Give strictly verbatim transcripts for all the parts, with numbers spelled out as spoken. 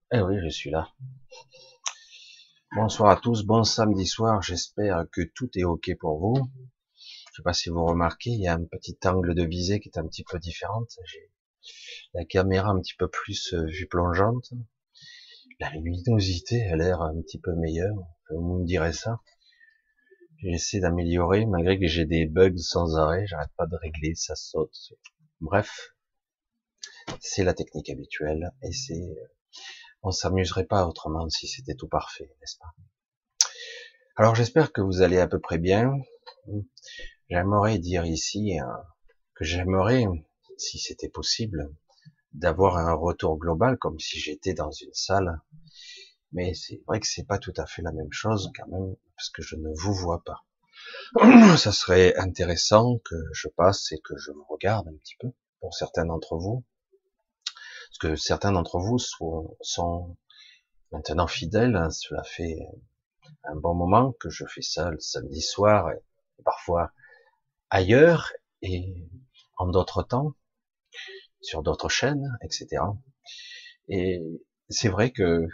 Eh oui, je suis là. Bonsoir à tous, bon samedi soir, j'espère que tout est ok pour vous. Je sais pas si vous remarquez, il y a un petit angle de visée qui est un petit peu différente. J'ai la caméra un petit peu plus euh, vue plongeante. La luminosité a l'air un petit peu meilleure. Enfin, vous me direz ça. J'essaie d'améliorer, malgré que j'ai des bugs sans arrêt, j'arrête pas de régler, ça saute. Bref, c'est la technique habituelle et c'est, on s'amuserait pas autrement si c'était tout parfait, n'est-ce pas? Alors j'espère que vous allez à peu près bien. J'aimerais dire ici euh, que j'aimerais, si c'était possible, d'avoir un retour global comme si j'étais dans une salle. Mais c'est vrai que c'est pas tout à fait la même chose quand même, parce que je ne vous vois pas. Ça serait intéressant que je passe et que je vous regarde un petit peu, pour certains d'entre vous, parce que certains d'entre vous sont, sont maintenant fidèles. Hein, cela fait un bon moment que je fais ça le samedi soir, et parfois ailleurs et en d'autres temps, sur d'autres chaînes, et cetera. Et c'est vrai que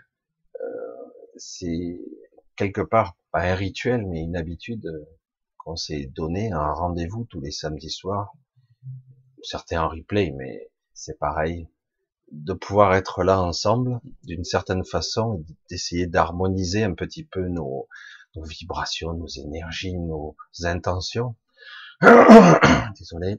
c'est quelque part pas un rituel, mais une habitude qu'on s'est donné, un rendez-vous tous les samedis soirs, certains en replay, mais c'est pareil, de pouvoir être là ensemble d'une certaine façon, et d'essayer d'harmoniser un petit peu nos, nos vibrations, nos énergies, nos intentions. Désolé.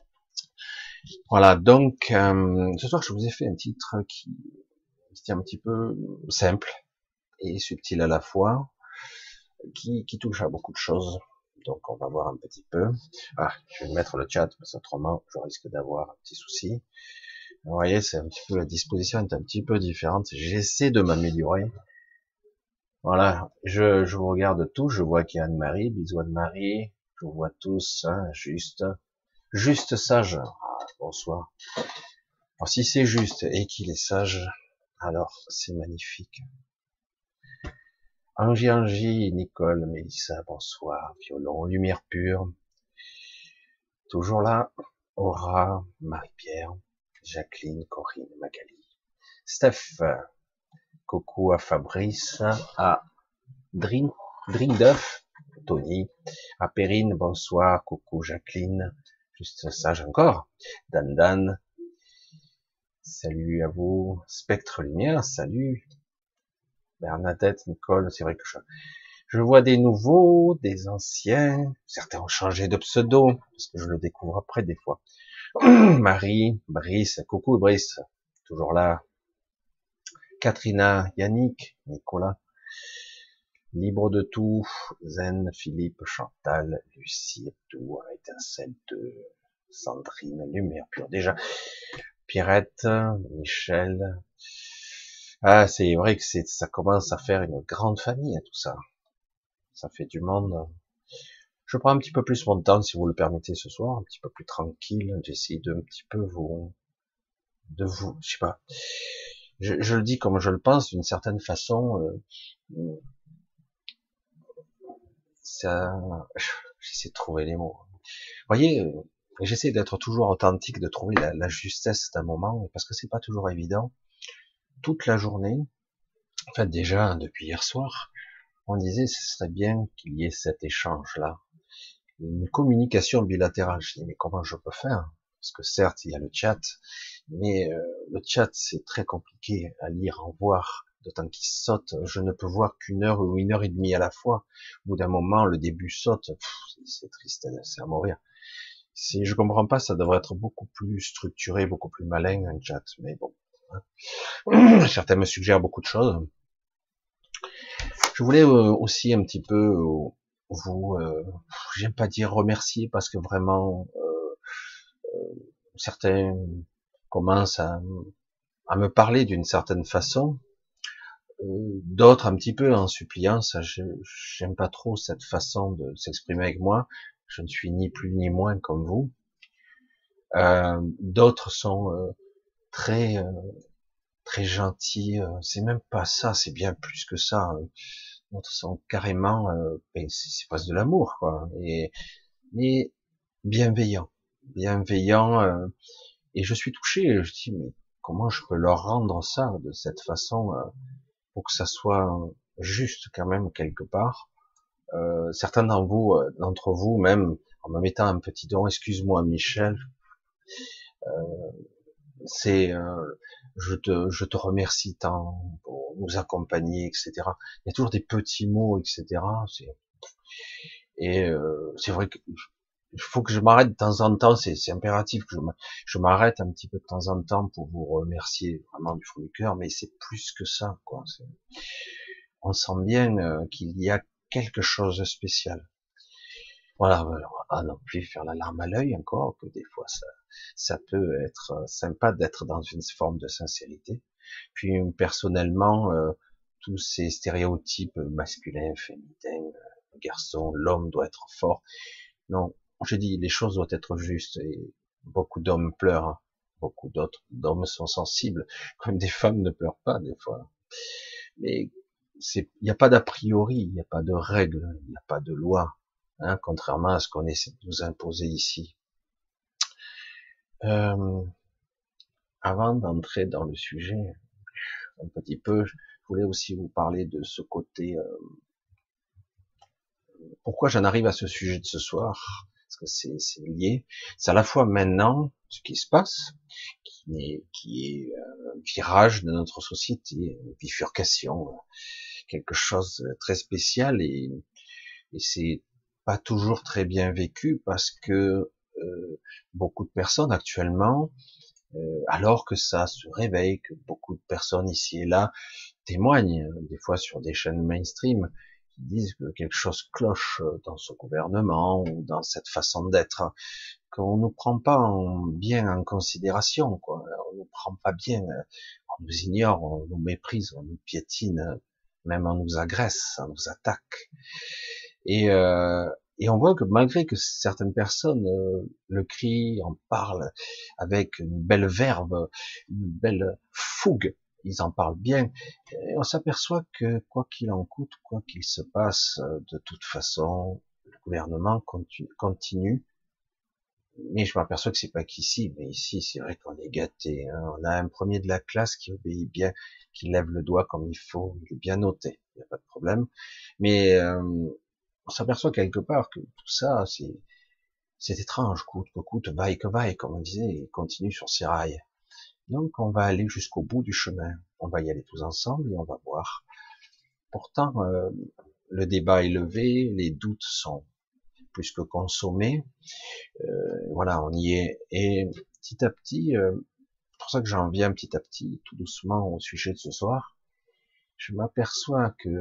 Voilà, donc euh, ce soir je vous ai fait un titre qui, qui est un petit peu simple et subtil à la fois, qui, qui touche à beaucoup de choses. Donc on va voir un petit peu. Ah, je vais mettre le chat parce qu'autrement je risque d'avoir un petit souci. Vous voyez, c'est un petit peu, la disposition est un petit peu différente. J'essaie de m'améliorer. Voilà, je, je vous regarde tous. Je vois qu'il y a Anne-Marie. Bisous Anne-Marie. Je vous vois tous, hein, juste, juste sage. Ah, bonsoir. Alors si c'est juste et qu'il est sage, alors c'est magnifique. Angie, Angie, Nicole, Mélissa, bonsoir, violon, lumière pure, toujours là, Aura, Marie-Pierre, Jacqueline, Corinne, Magali, Steph, coucou à Fabrice, à Drink, Drink Duff, Tony, à Perrine, bonsoir, coucou Jacqueline, juste sage encore, Dan Dan, salut à vous, Spectre Lumière, salut, Bernadette, Nicole, c'est vrai que je, Je vois des nouveaux, des anciens, certains ont changé de pseudo, parce que je le découvre après des fois. Marie, Brice, coucou Brice, toujours là. Katrina, Yannick, Nicolas, libre de tout, Zen, Philippe, Chantal, Lucie, Abdou, Étincelle deux, Sandrine, Lumière pure déjà, Pierrette, Michel. Ah, c'est vrai que c'est, ça commence à faire une grande famille, hein, tout ça. Ça fait du monde. Je prends un petit peu plus mon temps, si vous le permettez, ce soir, un petit peu plus tranquille. J'essaie de un petit peu vous, de vous, je sais pas. Je, je le dis comme je le pense, d'une certaine façon. Euh, ça, j'essaie de trouver les mots. Vous voyez, euh, j'essaie d'être toujours authentique, de trouver la, la justesse d'un moment, parce que c'est pas toujours évident. Toute la journée, en fait déjà depuis hier soir, on disait ce serait bien qu'il y ait cet échange-là, une communication bilatérale. Je dis mais comment je peux faire? Parce que certes il y a le chat, mais euh, le chat c'est très compliqué à lire, à voir, d'autant qu'il saute. Je ne peux voir qu'une heure ou une heure et demie à la fois. Au bout d'un moment, le début saute. C'est triste, c'est à mourir. Si je comprends pas, ça devrait être beaucoup plus structuré, beaucoup plus malin un chat. Mais bon, hein. Certains me suggèrent beaucoup de choses. Je voulais euh, aussi un petit peu euh, vous, euh, j'aime pas dire remercier parce que vraiment certains commencent à, à me parler d'une certaine façon, euh, d'autres un petit peu en suppliant. Ça, je j'aime pas trop cette façon de s'exprimer avec moi. Je ne suis ni plus ni moins comme vous. Euh, d'autres sont euh, très euh, très gentils. Euh, c'est même pas ça, c'est bien plus que ça. D'autres sont carrément, euh, ben, c'est c'est presque de l'amour, quoi. Et mais bienveillant, bienveillant. Euh, et je suis touché. Je dis mais comment je peux leur rendre ça de cette façon, euh, pour que ça soit juste quand même quelque part. Euh, certains d'entre vous, euh, d'entre vous même, en me mettant un petit don, excuse-moi Michel, c'est, euh, je te, je te remercie tant pour nous accompagner, et cetera. Il y a toujours des petits mots, et cetera. C'est, et euh, c'est vrai que il faut que je m'arrête de temps en temps, c'est, c'est impératif que je, m'a- je m'arrête un petit peu de temps en temps pour vous remercier vraiment du fond du cœur, mais c'est plus que ça, quoi. C'est- on sent bien euh, qu'il y a quelque chose de spécial. Voilà, alors, ah non plus faire la larme à l'œil encore, que des fois ça, ça peut être euh, sympa d'être dans une forme de sincérité. Puis personnellement, euh, tous ces stéréotypes masculins, féminins, euh, garçon, l'homme doit être fort. Non, je dis les choses doivent être justes. Et beaucoup d'hommes pleurent, hein. Beaucoup d'autres d'hommes sont sensibles, comme des femmes ne pleurent pas des fois. Mais c'est, il n'y a pas d'a priori, il n'y a pas de règles, il n'y a pas de loi, hein, contrairement à ce qu'on essaie de nous imposer ici. Euh, Avant d'entrer dans le sujet, un petit peu, je voulais aussi vous parler de ce côté. Euh, pourquoi j'en arrive à ce sujet de ce soir? Parce que c'est, c'est lié. C'est à la fois maintenant ce qui se passe, qui est, qui est un virage de notre société, une bifurcation, quelque chose de très spécial, et, et c'est pas toujours très bien vécu parce que euh, beaucoup de personnes actuellement, euh, alors que ça se réveille, que beaucoup de personnes ici et là témoignent, euh, des fois sur des chaînes mainstream, qui disent que quelque chose cloche dans ce gouvernement ou dans cette façon d'être, qu'on ne prend pas en, bien en considération, quoi. On ne prend pas bien, on nous ignore, on nous méprise, on nous piétine, même on nous agresse, on nous attaque. Et, euh, et on voit que malgré que certaines personnes euh, le crient, en parlent avec une belle verve, une belle fougue, ils en parlent bien, et on s'aperçoit que quoi qu'il en coûte, quoi qu'il se passe, euh, de toute façon, le gouvernement continue, continue. Mais je m'aperçois que c'est pas qu'ici, mais ici c'est vrai qu'on est gâté, hein. On a un premier de la classe qui obéit bien, qui lève le doigt comme il faut, il est bien noté, il n'y a pas de problème. Mais euh, on s'aperçoit quelque part que tout ça, c'est c'est étrange, coûte que coûte, vaille que vaille, comme on disait, et continue sur ses rails. Donc on va aller jusqu'au bout du chemin, on va y aller tous ensemble et on va voir. Pourtant, euh, le débat est levé, les doutes sont plus que consommés. Euh, voilà, on y est. Et petit à petit, euh, c'est pour ça que j'en viens petit à petit, tout doucement au sujet de ce soir, je m'aperçois que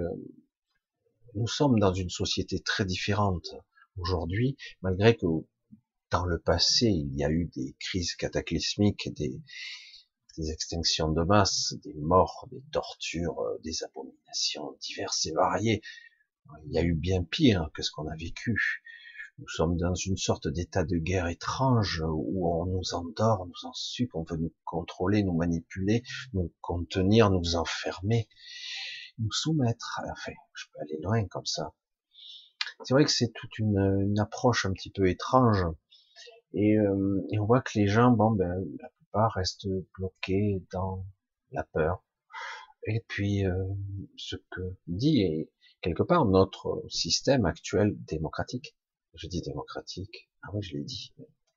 nous sommes dans une société très différente aujourd'hui, malgré que dans le passé, il y a eu des crises cataclysmiques, des, des extinctions de masse, des morts, des tortures, des abominations diverses et variées. Il y a eu bien pire que ce qu'on a vécu. Nous sommes dans une sorte d'état de guerre étrange où on nous endort, nous ensuite on veut nous contrôler, nous manipuler, nous contenir, nous enfermer, nous soumettre. Enfin, je peux aller loin comme ça. C'est vrai que c'est toute une, une approche un petit peu étrange, et, euh, et on voit que les gens, bon, ben, la plupart restent bloqués dans la peur. Et puis, euh, ce que dit est quelque part notre système actuel démocratique. Je dis démocratique. Ah oui, je l'ai dit.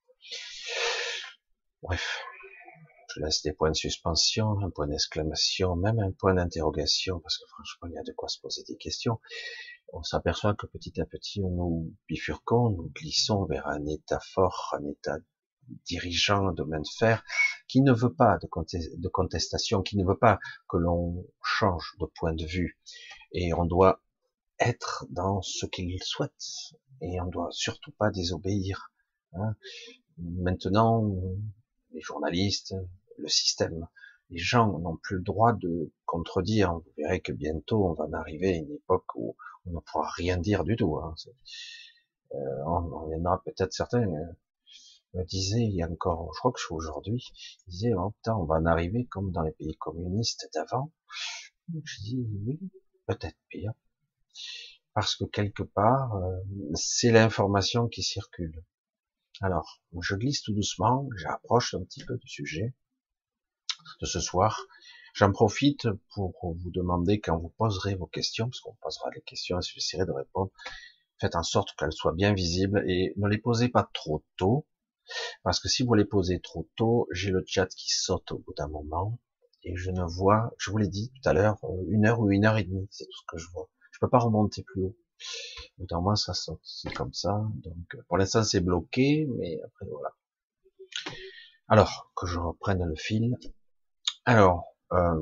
Bref, je laisse des points de suspension, un point d'exclamation, même un point d'interrogation, parce que franchement, il y a de quoi se poser des questions. On s'aperçoit que petit à petit, nous bifurquons, nous glissons vers un état fort, un état dirigeant de main de fer, qui ne veut pas de contestation, qui ne veut pas que l'on change de point de vue. Et on doit être dans ce qu'il souhaite. Et on doit surtout pas désobéir. Hein. Maintenant, les journalistes, le système, les gens n'ont plus le droit de contredire. Vous verrez que bientôt, on va en arriver à une époque où on ne pourra rien dire du tout. Hein. Euh, on, on viendra peut-être certains euh, me disaient il y a encore, je crois que c'est aujourd'hui, ils disaient oh putain, on va en arriver comme dans les pays communistes d'avant. Je dis oui, peut-être pire, parce que quelque part, euh, c'est l'information qui circule. Alors, je glisse tout doucement, j'approche un petit peu du sujet. de ce soir. J'en profite pour vous demander quand vous poserez vos questions, parce qu'on posera les questions et j'essaierai de répondre. Faites en sorte qu'elles soient bien visibles et ne les posez pas trop tôt, parce que si vous les posez trop tôt, j'ai le chat qui saute au bout d'un moment et je ne vois, je vous l'ai dit tout à l'heure, une heure ou une heure et demie, c'est tout ce que je vois. Je peux pas remonter plus haut. Au bout d'un moment, ça saute, c'est comme ça. Donc, pour l'instant, c'est bloqué, mais après voilà. Alors que je reprenne le fil. Alors, euh,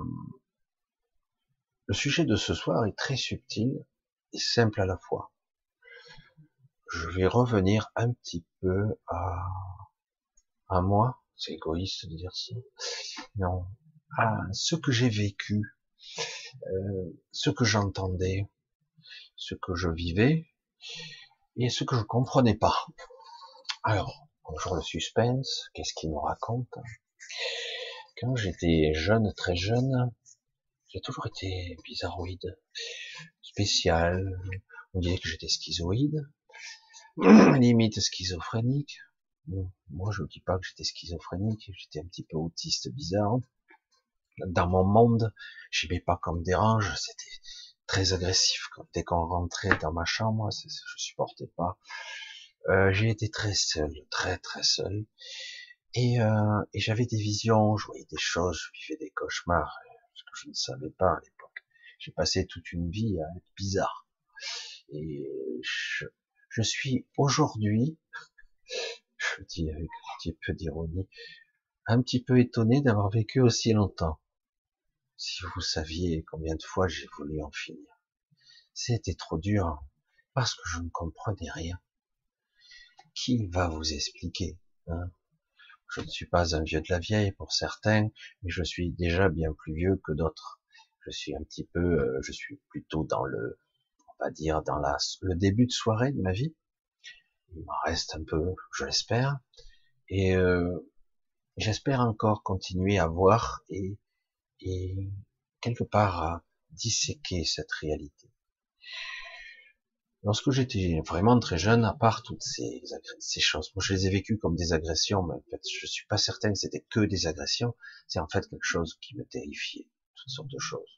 le sujet de ce soir est très subtil et simple à la fois. Je vais revenir un petit peu à, à moi. C'est égoïste de dire ça. Non, à ce que j'ai vécu, euh, ce que j'entendais, ce que je vivais et ce que je comprenais pas. Alors, bonjour le suspense. Qu'est-ce qu'il nous raconte? Quand j'étais jeune, très jeune, j'ai toujours été bizarroïde, spécial. On disait que j'étais schizoïde, limite schizophrénique. Bon, moi, je ne dis pas que j'étais schizophrénique, j'étais un petit peu autiste, bizarre. Dans mon monde, j'aimais pas qu'on me dérange, c'était très agressif. Dès qu'on rentrait dans ma chambre, je supportais pas. Euh, j'ai été très seul, très très seul. Et, euh, et j'avais des visions, je voyais des choses, je vivais des cauchemars, ce que je ne savais pas à l'époque. J'ai passé toute une vie à être bizarre. Et je, je suis aujourd'hui, je dis avec un petit peu d'ironie, un petit peu étonné d'avoir vécu aussi longtemps. Si vous saviez combien de fois j'ai voulu en finir. C'était trop dur, parce que je ne comprenais rien. Qui va vous expliquer, hein? Je ne suis pas un vieux de la vieille pour certains, mais je suis déjà bien plus vieux que d'autres. Je suis un petit peu, euh, je suis plutôt dans le, on va dire, dans la, le début de soirée de ma vie. Il m'en reste un peu, je l'espère, et euh, j'espère encore continuer à voir et, et quelque part à disséquer cette réalité. Lorsque j'étais vraiment très jeune, à part toutes ces, ces choses, moi je les ai vécues comme des agressions, mais en fait je suis pas certain que c'était que des agressions, c'est en fait quelque chose qui me terrifiait, toutes sortes de choses.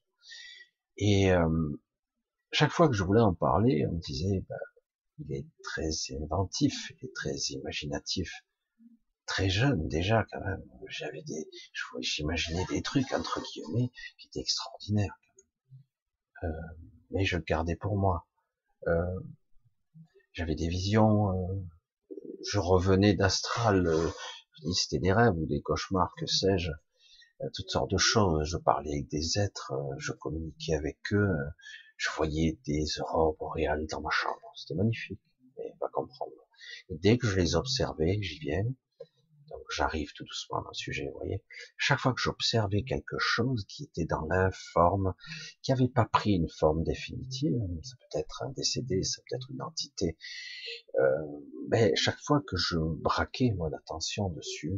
Et euh, chaque fois que je voulais en parler, on me disait, bah, il est très inventif, il est très imaginatif, très jeune déjà quand même. J'avais des, j'imaginais des trucs entre guillemets qui étaient extraordinaires, euh, mais je le gardais pour moi. Euh, j'avais des visions. Euh, je revenais d'astral, euh, je dis c'était des rêves ou des cauchemars, que sais-je, euh, toutes sortes de choses. Je parlais avec des êtres, euh, je communiquais avec eux, euh, je voyais des aurores boréales dans ma chambre, c'était magnifique, mais on va comprendre. Et dès que je les observais, j'y viens, donc j'arrive tout doucement dans le sujet, vous voyez. Chaque fois que j'observais quelque chose qui était dans l'informe, qui n'avait pas pris une forme définitive, ça peut être un décédé, ça peut être une entité, euh, ben, chaque fois que je braquais mon attention dessus,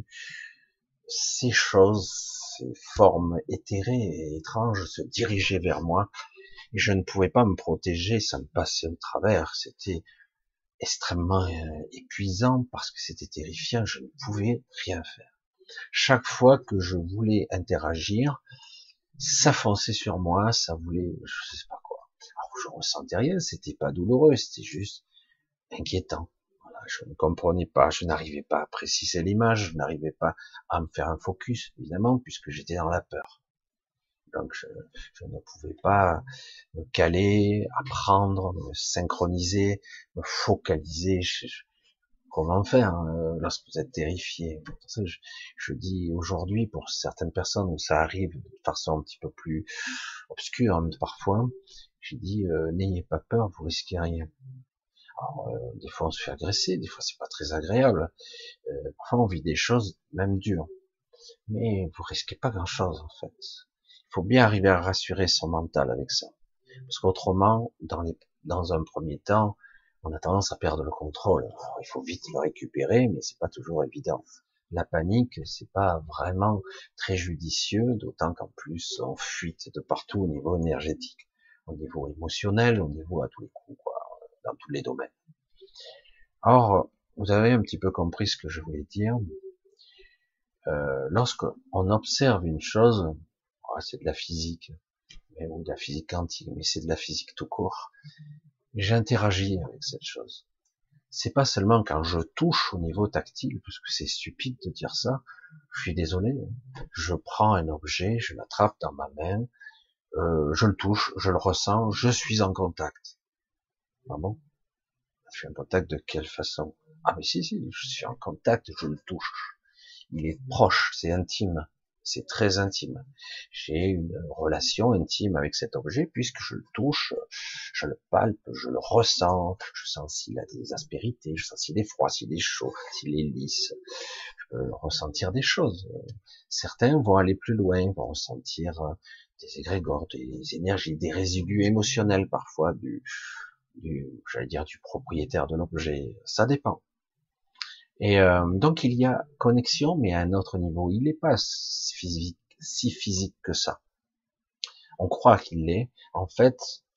ces choses, ces formes éthérées et étranges se dirigeaient vers moi, et je ne pouvais pas me protéger, ça me passait au travers, c'était extrêmement euh, épuisant parce que c'était terrifiant, je ne pouvais rien faire. Chaque fois que je voulais interagir, ça fonçait sur moi, ça voulait, je sais pas quoi. Alors je ressentais rien, c'était pas douloureux, c'était juste inquiétant. Voilà, je ne comprenais pas, je n'arrivais pas à préciser l'image, je n'arrivais pas à me faire un focus, évidemment, puisque j'étais dans la peur. Donc je, je ne pouvais pas me caler, apprendre, me synchroniser, me focaliser. Je, je, comment faire hein, lorsque vous êtes terrifié? Je, je dis aujourd'hui pour certaines personnes où ça arrive de façon un petit peu plus obscure hein, parfois, j'ai dit euh, n'ayez pas peur, vous risquez rien. Alors, euh, des fois on se fait agresser, des fois c'est pas très agréable. Euh, parfois on vit des choses même dures, mais vous risquez pas grand chose en fait. Il faut bien arriver à rassurer son mental avec ça. Parce qu'autrement, dans, les, dans un premier temps, on a tendance à perdre le contrôle. Alors, il faut vite le récupérer, mais c'est pas toujours évident. La panique, c'est pas vraiment très judicieux, d'autant qu'en plus, on fuite de partout au niveau énergétique, au niveau émotionnel, au niveau à tous les coups, quoi, dans tous les domaines. Or, vous avez un petit peu compris ce que je voulais dire. Euh, lorsqu'on observe une chose, oh, c'est de la physique, mais, ou de la physique quantique, mais c'est de la physique tout court, j'interagis avec cette chose. C'est pas seulement quand je touche au niveau tactile, parce que c'est stupide de dire ça, je suis désolé, je prends un objet, je l'attrape dans ma main, euh, je le touche, je le ressens, je suis en contact. Ah bon? Je suis en contact de quelle façon? Ah mais si, si, je suis en contact, je le touche. Il est proche, c'est intime, c'est très intime. J'ai une relation intime avec cet objet puisque je le touche, je le palpe, je le ressens, je sens s'il a des aspérités, je sens s'il est froid, s'il est chaud, s'il est lisse, je peux ressentir des choses. Certains vont aller plus loin, vont ressentir des égrégores, des énergies, des résidus émotionnels parfois du, du j'allais dire du propriétaire de l'objet, ça dépend. Et euh, donc il y a connexion, mais à un autre niveau. Il n'est pas si physique, si physique que ça. On croit qu'il l'est. En fait,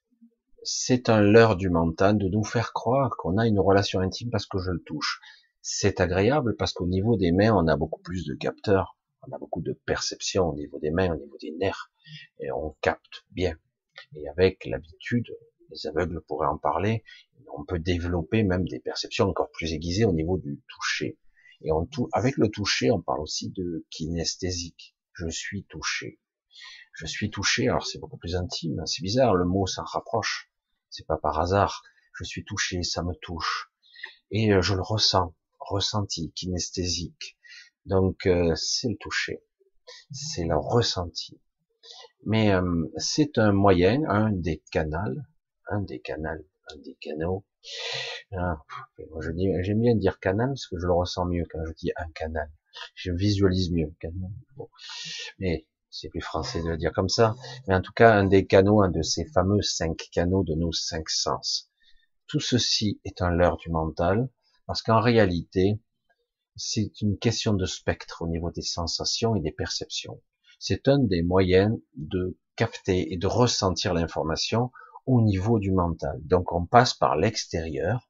c'est un leurre du mental de nous faire croire qu'on a une relation intime parce que je le touche. C'est agréable parce qu'au niveau des mains, on a beaucoup plus de capteurs, on a beaucoup de perception au niveau des mains, au niveau des nerfs, et on capte bien. Et avec l'habitude, les aveugles pourraient en parler, on peut développer même des perceptions encore plus aiguisées au niveau du toucher. Et on tou- avec le toucher, on parle aussi de kinesthésique. Je suis touché. Je suis touché, alors c'est beaucoup plus intime. C'est bizarre, le mot s'en rapproche. C'est pas par hasard. Je suis touché, ça me touche. Et euh, je le ressens. Ressenti, kinesthésique. Donc euh, c'est le toucher. C'est le ressenti. Mais euh, c'est un moyen, un des canaux, un des canaux, un des canaux. Ah, moi je dis, j'aime bien dire canal parce que je le ressens mieux quand je dis un canal. Je visualise mieux. Canal. Bon. Mais c'est plus français de le dire comme ça. Mais en tout cas, un des canaux, un de ces fameux cinq canaux de nos cinq sens. Tout ceci est un leurre du mental parce qu'en réalité, c'est une question de spectre au niveau des sensations et des perceptions. C'est un des moyens de capter et de ressentir l'information au niveau du mental. Donc on passe par l'extérieur,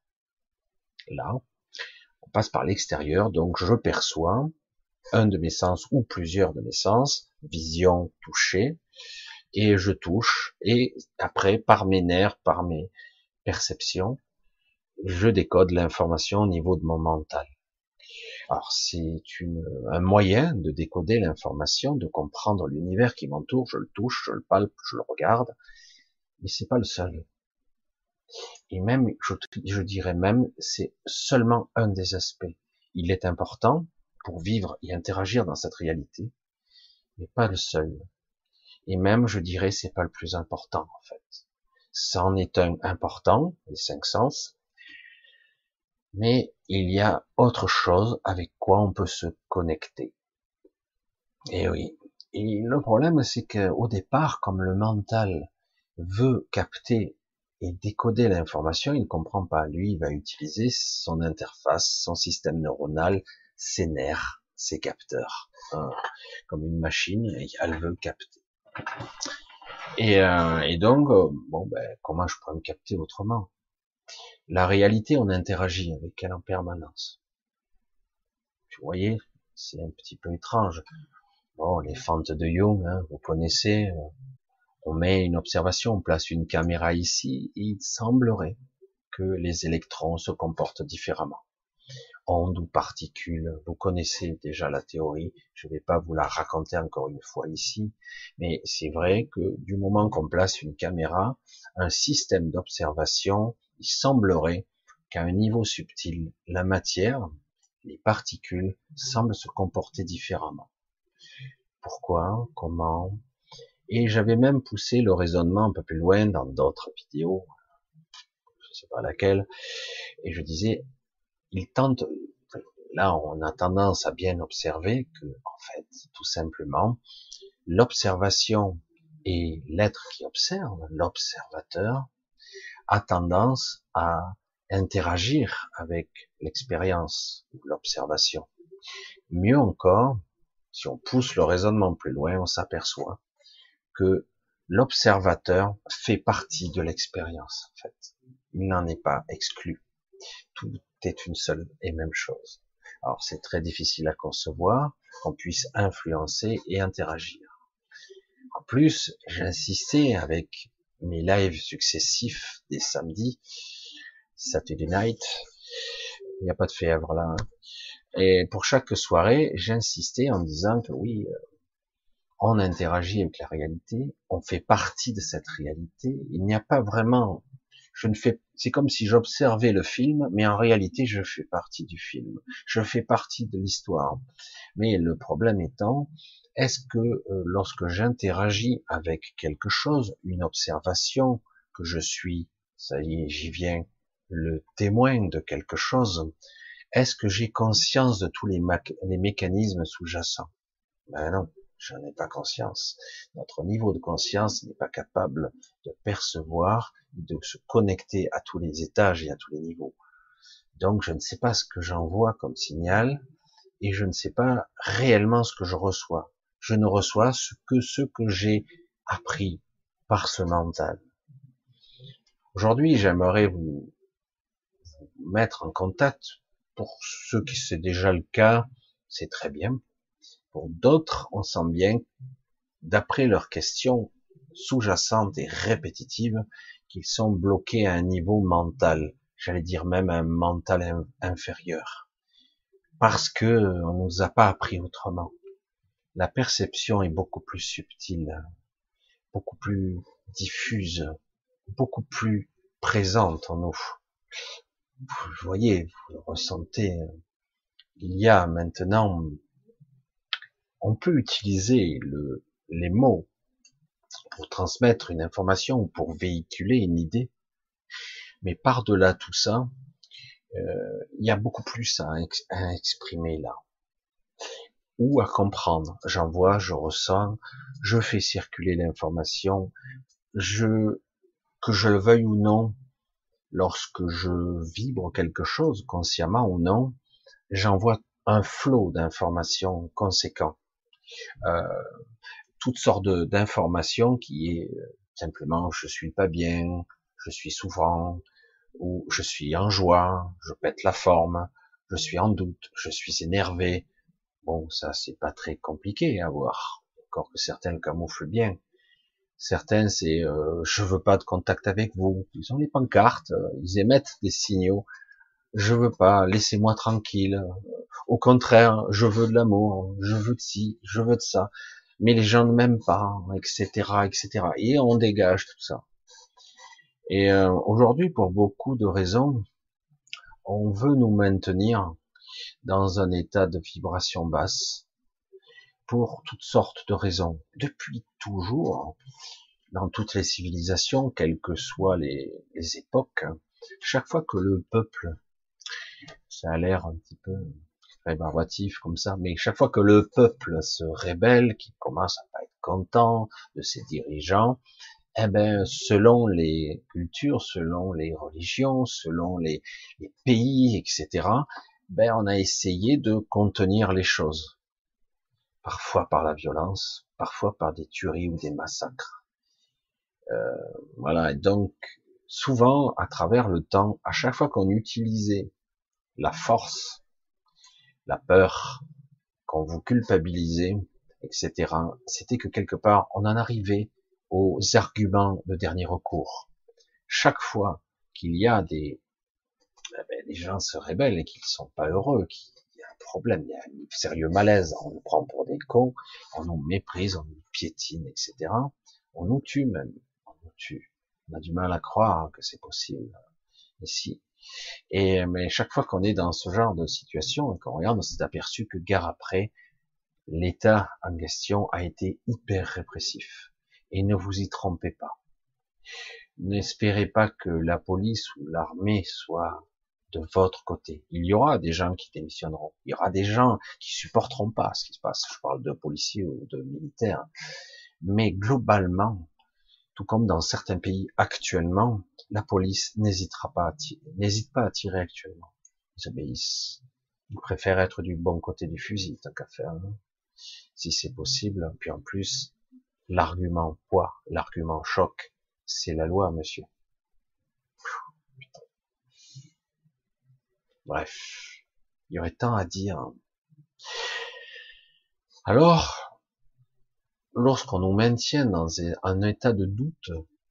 là, on passe par l'extérieur, donc je perçois un de mes sens ou plusieurs de mes sens, vision, toucher, et je touche, et après, par mes nerfs, par mes perceptions, je décode l'information au niveau de mon mental. Alors c'est une, un moyen de décoder l'information, de comprendre l'univers qui m'entoure, je le touche, je le palpe, je le regarde, mais c'est pas le seul. Et même, je, je dirais même, c'est seulement un des aspects. Il est important pour vivre et interagir dans cette réalité, mais pas le seul. Et même, je dirais, c'est pas le plus important, en fait. Ça en est un important, les cinq sens, mais il y a autre chose avec quoi on peut se connecter. Et oui. Et le problème, c'est qu'au départ, comme le mental veut capter et décoder l'information, il ne comprend pas. Lui, il va utiliser son interface, son système neuronal, ses nerfs, ses capteurs, hein, comme une machine, et elle veut capter. Et, euh, et donc, euh, bon, ben, comment je pourrais me capter autrement? La réalité, on interagit avec elle en permanence. Vous voyez, c'est un petit peu étrange. Bon, les fentes de Jung, hein, vous connaissez. On met une observation, on place une caméra ici, et il semblerait que les électrons se comportent différemment. Ondes ou particules, vous connaissez déjà la théorie, je ne vais pas vous la raconter encore une fois ici, mais c'est vrai que du moment qu'on place une caméra, un système d'observation, il semblerait qu'à un niveau subtil, la matière, les particules, semblent se comporter différemment. Pourquoi? Comment? Et j'avais même poussé le raisonnement un peu plus loin dans d'autres vidéos, je sais pas laquelle, et je disais, il tente, là on a tendance à bien observer que, en fait, tout simplement, l'observation et l'être qui observe, l'observateur, a tendance à interagir avec l'expérience ou l'observation. Mieux encore, si on pousse le raisonnement plus loin, on s'aperçoit que l'observateur fait partie de l'expérience, en fait. Il n'en est pas exclu. Tout est une seule et même chose. Alors c'est très difficile à concevoir qu'on puisse influencer et interagir. En plus, j'ai insisté avec mes lives successifs des samedis, Saturday Night, il n'y a pas de fièvre là, hein. Et pour chaque soirée, j'ai insisté en disant que oui, on interagit avec la réalité, on fait partie de cette réalité, il n'y a pas vraiment, je ne fais, c'est comme si j'observais le film, mais en réalité, je fais partie du film, je fais partie de l'histoire. Mais le problème étant, est-ce que euh, lorsque j'interagis avec quelque chose, une observation, que je suis, ça y est, j'y viens, le témoin de quelque chose, est-ce que j'ai conscience de tous les, les mécanismes sous-jacents? Ben non, je n'en ai pas conscience. Notre niveau de conscience n'est pas capable de percevoir, de se connecter à tous les étages et à tous les niveaux. Donc je ne sais pas ce que j'envoie comme signal, et je ne sais pas réellement ce que je reçois. Je ne reçois que ce que j'ai appris par ce mental. Aujourd'hui, j'aimerais vous mettre en contact. Pour ceux qui c'est déjà le cas, c'est très bien. Pour d'autres, on sent bien, d'après leurs questions sous-jacentes et répétitives, qu'ils sont bloqués à un niveau mental. J'allais dire même un mental inférieur. Parce que on nous a pas appris autrement. La perception est beaucoup plus subtile, beaucoup plus diffuse, beaucoup plus présente en nous. Vous voyez, vous le ressentez. Il y a maintenant, on peut utiliser le, les mots pour transmettre une information ou pour véhiculer une idée, mais par-delà tout ça, euh, il y a beaucoup plus à, ex à exprimer là, ou à comprendre. J'en vois, je ressens, je fais circuler l'information, je, que je le veuille ou non, lorsque je vibre quelque chose, consciemment ou non, j'envoie un flot d'informations conséquent. Euh, toutes sortes d'informations qui est euh, simplement je suis pas bien, je suis souffrant, ou je suis en joie, je pète la forme, je suis en doute, je suis énervé. Bon, ça c'est pas très compliqué à voir, encore que certains le camouflent bien. Certains c'est euh, je veux pas de contact avec vous. Ils ont les pancartes, euh, ils émettent des signaux. Je veux pas, laissez-moi tranquille. Au contraire, je veux de l'amour, je veux de ci, je veux de ça. Mais les gens ne m'aiment pas, et cetera, et cetera. Et on dégage tout ça. Et euh, aujourd'hui, pour beaucoup de raisons, on veut nous maintenir dans un état de vibration basse pour toutes sortes de raisons. Depuis toujours, dans toutes les civilisations, quelles que soient les, les époques, chaque fois que le peuple, ça a l'air un petit peu rébarbatif comme ça, mais chaque fois que le peuple se rébelle, qu'il commence à pas être content de ses dirigeants, eh ben, selon les cultures, selon les religions, selon les, les pays, et cetera, ben, on a essayé de contenir les choses. Parfois par la violence, parfois par des tueries ou des massacres. Euh, voilà, et donc, souvent, à travers le temps, à chaque fois qu'on utilisait la force, la peur, qu'on vous culpabilisait, et cetera, c'était que quelque part, on en arrivait aux arguments de dernier recours. Chaque fois qu'il y a des, eh ben, des gens se rebellent et qu'ils sont pas heureux, qu'il y a un problème, il y a un sérieux malaise, on nous prend pour des cons, on nous méprise, on nous piétine, et cetera. On nous tue même, on nous tue. On a du mal à croire que c'est possible ici. Et mais chaque fois qu'on est dans ce genre de situation et qu'on regarde, on s'est aperçu que guerre après, l'État en question a été hyper répressif. Et ne vous y trompez pas. N'espérez pas que la police ou l'armée soit de votre côté. Il y aura des gens qui démissionneront. Il y aura des gens qui supporteront pas ce qui se passe. Je parle de policiers ou de militaires. Mais globalement, tout comme dans certains pays actuellement, la police n'hésitera pas à tirer, n'hésite pas à tirer actuellement. Ils obéissent. Ils préfèrent être du bon côté du fusil, tant qu'à faire, hein, si c'est possible. Puis en plus, l'argument poids, l'argument choc, c'est la loi, monsieur. Bref. Il y aurait tant à dire. Alors, lorsqu'on nous maintient dans un état de doute,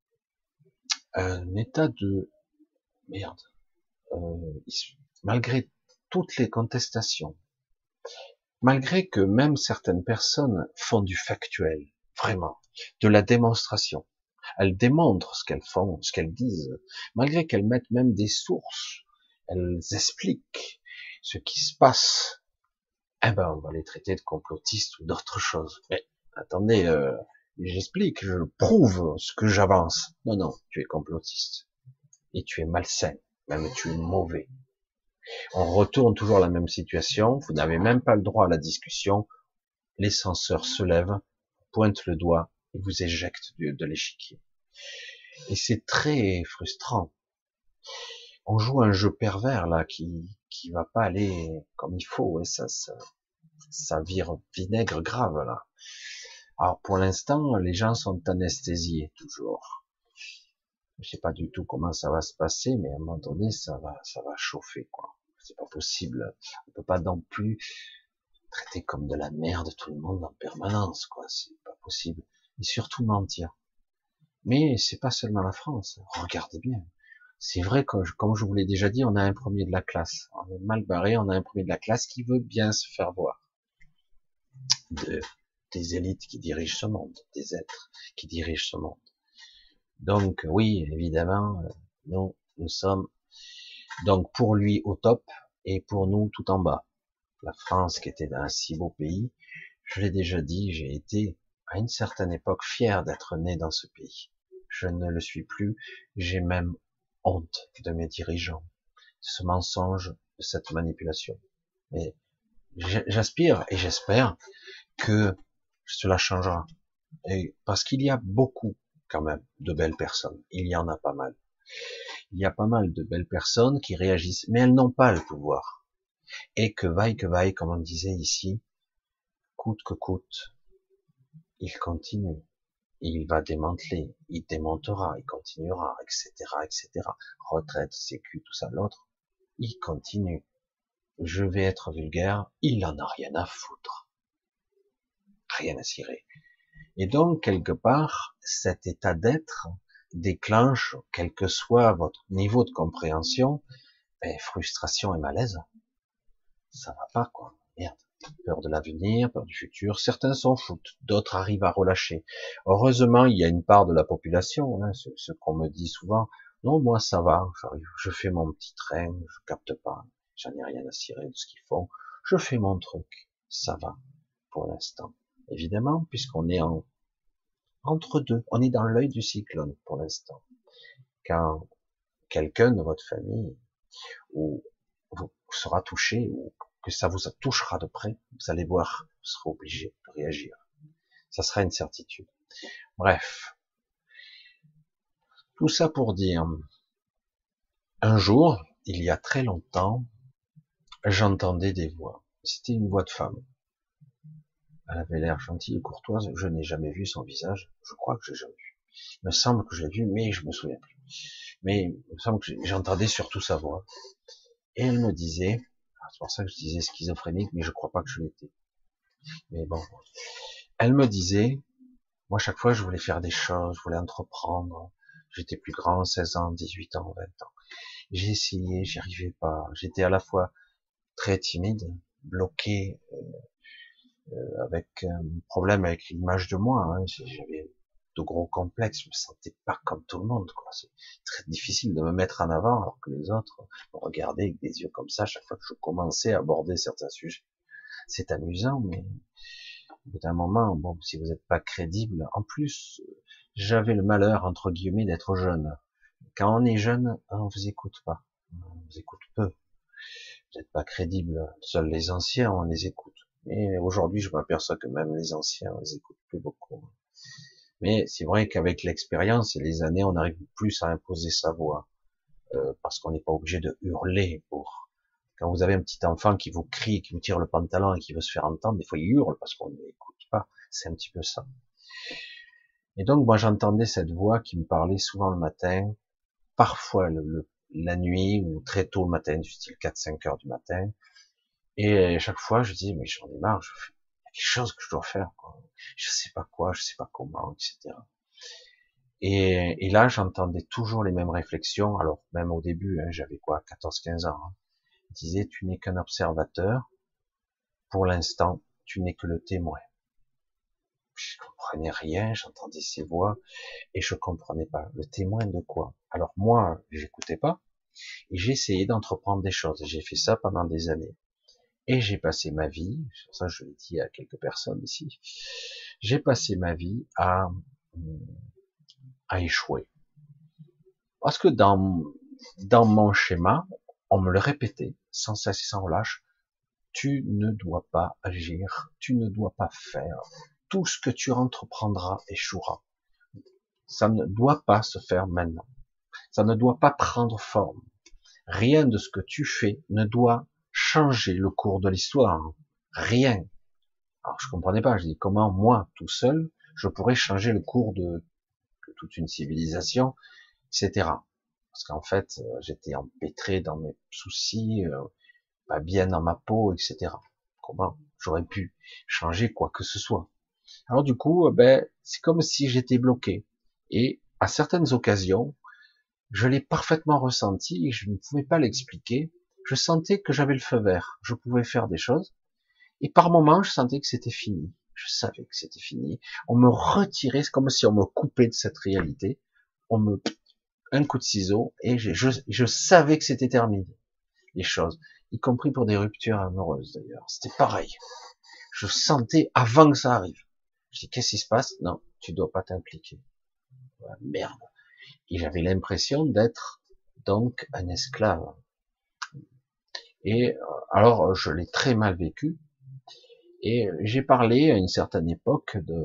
un état de merde, euh, malgré toutes les contestations, malgré que même certaines personnes font du factuel, vraiment, de la démonstration, elles démontrent ce qu'elles font, ce qu'elles disent, malgré qu'elles mettent même des sources, elles expliquent ce qui se passe, eh ben on va les traiter de complotistes ou d'autres choses. Mais attendez, euh, j'explique, je prouve ce que j'avance. Non, non, tu es complotiste. Et tu es malsain, même tu es mauvais. On retourne toujours à la même situation, vous n'avez même pas le droit à la discussion, les censeurs se lèvent, pointent le doigt et vous éjectent de, de l'échiquier. Et c'est très frustrant. On joue un jeu pervers là qui qui va pas aller comme il faut et ça ça, ça vire vinaigre grave là. Alors pour l'instant, les gens sont anesthésiés toujours. Je sais pas du tout comment ça va se passer, mais à un moment donné, ça va ça va chauffer quoi. C'est pas possible. On peut pas non plus traiter comme de la merde tout le monde en permanence quoi. C'est pas possible. Et surtout mentir. Mais c'est pas seulement la France. Regardez bien. C'est vrai que, comme je vous l'ai déjà dit, on a un premier de la classe. On est mal barré, on a un premier de la classe qui veut bien se faire voir. De, des élites qui dirigent ce monde, des êtres qui dirigent ce monde. Donc, oui, évidemment, nous, nous sommes donc pour lui au top et pour nous tout en bas. La France qui était un si beau pays, je l'ai déjà dit, j'ai été à une certaine époque fier d'être né dans ce pays. Je ne le suis plus, j'ai même honte de mes dirigeants, de ce mensonge, de cette manipulation. Mais j'aspire et j'espère que cela changera. Et parce qu'il y a beaucoup, quand même, de belles personnes. Il y en a pas mal. Il y a pas mal de belles personnes qui réagissent, mais elles n'ont pas le pouvoir. Et que vaille que vaille, comme on disait ici, coûte que coûte, il continue. Il va démanteler, il démontera, il continuera, et cetera, et cetera. Retraite, sécu, tout ça, l'autre, il continue. Je vais être vulgaire, il en a rien à foutre. Rien à cirer. Et donc, quelque part, cet état d'être déclenche, quel que soit votre niveau de compréhension, ben, frustration et malaise. Ça va pas, quoi. Merde. Peur de l'avenir, peur du futur. Certains s'en foutent, d'autres arrivent à relâcher. Heureusement, il y a une part de la population, hein, ce, ce qu'on me dit souvent. Non, moi ça va, j'arrive, je fais mon petit train, je capte pas, j'en ai rien à cirer de ce qu'ils font. Je fais mon truc, ça va pour l'instant. Évidemment, puisqu'on est en entre deux, on est dans l'œil du cyclone pour l'instant. Quand quelqu'un de votre famille ou vous sera touché ou que ça vous touchera de près, vous allez voir, vous serez obligé de réagir. Ça sera une certitude. Bref. Tout ça pour dire, un jour, il y a très longtemps, j'entendais des voix. C'était une voix de femme. Elle avait l'air gentille et courtoise. Je n'ai jamais vu son visage. Je crois que j'ai jamais vu. Il me semble que je l'ai vu, mais je me souviens plus. Mais il me semble que j'entendais surtout sa voix. Et elle me disait, c'est pour ça que je disais schizophrénique, mais je crois pas que je l'étais. Mais bon. Elle me disait, moi chaque fois je voulais faire des choses, je voulais entreprendre. J'étais plus grand, seize ans, dix-huit ans, vingt ans. J'ai essayé, j'y arrivais pas. J'étais à la fois très timide, bloqué, euh, euh, avec un problème avec l'image de moi. Hein. J'avais de gros complexes, je me sentais pas comme tout le monde. C'est très difficile de me mettre en avant alors que les autres me regardaient avec des yeux comme ça chaque fois que je commençais à aborder certains sujets. C'est amusant, mais au bout d'un moment, bon, si vous n'êtes pas crédible, en plus, j'avais le malheur entre guillemets d'être jeune. Quand on est jeune, on vous écoute pas, on vous écoute peu. Vous n'êtes pas crédible. Seuls les anciens, on les écoute. Mais aujourd'hui, je m'aperçois que même les anciens, on les écoute plus beaucoup. Mais c'est vrai qu'avec l'expérience et les années, on arrive plus à imposer sa voix, euh, parce qu'on n'est pas obligé de hurler pour. Quand vous avez un petit enfant qui vous crie, qui vous tire le pantalon et qui veut se faire entendre, des fois il hurle parce qu'on ne l'écoute pas. C'est un petit peu ça. Et donc moi j'entendais cette voix qui me parlait souvent le matin, parfois le, le, la nuit ou très tôt le matin, du style quatre cinq heures du matin. Et chaque fois, je dis, mais j'en ai marre, je fais, il y a quelque chose que je dois faire, quoi. Je sais pas quoi, je sais pas comment, et cetera. Et, et là, j'entendais toujours les mêmes réflexions. Alors, même au début, hein, j'avais quoi, quatorze quinze ans. Hein. Il disait, tu n'es qu'un observateur. Pour l'instant, tu n'es que le témoin. Je comprenais rien, j'entendais ces voix, et je comprenais pas. Le témoin de quoi? Alors moi, j'écoutais pas, et j'ai essayé d'entreprendre des choses. J'ai fait ça pendant des années. Et j'ai passé ma vie, ça je l'ai dit à quelques personnes ici, j'ai passé ma vie à, à échouer. Parce que dans, dans mon schéma, on me le répétait sans cesse et sans relâche, tu ne dois pas agir, tu ne dois pas faire, tout ce que tu entreprendras échouera. Ça ne doit pas se faire maintenant. Ça ne doit pas prendre forme. Rien de ce que tu fais ne doit changer le cours de l'histoire. Rien. Alors je comprenais pas, je dis comment moi, tout seul, je pourrais changer le cours de, de toute une civilisation, et cetera. Parce qu'en fait, j'étais empêtré dans mes soucis, euh, pas bien dans ma peau, et cetera. Comment j'aurais pu changer quoi que ce soit? Alors du coup, ben, c'est comme si j'étais bloqué. Et à certaines occasions, je l'ai parfaitement ressenti et je ne pouvais pas l'expliquer. Je sentais que j'avais le feu vert. Je pouvais faire des choses. Et par moments, je sentais que c'était fini. Je savais que c'était fini. On me retirait, c'est comme si on me coupait de cette réalité. On me, un coup de ciseau, et je, je, je savais que c'était terminé. Les choses. Y compris pour des ruptures amoureuses, d'ailleurs. C'était pareil. Je sentais avant que ça arrive. Je dis, qu'est-ce qui se passe? Non, tu dois pas t'impliquer. Ouais, merde. Et j'avais l'impression d'être, donc, un esclave. Et, alors, je l'ai très mal vécu. Et j'ai parlé à une certaine époque de,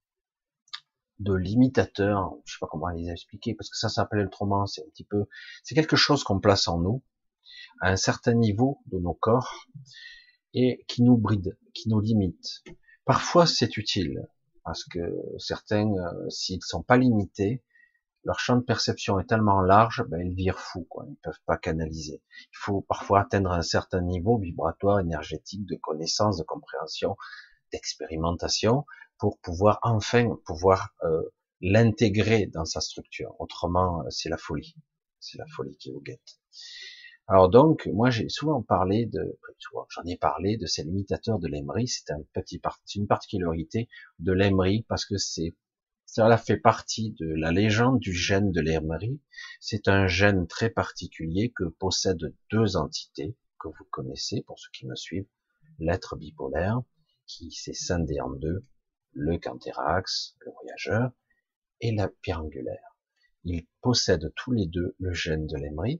de l'imitateur, je sais pas comment les expliquer, parce que ça s'appelle autrement, c'est un petit peu, c'est quelque chose qu'on place en nous, à un certain niveau de nos corps, et qui nous bride, qui nous limite. Parfois c'est utile, parce que certains, euh, s'ils sont pas limités, leur champ de perception est tellement large, ben ils virent fous, quoi. Ils peuvent pas canaliser. Il faut parfois atteindre un certain niveau vibratoire, énergétique, de connaissance, de compréhension, d'expérimentation, pour pouvoir enfin pouvoir euh, l'intégrer dans sa structure. Autrement, c'est la folie. C'est la folie qui vous guette. Alors donc, moi j'ai souvent parlé de, j'en ai parlé de ces limitateurs de Lemry. C'est un petit, c'est une particularité de Lemry parce que c'est, cela fait partie de la légende du gène de Lemry. C'est un gène très particulier que possèdent deux entités que vous connaissez pour ceux qui me suivent, l'être bipolaire qui s'est scindé en deux, le Cantérax, le voyageur, et la pierre angulaire. Ils possèdent tous les deux le gène de Lemry.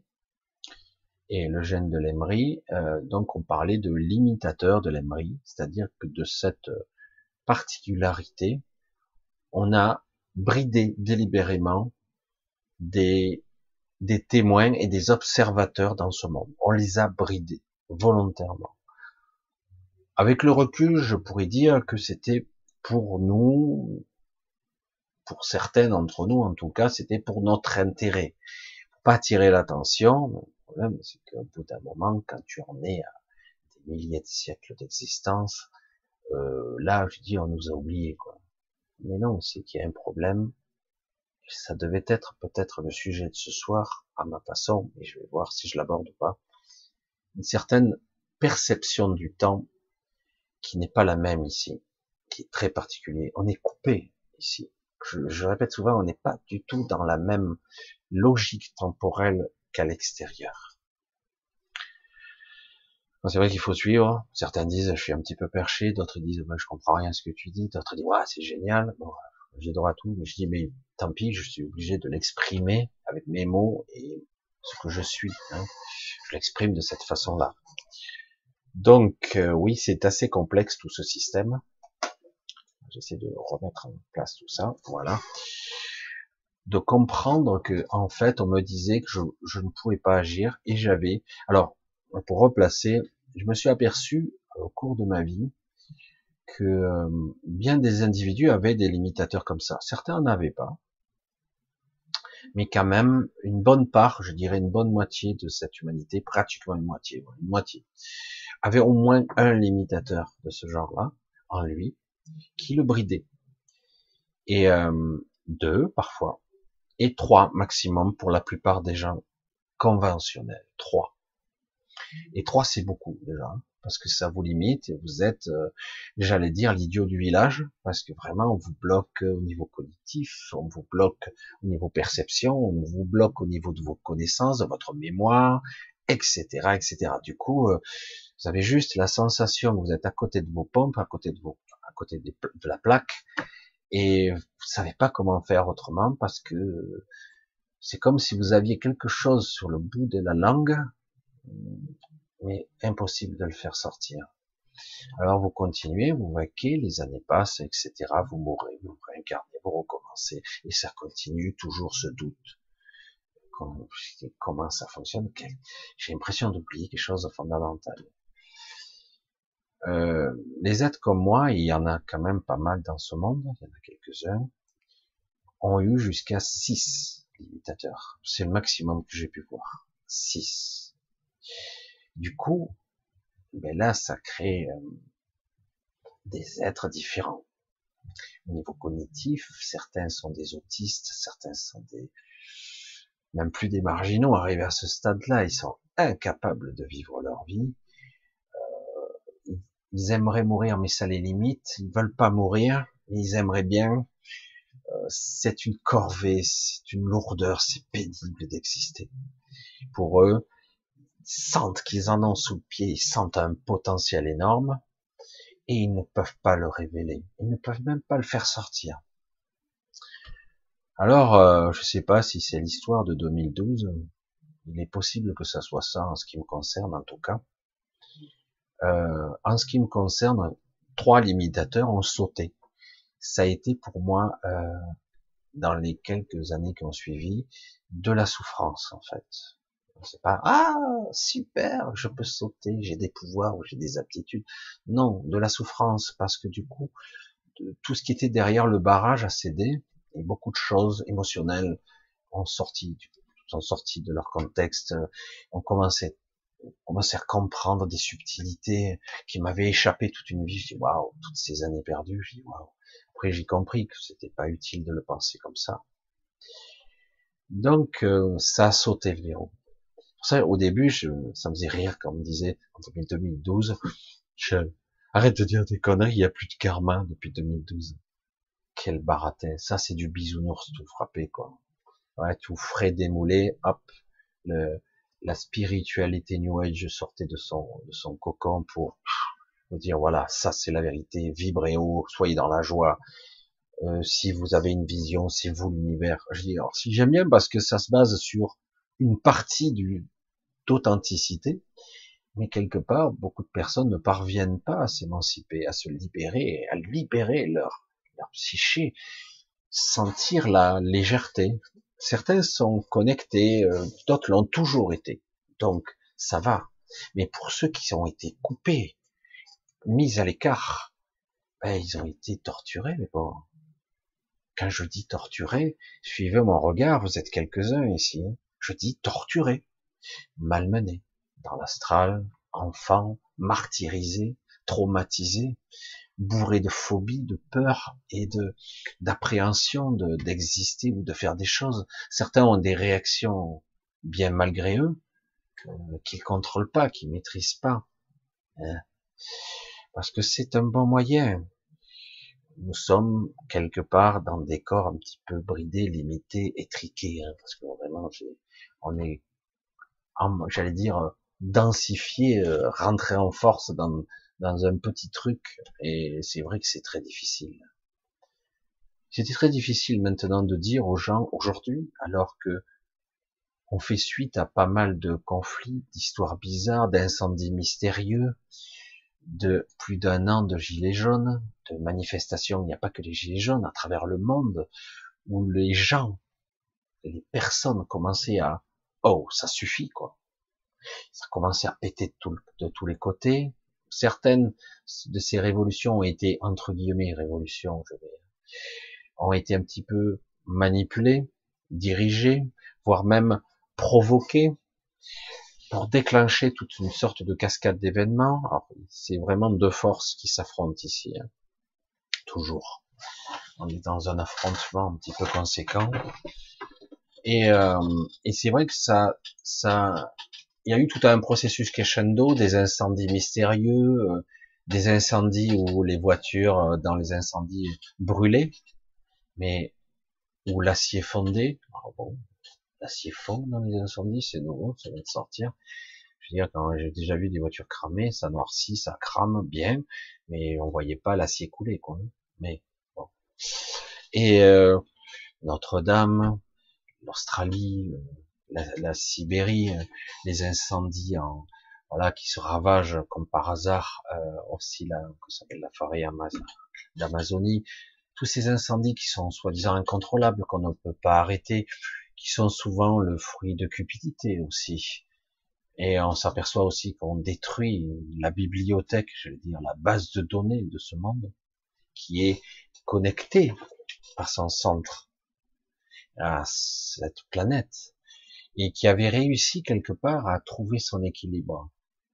Et le gène de Lemry, euh, donc on parlait de l'imitateur de Lemry, c'est-à-dire que de cette particularité, on a bridé délibérément des, des témoins et des observateurs dans ce monde. On les a bridés volontairement. Avec le recul, je pourrais dire que c'était pour nous, pour certains d'entre nous en tout cas, c'était pour notre intérêt. Pour pas attirer l'attention. Le problème, c'est qu'au bout d'un moment, quand tu en es à des milliers de siècles d'existence, euh, là, je dis, on nous a oubliés, quoi. Mais non, c'est qu'il y a un problème. Ça devait être peut-être le sujet de ce soir, à ma façon, et je vais voir si je l'aborde ou pas. Une certaine perception du temps qui n'est pas la même ici, qui est très particulier. On est coupé ici. Je, je répète souvent, on n'est pas du tout dans la même logique temporelle qu'à l'extérieur. C'est vrai qu'il faut suivre. Certains disent, je suis un petit peu perché. D'autres disent, bah, je comprends rien à ce que tu dis. D'autres disent, ouais, c'est génial. Bon, j'ai droit à tout. Mais je dis, mais tant pis, je suis obligé de l'exprimer avec mes mots et ce que je suis. Hein. Je l'exprime de cette façon-là. Donc, euh, oui, c'est assez complexe tout ce système. J'essaie de remettre en place tout ça. Voilà. De comprendre que, en fait, on me disait que je, je ne pouvais pas agir et j'avais. Alors, pour replacer, je me suis aperçu au cours de ma vie que euh, bien des individus avaient des limitateurs comme ça. Certains n'en avaient pas. mais quand même, une bonne part, je dirais une bonne moitié de cette humanité, pratiquement une moitié, ouais, une moitié, avait au moins un limitateur de ce genre-là, en lui, qui le bridait. Et euh, deux, parfois, et trois maximum pour la plupart des gens conventionnels. Trois. Et trois, c'est beaucoup déjà, hein, parce que ça vous limite et vous êtes, euh, j'allais dire, l'idiot du village, parce que vraiment, on vous bloque au niveau cognitif, on vous bloque au niveau perception, on vous bloque au niveau de vos connaissances, de votre mémoire, et cetera, et cetera. Du coup, euh, vous avez juste la sensation que vous êtes à côté de vos pompes, à côté de vos, à côté des- de la plaque, et vous savez pas comment faire autrement parce que c'est comme si vous aviez quelque chose sur le bout de la langue, mais impossible de le faire sortir. Alors vous continuez, vous vaquez, les années passent, et cetera. Vous mourrez, vous réincarnez, vous recommencez, et ça continue, toujours ce doute. Comment ça fonctionne? J'ai l'impression d'oublier quelque chose de fondamental. Euh, les êtres comme moi, il y en a quand même pas mal dans ce monde, il y en a quelques-uns, ont eu jusqu'à six limitateurs. C'est le maximum que j'ai pu voir. Six. Du coup, ben là, ça crée euh, des êtres différents. Au niveau cognitif, certains sont des autistes, certains sont des, même plus des marginaux. Arrivés à ce stade-là, ils sont incapables de vivre leur vie. Euh, ils aimeraient mourir, mais ça les limite. Ils veulent pas mourir, mais ils aimeraient bien. Euh, c'est une corvée, c'est une lourdeur, c'est pénible d'exister. Pour eux, ils sentent qu'ils en ont sous le pied, ils sentent un potentiel énorme, et ils ne peuvent pas le révéler. Ils ne peuvent même pas le faire sortir. Alors, euh, je sais pas si c'est l'histoire de deux mille douze. Il est possible que ça soit ça, en ce qui me concerne, en tout cas. Euh, en ce qui me concerne, trois limitateurs ont sauté. Ça a été pour moi, euh, dans les quelques années qui ont suivi, de la souffrance, en fait. C'est pas, ah, super, je peux sauter, j'ai des pouvoirs ou j'ai des aptitudes. Non, de la souffrance, parce que du coup, tout ce qui était derrière le barrage a cédé, et beaucoup de choses émotionnelles ont sorti, sont sorties de leur contexte, on commençait, on commençait à comprendre des subtilités qui m'avaient échappé toute une vie. Je dis, waouh, toutes ces années perdues, je dis, waouh. Après, j'ai compris que c'était pas utile de le penser comme ça. Donc, euh, ça a sauté le verrou. Pour ça, au début, je, ça me faisait rire quand on me disait, en deux mille douze, je, arrête de dire des conneries, il n'y a plus de karma depuis deux mille douze. Quel baratin. Ça, c'est du bisounours tout frappé, quoi. Ouais, tout frais démoulé, hop, le, la spiritualité New Age sortait de son, de son cocon pour vous dire, voilà, ça c'est la vérité, vibrez haut, soyez dans la joie. Euh, si vous avez une vision, c'est vous l'univers. Je dis, alors, si j'aime bien parce que ça se base sur une partie du, d'authenticité, mais quelque part, beaucoup de personnes ne parviennent pas à s'émanciper, à se libérer, à libérer leur, leur psyché, sentir la légèreté. Certains sont connectés, euh, d'autres l'ont toujours été, donc ça va. Mais pour ceux qui ont été coupés, mis à l'écart, ben, ils ont été torturés, mais bon. Quand je dis torturés, suivez mon regard, vous êtes quelques-uns ici. Hein. Je dis torturés, malmenés, dans l'astral, enfants, martyrisés, traumatisés, bourrés de phobie, de peur et de d'appréhension de d'exister ou de faire des choses. Certains ont des réactions bien malgré eux euh, qu'ils contrôlent pas, qu'ils maîtrisent pas, hein. Parce que c'est un bon moyen. Nous sommes quelque part dans des corps un petit peu bridés, limités, étriqués, hein, parce que vraiment, on est, j'allais dire, densifié, euh, rentré en force dans, dans un petit truc, et c'est vrai que c'est très difficile. C'était très difficile maintenant de dire aux gens aujourd'hui, alors que on fait suite à pas mal de conflits, d'histoires bizarres, d'incendies mystérieux, de plus d'un an de gilets jaunes, de manifestations, il n'y a pas que les gilets jaunes, à travers le monde, où les gens, les personnes commençaient à, oh, ça suffit, quoi. Ça commençait à péter de, tout, de tous les côtés. Certaines de ces révolutions ont été, entre guillemets, révolutions, je vais, ont été un petit peu manipulées. diriger, voire même provoquer, pour déclencher toute une sorte de cascade d'événements. Alors, c'est vraiment deux forces qui s'affrontent ici, hein. Toujours. On est dans un affrontement un petit peu conséquent. Et, euh, et c'est vrai que ça, ça, il y a eu tout un processus crescendo, des incendies mystérieux, euh, des incendies où les voitures euh, dans les incendies brûlaient, mais où l'acier fondait. Alors bon, l'acier fond dans les incendies, c'est nouveau, ça vient de sortir. Je veux dire, quand j'ai déjà vu des voitures cramées, ça noircit, ça crame bien, mais on voyait pas l'acier couler, quoi. Mais bon. Et euh, Notre-Dame, l'Australie, la, la Sibérie, les incendies en, voilà, qui se ravagent comme par hasard, euh, aussi la, que s'appelle la forêt d'Amazonie, tous ces incendies qui sont soi-disant incontrôlables, qu'on ne peut pas arrêter, qui sont souvent le fruit de cupidité aussi. Et on s'aperçoit aussi qu'on détruit la bibliothèque, je veux dire, la base de données de ce monde, qui est connectée par son centre à cette planète, et qui avait réussi quelque part à trouver son équilibre.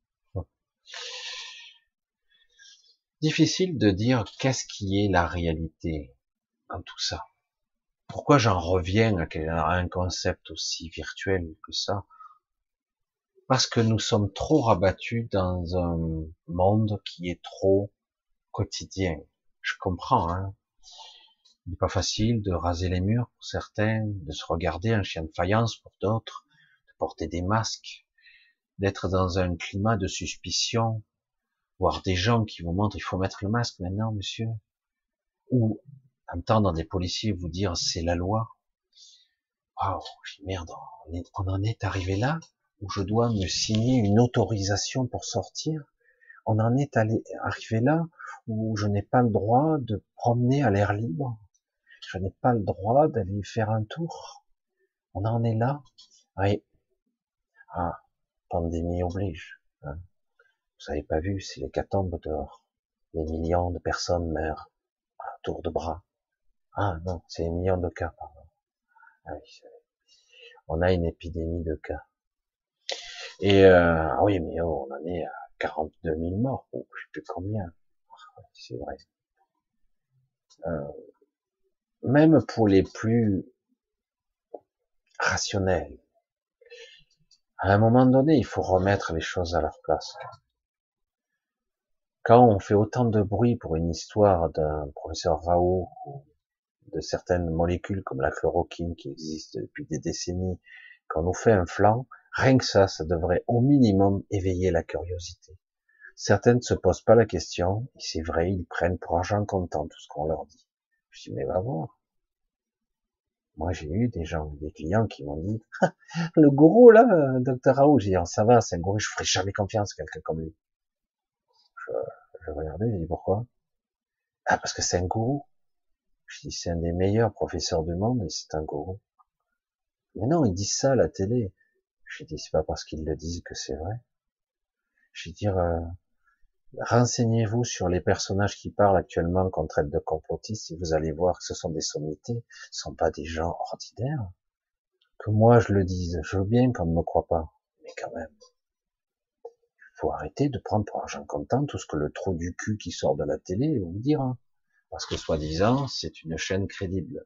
Difficile de dire qu'est-ce qui est la réalité dans tout ça. Pourquoi j'en reviens à un concept aussi virtuel que ça? Parce que nous sommes trop rabattus dans un monde qui est trop quotidien. Je comprends, hein. Il n'est pas facile de raser les murs pour certains, de se regarder un chien de faïence pour d'autres, de porter des masques, d'être dans un climat de suspicion, voir des gens qui vous montrent il faut mettre le masque maintenant, monsieur, ou entendre des policiers vous dire c'est la loi. Waouh, merde, on, est, on en est arrivé là où je dois me signer une autorisation pour sortir. On en est allé, arrivé là où je n'ai pas le droit de promener à l'air libre. Je n'ai pas le droit d'aller faire un tour. On en est là. Oui. Ah, pandémie oblige. Hein. Vous avez pas vu, c'est l'hécatombe dehors. Des millions de personnes meurent à tour de bras. Ah non, c'est des millions de cas, pardon. Ah oui, on a une épidémie de cas. Et euh, ah oui, mais oh, on en est à quarante-deux mille morts, ou je sais plus combien. C'est vrai. Euh, même pour les plus rationnels, à un moment donné, il faut remettre les choses à leur place. Quand on fait autant de bruit pour une histoire d'un professeur Raoult, ou de certaines molécules comme la chloroquine qui existe depuis des décennies, quand on nous fait un flanc, rien que ça, ça devrait au minimum éveiller la curiosité. Certaines ne se posent pas la question, et c'est vrai, ils prennent pour argent comptant tout ce qu'on leur dit. Je dis, mais va voir. Moi, j'ai eu des gens, des clients qui m'ont dit, le gourou, là, docteur Raoult, j'ai dit, oh, ça va, c'est un gourou, je ferai jamais confiance à quelqu'un comme lui. Je, je regardais, j'ai dit, pourquoi? Ah, parce que c'est un gourou. Je dis, c'est un des meilleurs professeurs du monde, et c'est un gourou. Mais non, ils disent ça à la télé. Je dis, c'est pas parce qu'ils le disent que c'est vrai. Je veux dire, euh, renseignez-vous sur les personnages qui parlent actuellement qu'on traite de complotistes et vous allez voir que ce sont des sommités, ce sont pas des gens ordinaires. Que moi je le dise, je veux bien qu'on ne me croit pas, mais quand même, il faut arrêter de prendre pour argent comptant tout ce que le trou du cul qui sort de la télé vous dira, parce que soi-disant c'est une chaîne crédible.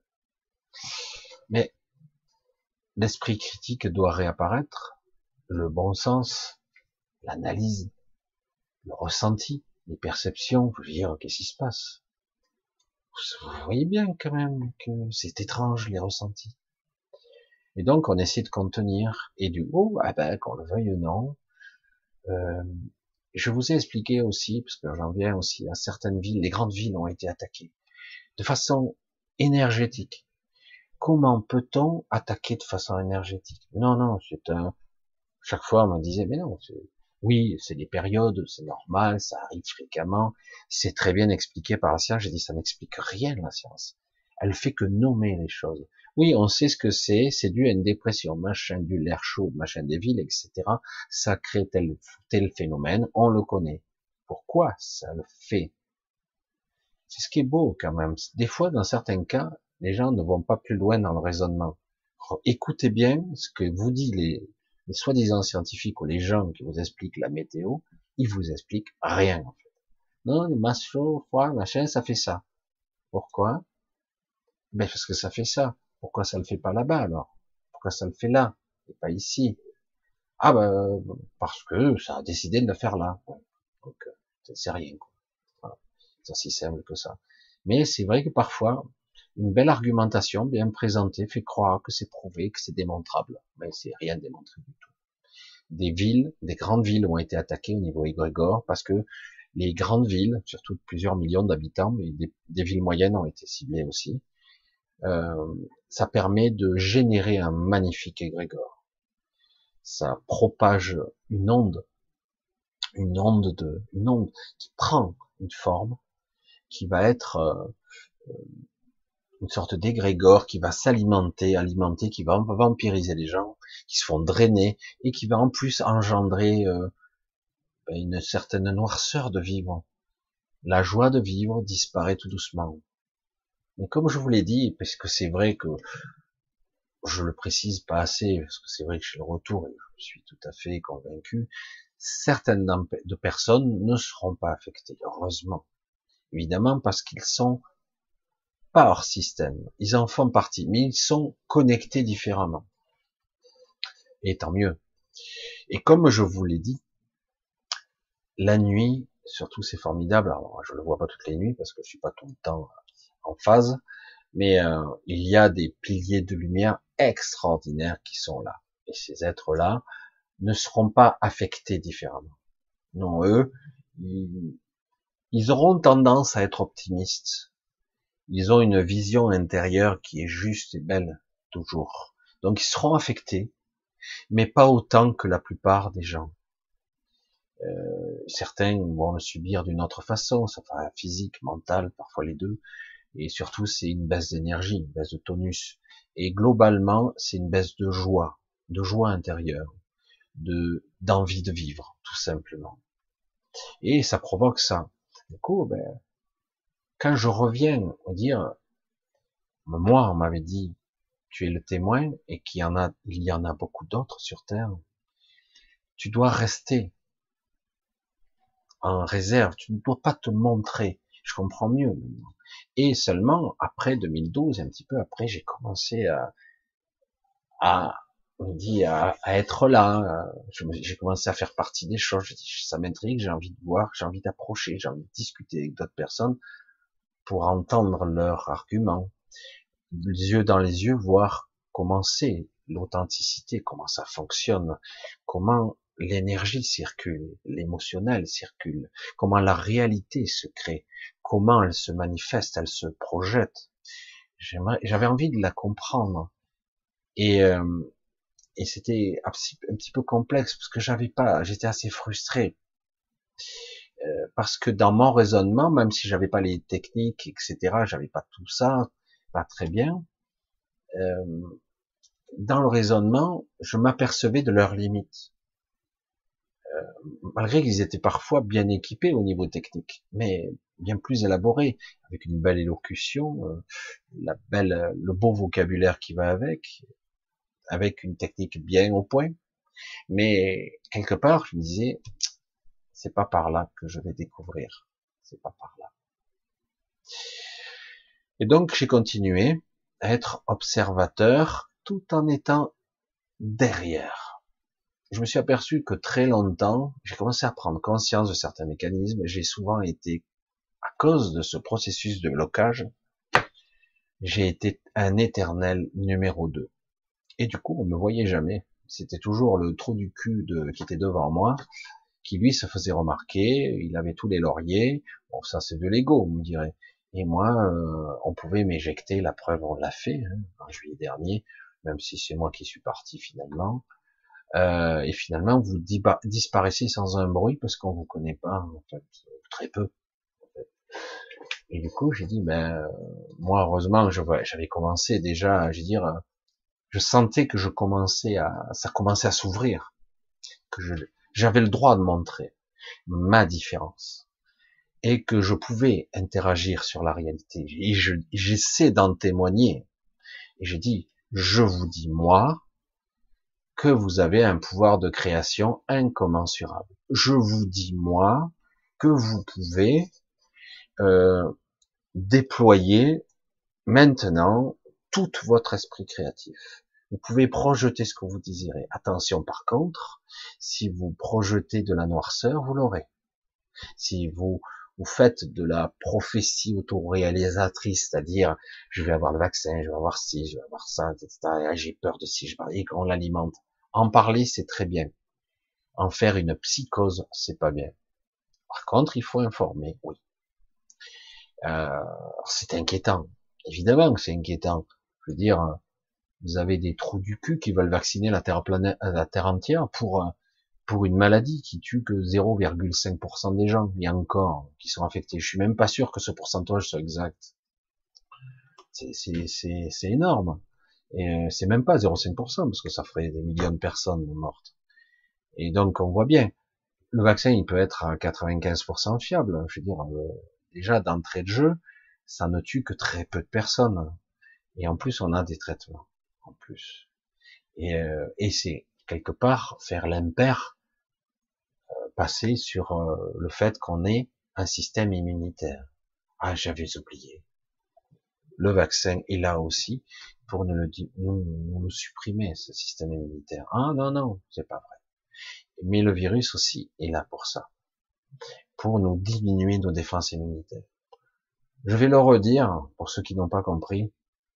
Mais l'esprit critique doit réapparaître, le bon sens, l'analyse, le ressenti, les perceptions. Je veux dire, qu'est-ce qui se passe? Vous voyez bien quand même que c'est étrange les ressentis. Et donc on essaie de contenir, et du coup, ah ben, qu'on le veuille ou non, euh, je vous ai expliqué aussi, parce que j'en viens aussi à certaines villes, les grandes villes ont été attaquées de façon énergétique. Comment peut-on attaquer de façon énergétique? Non, non, c'est un... Chaque fois on me disait, mais non, oui, c'est des périodes, c'est normal, ça arrive fréquemment, c'est très bien expliqué par la science. J'ai dit, ça n'explique rien, la science. Elle fait que nommer les choses. Oui, on sait ce que c'est, c'est dû à une dépression, machin, du l'air chaud, machin des villes, et cetera. Ça crée tel, tel phénomène, on le connaît. Pourquoi ça le fait? C'est ce qui est beau quand même. Des fois, dans certains cas, les gens ne vont pas plus loin dans le raisonnement. Alors, écoutez bien ce que vous disent les, les soi-disant scientifiques ou les gens qui vous expliquent la météo, ils vous expliquent rien, en fait. Non, les masses chauds, froid, machin, ça fait ça. Pourquoi? Ben, parce que ça fait ça. Pourquoi ça le fait pas là-bas, alors? Pourquoi ça le fait là, et pas ici? Ah, ben, parce que ça a décidé de le faire là. Ouais. Donc, euh, c'est rien, quoi. Voilà. C'est aussi simple que ça. Mais c'est vrai que parfois, une belle argumentation bien présentée fait croire que c'est prouvé, que c'est démontrable. Mais c'est rien démontré du tout. Des villes, des grandes villes ont été attaquées au niveau égrégore parce que les grandes villes, surtout de plusieurs millions d'habitants, mais des, des villes moyennes ont été ciblées aussi, euh, ça permet de générer un magnifique égrégore. Ça propage une onde, une onde de, une onde qui prend une forme, qui va être euh, une sorte d'égrégore qui va s'alimenter, alimenter, qui va vampiriser les gens, qui se font drainer et qui va en plus engendrer euh, une certaine noirceur de vivre. La joie de vivre disparaît tout doucement. Mais comme je vous l'ai dit, parce que c'est vrai que je le précise pas assez, parce que c'est vrai que j'ai le retour et je suis tout à fait convaincu, certaines de personnes ne seront pas affectées, heureusement. Évidemment, parce qu'ils sont pas hors système. Ils en font partie, mais ils sont connectés différemment. Et tant mieux. Et comme je vous l'ai dit, la nuit, surtout c'est formidable. Alors, je le vois pas toutes les nuits parce que je suis pas tout le temps en phase, mais euh, il y a des piliers de lumière extraordinaires qui sont là. Et ces êtres-là ne seront pas affectés différemment. Non, eux, ils, ils auront tendance à être optimistes. Ils ont une vision intérieure qui est juste et belle, toujours. Donc ils seront affectés, mais pas autant que la plupart des gens. Euh, certains vont le subir d'une autre façon, ça sera physique, mental, parfois les deux. Et surtout, c'est une baisse d'énergie, une baisse de tonus. Et globalement, c'est une baisse de joie, de joie intérieure, de d'envie de vivre, tout simplement. Et ça provoque ça. Du coup, ben, quand je reviens à dire, moi, on m'avait dit, tu es le témoin et qu'il y en a, il y en a beaucoup d'autres sur Terre. Tu dois rester en réserve. Tu ne dois pas te montrer. Je comprends mieux maintenant. Et seulement après deux mille douze, un petit peu après, j'ai commencé à, à, on dit, à, à être là. J'ai commencé à faire partie des choses. J'ai dit, ça m'intrigue, j'ai envie de voir, j'ai envie d'approcher, j'ai envie de discuter avec d'autres personnes pour entendre leurs arguments, les yeux dans les yeux, voir comment c'est l'authenticité, comment ça fonctionne, comment l'énergie circule, l'émotionnel circule, comment la réalité se crée, comment elle se manifeste, elle se projette. J'avais envie de la comprendre. Et, euh, et c'était un petit peu complexe parce que j'avais pas, j'étais assez frustré. Euh, parce que dans mon raisonnement, même si j'avais pas les techniques, et cetera, j'avais pas tout ça, pas très bien, euh, dans le raisonnement, je m'apercevais de leurs limites. Euh, malgré qu'ils étaient parfois bien équipés au niveau technique, mais bien plus élaborés, avec une belle élocution, euh, la belle, le beau vocabulaire qui va avec, avec une technique bien au point. Mais quelque part, je me disais, c'est pas par là que je vais découvrir. C'est pas par là. Et donc, j'ai continué à être observateur tout en étant derrière. Je me suis aperçu que très longtemps, j'ai commencé à prendre conscience de certains mécanismes. J'ai souvent été, à cause de ce processus de blocage, j'ai été un éternel numéro deux. Et du coup, on me voyait jamais. C'était toujours le trou du cul de, qui était devant moi, qui lui se faisait remarquer. Il avait tous les lauriers. Bon, ça c'est de l'ego, on me dirait. Et moi, euh, on pouvait m'éjecter. La preuve, on l'a fait hein, en juillet dernier, même si c'est moi qui suis parti finalement. Euh, et finalement, vous disparaissez sans un bruit parce qu'on vous connaît pas, en fait, très peu. En fait. Et du coup, j'ai dit, ben, moi, heureusement, j'avais commencé déjà, je veux dire, je sentais que je commençais à, ça commençait à s'ouvrir, que je, j'avais le droit de montrer ma différence et que je pouvais interagir sur la réalité. Et je, j'essaie d'en témoigner. Et j'ai dit, Je vous dis, moi, que vous avez un pouvoir de création incommensurable. Je vous dis, moi, que vous pouvez euh, déployer maintenant tout votre esprit créatif. Vous pouvez projeter ce que vous désirez. Attention par contre, si vous projetez de la noirceur, vous l'aurez. Si vous vous faites de la prophétie autoréalisatrice, c'est-à-dire je vais avoir le vaccin, je vais avoir ci, je vais avoir ça, et cetera. J'ai peur de ci, je et qu'on l'alimente. En parler, c'est très bien. En faire une psychose, c'est pas bien. Par contre, il faut informer, oui. Euh, c'est inquiétant. Évidemment que c'est inquiétant. Je veux dire, vous avez des trous du cul qui veulent vacciner la Terre planète, la Terre entière pour pour une maladie qui tue que zéro virgule cinq pour cent des gens. Il y a encore qui sont affectés. Je suis même pas sûr que ce pourcentage soit exact. C'est c'est c'est c'est énorme. Et c'est même pas zéro virgule cinq pour cent parce que ça ferait des millions de personnes mortes. Et donc on voit bien, le vaccin il peut être à quatre-vingt-quinze pour cent fiable. Je veux dire, déjà d'entrée de jeu, ça ne tue que très peu de personnes. Et en plus on a des traitements. En plus. Et, euh, et c'est quelque part faire l'impair, euh, passer sur euh, le fait qu'on ait un système immunitaire. Ah, j'avais oublié. Le vaccin est là aussi pour nous le dire, nous, nous le supprimer, ce système immunitaire. Ah non, non, c'est pas vrai. Mais le virus aussi est là pour ça, pour nous diminuer nos défenses immunitaires. Je vais le redire, pour ceux qui n'ont pas compris,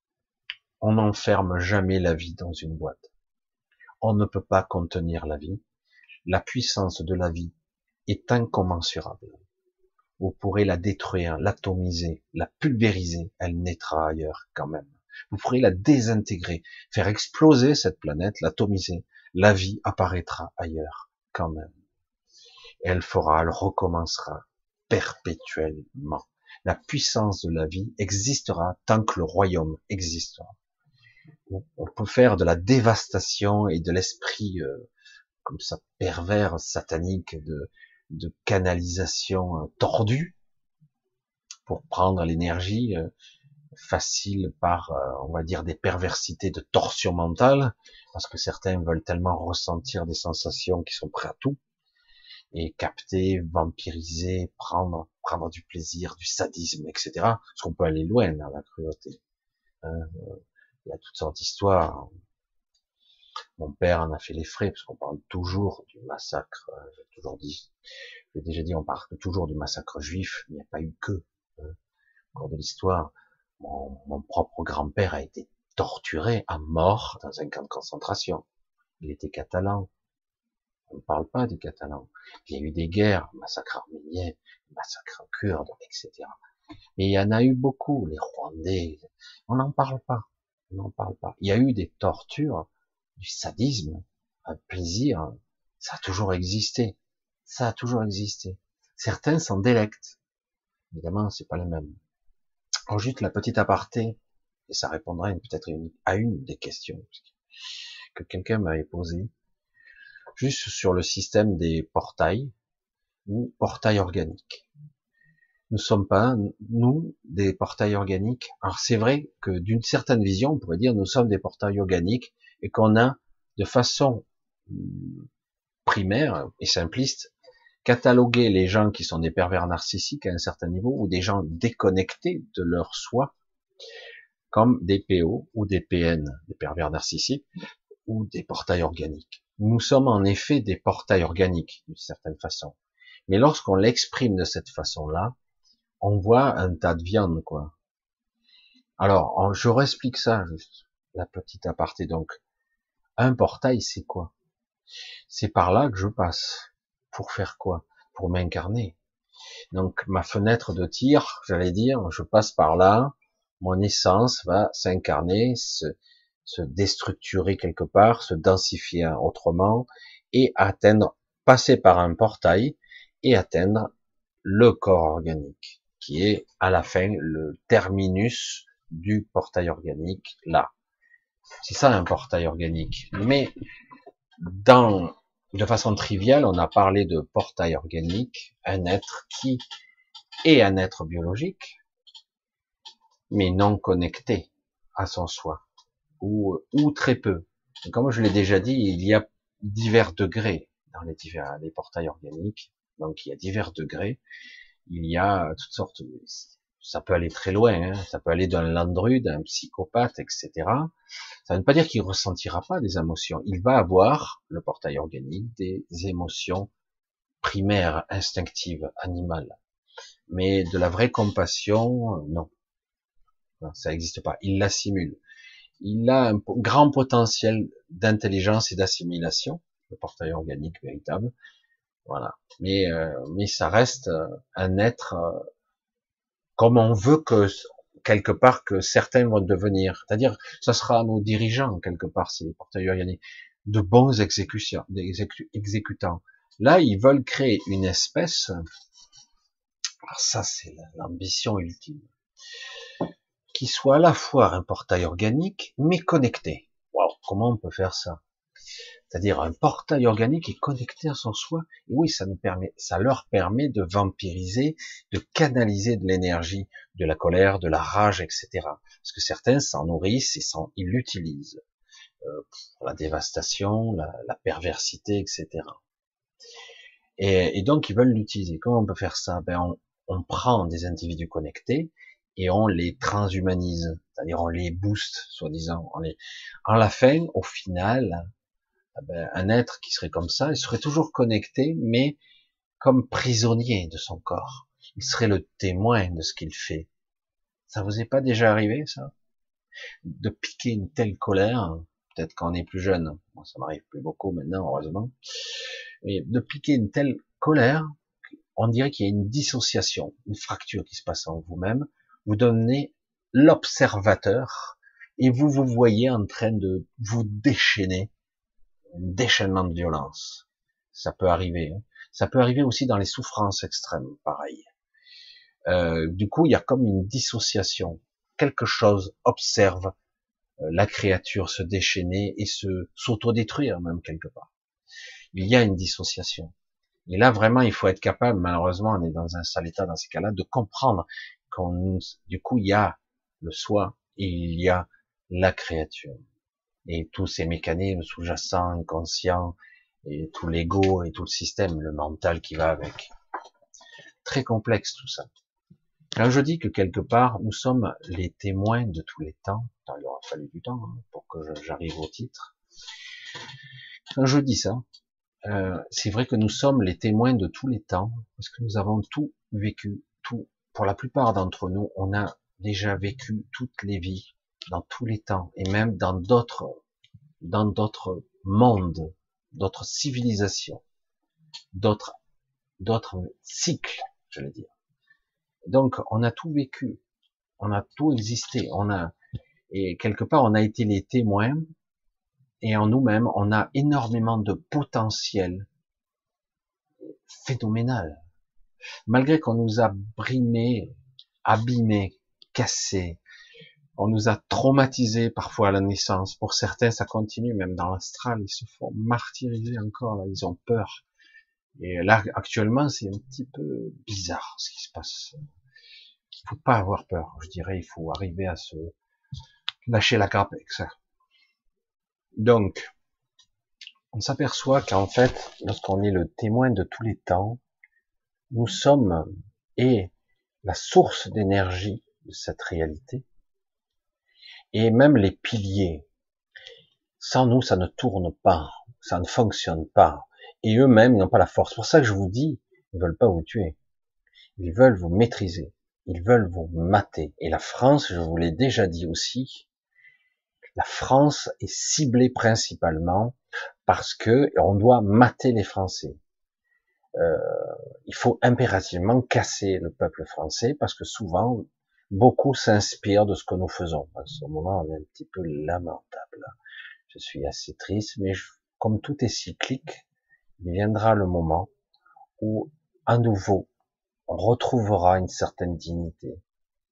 on n'enferme jamais la vie dans une boîte. On ne peut pas contenir la vie. La puissance de la vie est incommensurable. Vous pourrez la détruire, l'atomiser, la pulvériser, elle naîtra ailleurs quand même. Vous pourrez la désintégrer, faire exploser cette planète, l'atomiser, la vie apparaîtra ailleurs quand même. Elle fera, elle recommencera perpétuellement. La puissance de la vie existera tant que le royaume existera. On peut faire de la dévastation et de l'esprit euh, comme ça pervers, satanique, de, de canalisation euh, tordue pour prendre l'énergie euh, facile par, euh, on va dire, des perversités de torsion mentale, parce que certains veulent tellement ressentir des sensations qui sont prêts à tout, et capter, vampiriser, prendre, prendre du plaisir, du sadisme, et cetera. Parce qu'on peut aller loin dans la cruauté. Hein. Il y a toutes sortes d'histoires. Mon père en a fait les frais, parce qu'on parle toujours du massacre, euh, j'ai toujours dit, j'ai déjà dit, on parle toujours du massacre juif, il n'y a pas eu que, hein, au cours de l'histoire. Mon, mon propre grand-père a été torturé à mort dans un camp de concentration. Il était catalan. On ne parle pas des Catalans. Il y a eu des guerres, massacres arméniens, massacres kurdes, et cetera. Mais il y en a eu beaucoup, les Rwandais. On n'en parle pas. On n'en parle pas. Il y a eu des tortures, du sadisme, un plaisir. Ça a toujours existé. Ça a toujours existé. Certains s'en délectent. Évidemment, c'est pas les mêmes. Alors, juste la petite aparté, et ça répondra peut-être à une des questions que quelqu'un m'avait posées. Juste sur le système des portails ou portails organiques. Nous sommes pas, nous, des portails organiques. Alors c'est vrai que d'une certaine vision, on pourrait dire nous sommes des portails organiques et qu'on a de façon primaire et simpliste catalogué les gens qui sont des pervers narcissiques à un certain niveau ou des gens déconnectés de leur soi comme des P O ou des P N, des pervers narcissiques ou des portails organiques. Nous sommes en effet des portails organiques, d'une certaine façon. Mais lorsqu'on l'exprime de cette façon-là, on voit un tas de viande, quoi. Alors, je réexplique ça, juste, la petite aparté. Donc, un portail, c'est quoi? C'est par là que je passe. Pour faire quoi? Pour m'incarner. Donc, ma fenêtre de tir, j'allais dire, je passe par là, mon essence va s'incarner, se, se déstructurer quelque part, se densifier autrement, et atteindre, passer par un portail, et atteindre le corps organique, qui est à la fin le terminus du portail organique, là. C'est ça un portail organique. Mais dans, de façon triviale, on a parlé de portail organique, un être qui est un être biologique, mais non connecté à son soi. ou, ou très peu. Et comme je l'ai déjà dit, il y a divers degrés dans les divers les portails organiques. Donc il y a divers degrés. Il y a toutes sortes. Ça peut aller très loin. Hein. Ça peut aller d'un landru, d'un psychopathe, et cetera. Ça ne veut pas dire qu'il ressentira pas des émotions. Il va avoir, le portail organique, des émotions primaires, instinctives, animales. Mais de la vraie compassion, non. Non, ça n'existe pas. Il l'assimile. Il a un grand potentiel d'intelligence et d'assimilation, le portail organique véritable. Voilà. Mais, euh, mais ça reste un être euh, comme on veut que, quelque part, que certains vont devenir. C'est-à-dire, ça sera nos dirigeants, quelque part, ces portails organiques, de bons exécutions, des exécu- exécutants. Là, ils veulent créer une espèce. Alors ça, c'est l'ambition ultime. Qui soit à la fois un portail organique, mais connecté. Wow, comment on peut faire ça? C'est-à-dire un portail organique est connecté à son soi. Et oui, ça nous permet, ça leur permet de vampiriser, de canaliser de l'énergie, de la colère, de la rage, et cetera. Parce que certains s'en nourrissent et s'en, ils l'utilisent. Euh, pour la dévastation, la, la perversité, et cetera. Et, et donc ils veulent l'utiliser. Comment on peut faire ça? Ben on, on prend des individus connectés et on les transhumanise, c'est-à-dire on les booste, soi-disant. On les, en la fin, au final, ben, un être qui serait comme ça, il serait toujours connecté, mais comme prisonnier de son corps. Il serait le témoin de ce qu'il fait. Ça vous est pas déjà arrivé, ça? De piquer une telle colère, peut-être quand on est plus jeune, moi ça m'arrive plus beaucoup maintenant, heureusement, mais de piquer une telle colère, on dirait qu'il y a une dissociation, une fracture qui se passe en vous-même. Vous devenez l'observateur et vous vous voyez en train de vous déchaîner, un déchaînement de violence. Ça peut arriver. Hein. Ça peut arriver aussi dans les souffrances extrêmes, pareil. Euh, du coup, il y a comme une dissociation. Quelque chose observe euh, la créature se déchaîner et se s'autodétruire même quelque part. Il y a une dissociation. Et là, vraiment, il faut être capable, malheureusement, on est dans un sale état dans ces cas-là, de comprendre qu'on, du coup, il y a le soi et il y a la créature. Et tous ces mécanismes sous-jacents, inconscients, et tout l'ego et tout le système, le mental qui va avec. Très complexe tout ça. Quand je dis que quelque part, nous sommes les témoins de tous les temps, il aura fallu du temps hein, pour que j'arrive au titre. Quand je dis ça, Euh, c'est vrai que nous sommes les témoins de tous les temps, parce que nous avons tout vécu, tout. Pour la plupart d'entre nous, on a déjà vécu toutes les vies, dans tous les temps, et même dans d'autres, dans d'autres mondes, d'autres civilisations, d'autres, d'autres cycles, je veux dire. Donc, on a tout vécu, on a tout existé, on a, et quelque part, on a été les témoins, et en nous-mêmes, on a énormément de potentiel phénoménal. Malgré qu'on nous a brimés, abîmés, cassés, on nous a traumatisés parfois à la naissance. Pour certains, ça continue, même dans l'astral, ils se font martyriser encore, là, ils ont peur. Et là, actuellement, c'est un petit peu bizarre ce qui se passe. Il faut pas avoir peur, je dirais, il faut arriver à se lâcher la grappe avec ça. Donc, on s'aperçoit qu'en fait, lorsqu'on est le témoin de tous les temps, nous sommes et la source d'énergie de cette réalité, et même les piliers. Sans nous, ça ne tourne pas, ça ne fonctionne pas, et eux-mêmes n'ont pas la force. C'est pour ça que je vous dis, ils ne veulent pas vous tuer, ils veulent vous maîtriser, ils veulent vous mater. Et la France, je vous l'ai déjà dit aussi, la France est ciblée principalement parce que on doit mater les Français. Euh, il faut impérativement casser le peuple français parce que souvent, beaucoup s'inspirent de ce que nous faisons. À ce moment, on est un petit peu lamentable. Je suis assez triste, mais je, comme tout est cyclique, il viendra le moment où, à nouveau, on retrouvera une certaine dignité.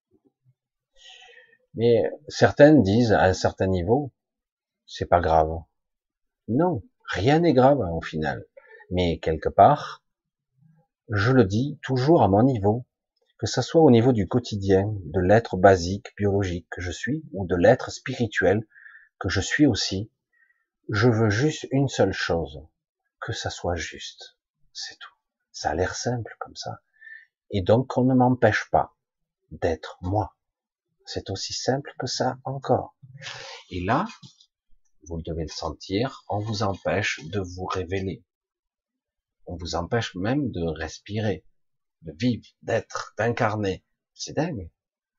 Mais certains disent, à un certain niveau, c'est pas grave. Non, rien n'est grave au final. Mais quelque part, je le dis toujours à mon niveau, que ce soit au niveau du quotidien, de l'être basique, biologique que je suis, ou de l'être spirituel, que je suis aussi, je veux juste une seule chose, que ça soit juste. C'est tout. Ça a l'air simple comme ça. Et donc, qu'on ne m'empêche pas d'être moi. C'est aussi simple que ça encore. Et là, vous devez le sentir, on vous empêche de vous révéler. On vous empêche même de respirer, de vivre, d'être, d'incarner. C'est dingue.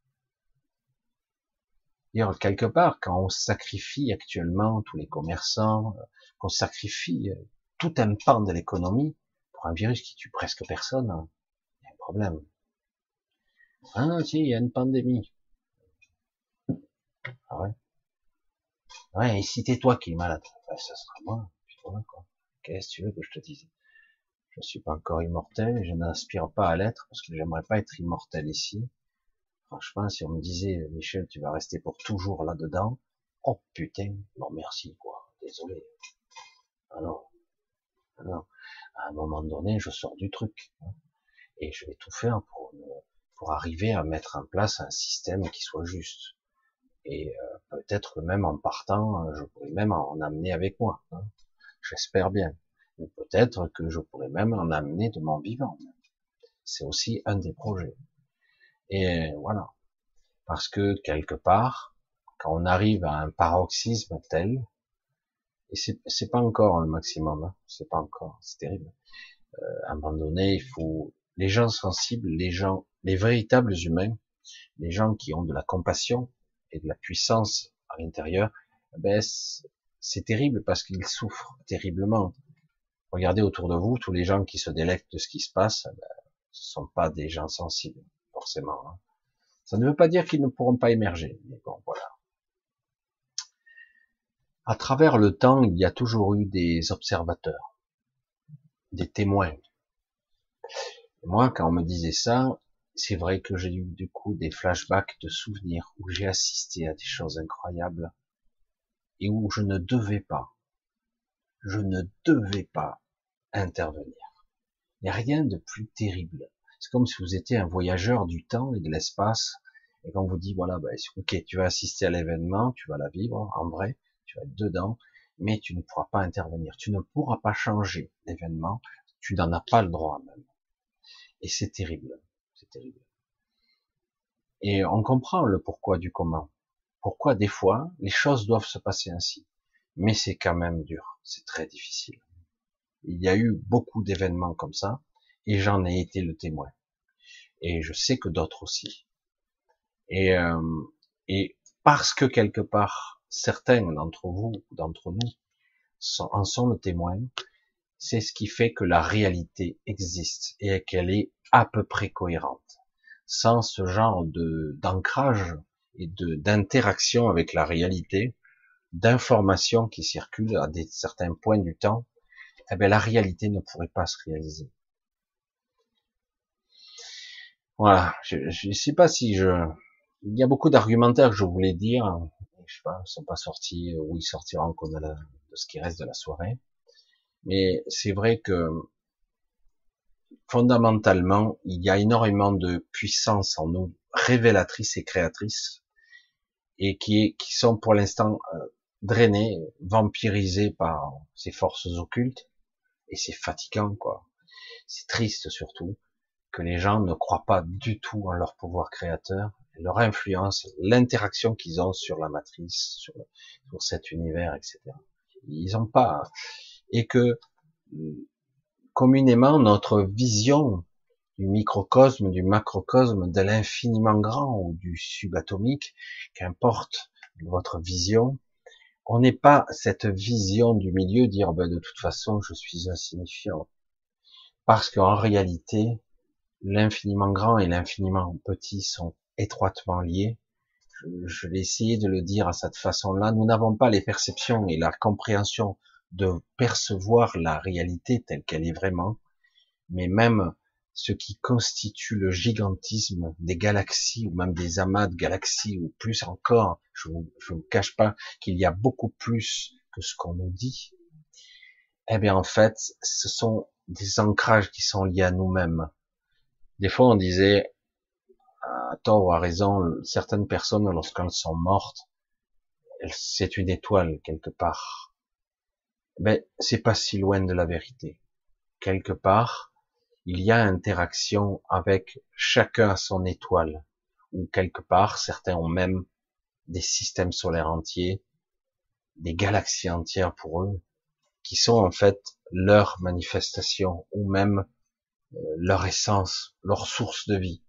D'ailleurs, quelque part, quand on sacrifie actuellement tous les commerçants, qu'on sacrifie tout un pan de l'économie pour un virus qui tue presque personne, il y a un problème. Ah non, si, il y a une pandémie. Ah ouais. Ouais, et si t'es toi qui es malade, ben, ça sera moi. Putain, quoi. Qu'est-ce que tu veux que je te dise? Je suis pas encore immortel, et je n'aspire pas à l'être, parce que j'aimerais pas être immortel ici. Franchement, si on me disait, Michel, tu vas rester pour toujours là-dedans, oh putain, non merci, quoi, désolé. Ah non, ah non. À un moment donné, je sors du truc, hein, et je vais tout faire pour, pour arriver à mettre en place un système qui soit juste. Et euh, peut-être que même en partant, je pourrais même en amener avec moi, hein. J'espère bien. Ou peut-être que je pourrais même en amener de mon vivant. C'est aussi un des projets. Et voilà. Parce que quelque part, quand on arrive à un paroxysme tel, et c'est, c'est pas encore le maximum, hein, c'est pas encore, c'est terrible. Euh, à un moment donné, il faut les gens sensibles, les gens, les véritables humains, les gens qui ont de la compassion et de la puissance à l'intérieur, ben c'est terrible parce qu'ils souffrent terriblement. Regardez autour de vous, tous les gens qui se délectent de ce qui se passe, ben, ce sont pas des gens sensibles, forcément, hein. Ça ne veut pas dire qu'ils ne pourront pas émerger, mais bon, voilà. À travers le temps, il y a toujours eu des observateurs, des témoins. Et moi, quand on me disait ça, c'est vrai que j'ai eu du coup des flashbacks de souvenirs où j'ai assisté à des choses incroyables et où je ne devais pas, je ne devais pas intervenir. Il n'y a rien de plus terrible. C'est comme si vous étiez un voyageur du temps et de l'espace, et qu'on vous dit, voilà, ben, ok, tu vas assister à l'événement, tu vas la vivre, en vrai, tu vas être dedans, mais tu ne pourras pas intervenir, tu ne pourras pas changer l'événement, tu n'en as pas le droit même. Et c'est terrible, c'est terrible. Et on comprend le pourquoi du comment. Pourquoi des fois, les choses doivent se passer ainsi. Mais c'est quand même dur, c'est très difficile. Il y a eu beaucoup d'événements comme ça, et j'en ai été le témoin. Et je sais que d'autres aussi. Et, euh, et parce que quelque part, certains d'entre vous, d'entre nous, sont, en sont le témoin, c'est ce qui fait que la réalité existe et qu'elle est à peu près cohérente. Sans ce genre de d'ancrage et de d'interaction avec la réalité, d'informations qui circulent à des certains points du temps, eh bien la réalité ne pourrait pas se réaliser. Voilà, je ne sais pas si je... Il y a beaucoup d'argumentaires que je voulais dire, je sais pas, ils sont pas sortis, ou ils sortiront qu'on a la, de ce qui reste de la soirée. Mais c'est vrai que fondamentalement, il y a énormément de puissance en nous, révélatrice et créatrice, et qui, qui sont pour l'instant euh, drainées, vampirisées par ces forces occultes, et c'est fatigant, quoi. C'est triste surtout que les gens ne croient pas du tout en leur pouvoir créateur, leur influence, l'interaction qu'ils ont sur la matrice, sur, sur cet univers, et cetera. Ils ont pas, et que communément notre vision du microcosme, du macrocosme, de l'infiniment grand ou du subatomique, qu'importe votre vision, on n'est pas cette vision du milieu, dire ben, de toute façon je suis insignifiant, parce qu'en réalité l'infiniment grand et l'infiniment petit sont étroitement liés. Je, je vais essayer de le dire à cette façon-là. Nous n'avons pas les perceptions et la compréhension de percevoir la réalité telle qu'elle est vraiment, mais même ce qui constitue le gigantisme des galaxies ou même des amas de galaxies ou plus encore, je ne vous, je vous cache pas qu'il y a beaucoup plus que ce qu'on nous dit. Eh bien en fait, ce sont des ancrages qui sont liés à nous-mêmes. Des fois on disait, à tort ou à raison, certaines personnes lorsqu'elles sont mortes, c'est une étoile quelque part. Ben, c'est pas si loin de la vérité. Quelque part, il y a interaction avec chacun à son étoile. Ou quelque part, certains ont même des systèmes solaires entiers, des galaxies entières pour eux, qui sont en fait leur manifestation, ou même euh, leur essence, leur source de vie.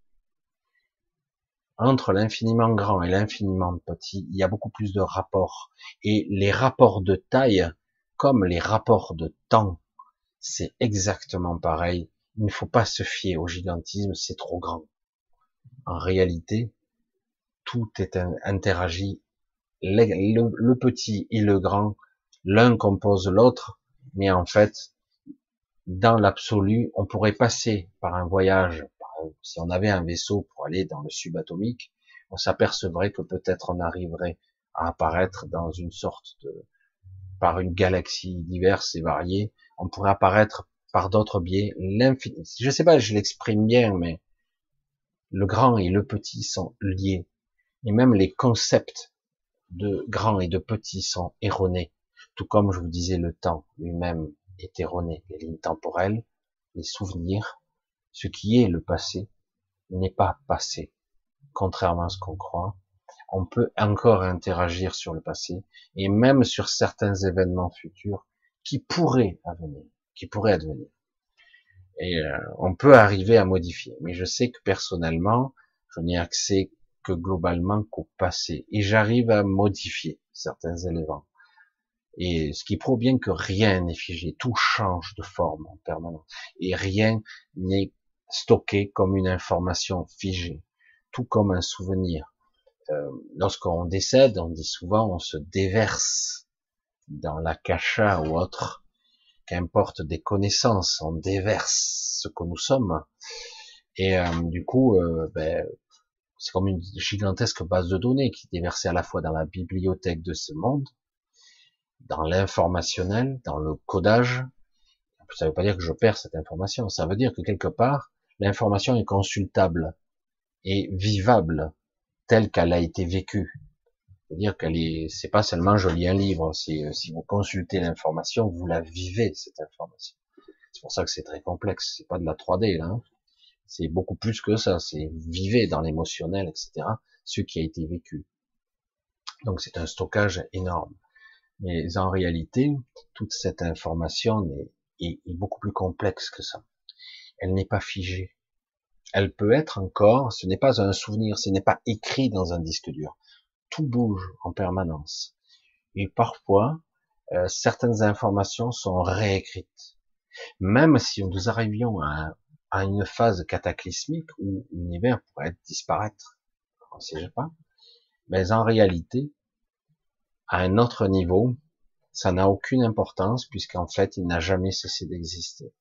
Entre l'infiniment grand et l'infiniment petit, il y a beaucoup plus de rapports. Et les rapports de taille, comme les rapports de temps, c'est exactement pareil. Il ne faut pas se fier au gigantisme, c'est trop grand. En réalité, tout est interagi. Le, le, le petit et le grand, l'un compose l'autre, mais en fait, dans l'absolu, on pourrait passer par un voyage, si on avait un vaisseau pour aller dans le subatomique, on s'apercevrait que peut-être on arriverait à apparaître dans une sorte de, par une galaxie diverse et variée, on pourrait apparaître par d'autres biais, l'infini. Je sais pas, je l'exprime bien, mais le grand et le petit sont liés. Et même les concepts de grand et de petit sont erronés. Tout comme je vous disais, le temps lui-même est erroné. Les lignes temporelles, les souvenirs, ce qui est le passé n'est pas passé. Contrairement à ce qu'on croit, on peut encore interagir sur le passé et même sur certains événements futurs qui pourraient advenir, qui pourraient advenir. Et euh, on peut arriver à modifier. Mais je sais que personnellement, je n'ai accès que globalement qu'au passé. Et j'arrive à modifier certains éléments. Et ce qui prouve bien que rien n'est figé. Tout change de forme en permanence. Et rien n'est stocké comme une information figée. Tout comme un souvenir. Euh, lorsqu'on décède, on dit souvent, on se déverse dans l'akasha ou autre. Qu'importe des connaissances, on déverse ce que nous sommes. Et euh, du coup, euh, ben, c'est comme une gigantesque base de données qui est déversée à la fois dans la bibliothèque de ce monde, dans l'informationnel, dans le codage. Ça ne veut pas dire que je perds cette information. Ça veut dire que quelque part, l'information est consultable et vivable telle qu'elle a été vécue. C'est-à-dire qu'elle est, c'est pas seulement je lis un livre. C'est si vous consultez l'information, vous la vivez cette information. C'est pour ça que c'est très complexe. C'est pas de la trois D là. Hein. C'est beaucoup plus que ça. C'est vivez dans l'émotionnel, et cetera. Ce qui a été vécu. Donc c'est un stockage énorme. Mais en réalité, toute cette information est, est, est beaucoup plus complexe que ça. Elle n'est pas figée. Elle peut être encore. Ce n'est pas un souvenir. Ce n'est pas écrit dans un disque dur. Tout bouge en permanence. Et parfois, euh, certaines informations sont réécrites. Même si nous arrivions à, à une phase cataclysmique où l'univers pourrait disparaître, on ne sait pas, mais en réalité, à un autre niveau, ça n'a aucune importance puisqu'en fait, il n'a jamais cessé d'exister.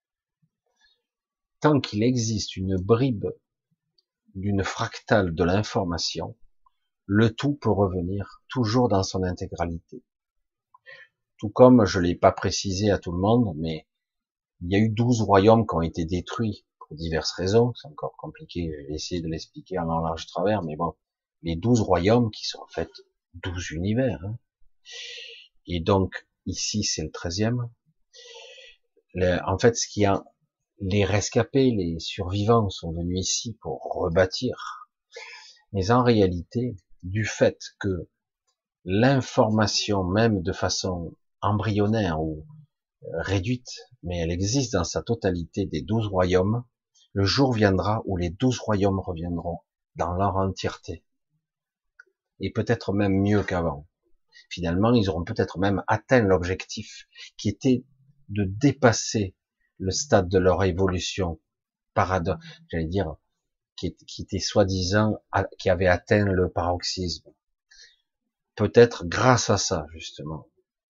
Tant qu'il existe une bribe d'une fractale de l'information, le tout peut revenir toujours dans son intégralité. Tout comme, je l'ai pas précisé à tout le monde, mais il y a eu douze royaumes qui ont été détruits pour diverses raisons. C'est encore compliqué, je vais essayer de l'expliquer en long, large, travers, mais bon, les douze royaumes qui sont en fait douze univers. Hein. Et donc, ici, c'est le treizième. Le, en fait, ce qu'il y a, les rescapés, les survivants sont venus ici pour rebâtir. Mais en réalité, du fait que l'information, même de façon embryonnaire ou réduite, mais elle existe dans sa totalité des douze royaumes, le jour viendra où les douze royaumes reviendront dans leur entièreté. Et peut-être même mieux qu'avant. Finalement, ils auront peut-être même atteint l'objectif qui était de dépasser le stade de leur évolution paradoxe, j'allais dire, qui, qui était soi-disant, qui avait atteint le paroxysme. Peut-être grâce à ça, justement.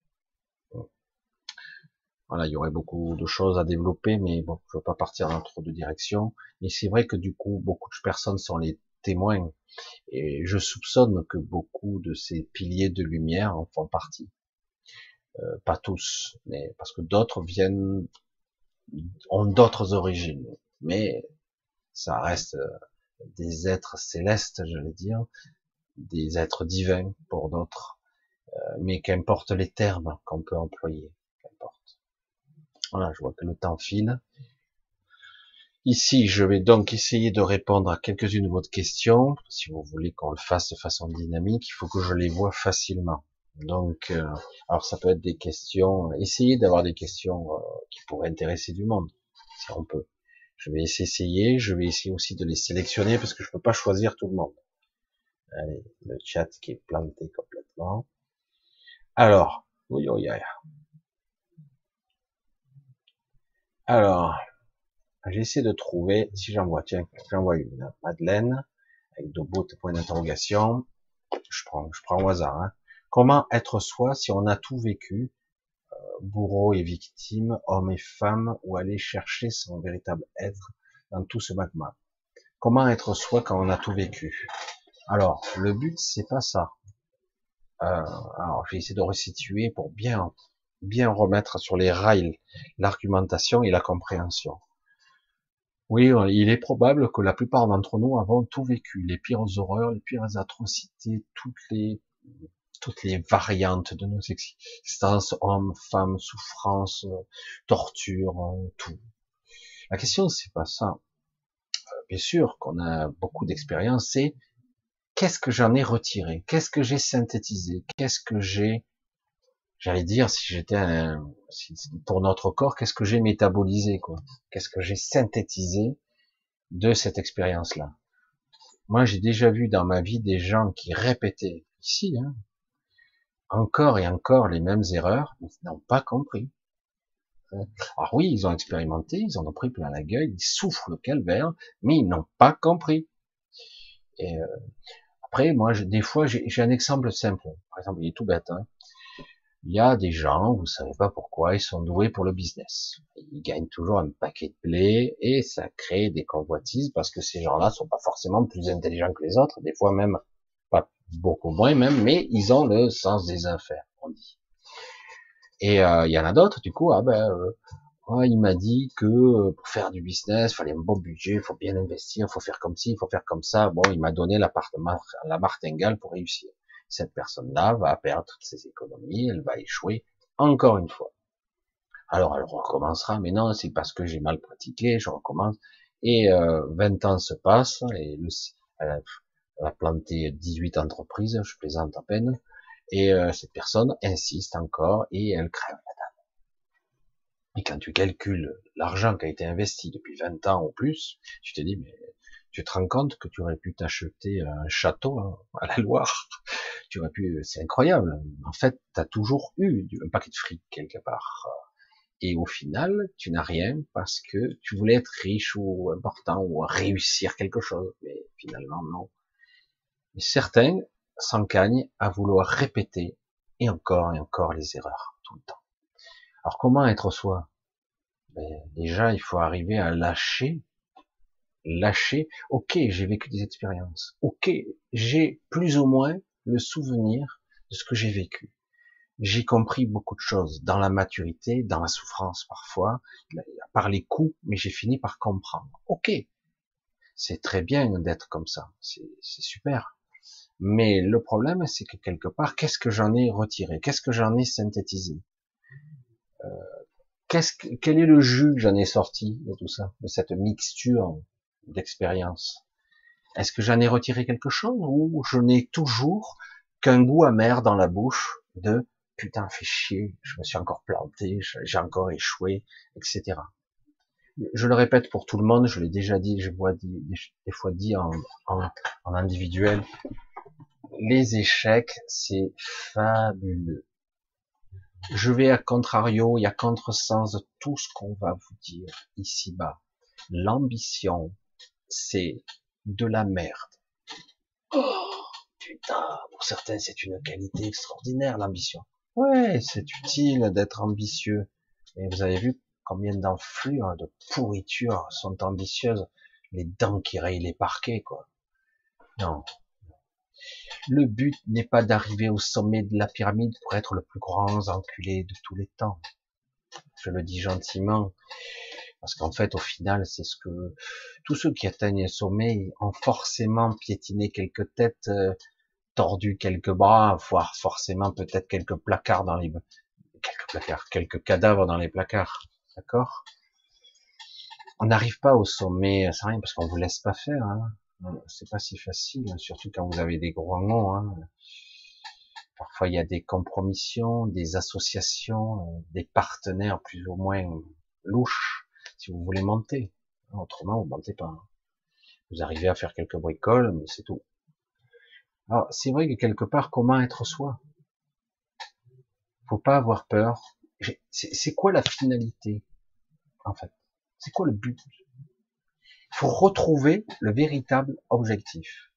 Voilà, il y aurait beaucoup de choses à développer, mais bon, je ne veux pas partir dans trop de directions. Mais c'est vrai que du coup, beaucoup de personnes sont les témoins, et je soupçonne que beaucoup de ces piliers de lumière en font partie. Euh, pas tous, mais parce que d'autres viennent, ont d'autres origines, mais ça reste des êtres célestes, j'allais dire, des êtres divins pour d'autres. mais qu'importe les termes qu'on peut employer, qu'importe. Voilà, je vois que le temps file. Ici, je vais donc essayer de répondre à quelques-unes de vos questions. Si vous voulez qu'on le fasse de façon dynamique, il faut que je les vois facilement. Donc, euh, alors ça peut être des questions, essayez d'avoir des questions euh, qui pourraient intéresser du monde, si on peut. Je vais essayer, je vais essayer aussi de les sélectionner parce que je peux pas choisir tout le monde. Allez, le chat qui est planté complètement. Alors, oui, oui, oui. Alors, j'essaie de trouver, si j'en vois, tiens, j'en vois une, Madeleine, avec de beaux points d'interrogation. Je prends, je prends au hasard, hein. Comment être soi si on a tout vécu, bourreau et victime, homme et femme, ou aller chercher son véritable être dans tout ce magma? Comment être soi quand on a tout vécu? Alors, le but, c'est pas ça. Euh, alors, je vais essayer de resituer pour bien, bien remettre sur les rails l'argumentation et la compréhension. Oui, il est probable que la plupart d'entre nous avons tout vécu, les pires horreurs, les pires atrocités, toutes les, toutes les variantes de nos existences, hommes, femmes, souffrances, torture, tout. La question, c'est pas ça. Bien sûr qu'on a beaucoup d'expérience, c'est qu'est-ce que j'en ai retiré, qu'est-ce que j'ai synthétisé, qu'est-ce que j'ai, j'allais dire, si j'étais un, si, pour notre corps, qu'est-ce que j'ai métabolisé, quoi, qu'est-ce que j'ai synthétisé de cette expérience-là. Moi, j'ai déjà vu dans ma vie des gens qui répétaient ici, hein, encore et encore les mêmes erreurs, mais ils n'ont pas compris. Alors oui, ils ont expérimenté, ils en ont pris plein la gueule, ils souffrent le calvaire, mais ils n'ont pas compris. Et euh, après, moi, je, des fois, j'ai un exemple simple. Par exemple, il est tout bête. Hein. Il y a des gens, vous savez pas pourquoi, ils sont doués pour le business. Ils gagnent toujours un paquet de blé et ça crée des convoitises parce que ces gens-là sont pas forcément plus intelligents que les autres, des fois même pas beaucoup moins même, mais ils ont le sens des affaires, on dit. Et euh, il y en a d'autres, du coup, ah ben, euh, ouais, il m'a dit que euh, pour faire du business, il fallait un bon budget, il faut bien investir, il faut faire comme ci, il faut faire comme ça. Bon, il m'a donné l'appartement, la martingale pour réussir. Cette personne-là va perdre toutes ses économies, elle va échouer encore une fois. Alors elle recommencera, mais non, c'est parce que j'ai mal pratiqué, je recommence. Et euh, vingt ans se passent, et le, elle, a, elle a planté dix-huit entreprises, je plaisante à peine, et euh, cette personne insiste encore, et elle crève la dame. Et quand tu calcules l'argent qui a été investi depuis vingt ans ou plus, tu te dis, mais tu te rends compte que tu aurais pu t'acheter un château hein, à la Loire. Tu aurais pu, c'est incroyable. En fait, tu as toujours eu un paquet de fric quelque part. Et au final, tu n'as rien parce que tu voulais être riche ou important ou réussir quelque chose. Mais finalement, non. Et certains s'encagnent à vouloir répéter et encore et encore les erreurs tout le temps. Alors comment être soi? Ben, déjà, il faut arriver à lâcher lâcher, ok, j'ai vécu des expériences, ok, j'ai plus ou moins le souvenir de ce que j'ai vécu. J'ai compris beaucoup de choses dans la maturité, dans la souffrance parfois, par les coups, mais j'ai fini par comprendre. Ok, c'est très bien d'être comme ça, c'est super. Mais le problème, c'est que quelque part, qu'est-ce que j'en ai retiré? Qu'est-ce que j'en ai synthétisé? euh, qu'est-ce que, Quel est le jus que j'en ai sorti de tout ça, de cette mixture d'expérience? Est-ce que j'en ai retiré quelque chose ou je n'ai toujours qu'un goût amer dans la bouche de putain, fait chier, je me suis encore planté, j'ai encore échoué, et cetera. Je le répète pour tout le monde, je l'ai déjà dit, je vois des, des fois dit en, en, en individuel, les échecs, c'est fabuleux. Je vais à contrario et à contresens de tout ce qu'on va vous dire ici-bas. L'ambition, c'est de la merde. Oh, putain, pour certains, c'est une qualité extraordinaire, l'ambition. Ouais, c'est utile d'être ambitieux. Et vous avez vu combien d'enflures, de pourritures sont ambitieuses, les dents qui rayent les parquets, quoi. Non. Le but n'est pas d'arriver au sommet de la pyramide pour être le plus grand enculé de tous les temps. Je le dis gentiment, parce qu'en fait, au final, c'est ce que tous ceux qui atteignent le sommet ont forcément piétiné quelques têtes, tordu quelques bras, voire forcément peut-être quelques placards dans les, quelques placards, quelques cadavres dans les placards. D'accord? On n'arrive pas au sommet sans rien parce qu'on vous laisse pas faire, hein. C'est pas si facile, surtout quand vous avez des gros noms, hein. Parfois, il y a des compromissions, des associations, des partenaires plus ou moins louches, si vous voulez monter. Autrement, vous montez pas. Vous arrivez à faire quelques bricoles, mais c'est tout. Alors, c'est vrai que quelque part, comment être soi? Faut pas avoir peur. C'est quoi la finalité, en fait? C'est quoi le but? Il faut retrouver le véritable objectif.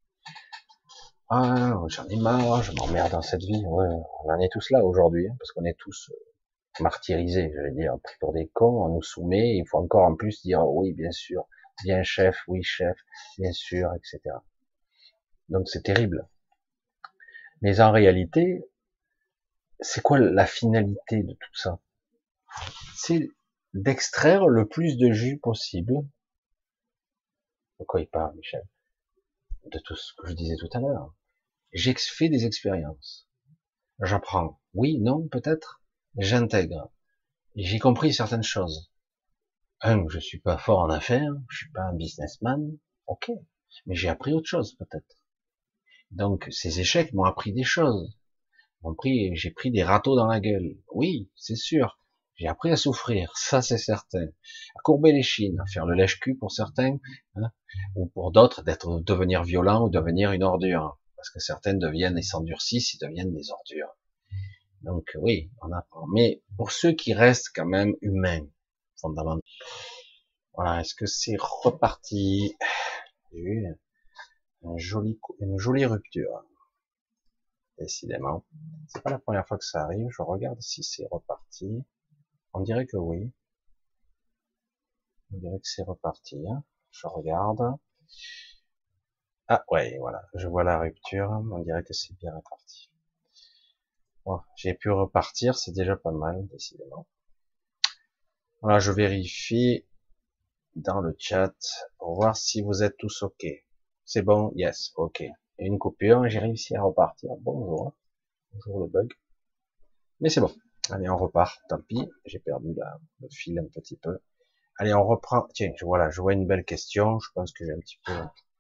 Ah, j'en ai marre, je m'emmerde dans cette vie. Ouais, on en est tous là aujourd'hui, hein, parce qu'on est tous martyrisés, j'allais dire, pris pour des cons, on nous soumet, il faut encore en plus dire oui, bien sûr, bien chef, oui chef, bien sûr, et cetera. Donc c'est terrible. Mais en réalité, c'est quoi la finalité de tout ça? C'est d'extraire le plus de jus possible. De quoi il parle, Michel? De tout ce que je disais tout à l'heure. J'ai fait des expériences. J'apprends. Oui, non, peut-être. J'intègre. J'ai compris certaines choses. Un, je suis pas fort en affaires, je suis pas un businessman. Ok. Mais j'ai appris autre chose, peut-être. Donc, ces échecs m'ont appris des choses. M'ont pris, j'ai pris des râteaux dans la gueule. Oui, c'est sûr. J'ai appris à souffrir, ça c'est certain. À courber les chines, à faire le lèche-cul pour certains, hein, ou pour d'autres d'être devenir violent ou devenir une ordure, parce que certaines deviennent, ils s'endurcissent, ils deviennent des ordures. Donc oui, on apprend. Mais pour ceux qui restent quand même humains, fondamentalement. Voilà, est-ce que c'est reparti? J'ai eu une jolie, une jolie rupture. Décidément, c'est pas la première fois que ça arrive. Je regarde si c'est reparti. On dirait que oui. On dirait que c'est reparti. Hein. Je regarde. Ah ouais, voilà. Je vois la rupture. On dirait que c'est bien reparti. Bon, j'ai pu repartir. C'est déjà pas mal, décidément. Voilà, je vérifie dans le chat pour voir si vous êtes tous OK. C'est bon? Yes, OK. Et une coupure. J'ai réussi à repartir. Bonjour. Bonjour le bug. Mais c'est bon. Allez, on repart. Tant pis. J'ai perdu la, le fil un petit peu. Allez, on reprend. Tiens, voilà, je vois une belle question. Je pense que j'ai un petit peu.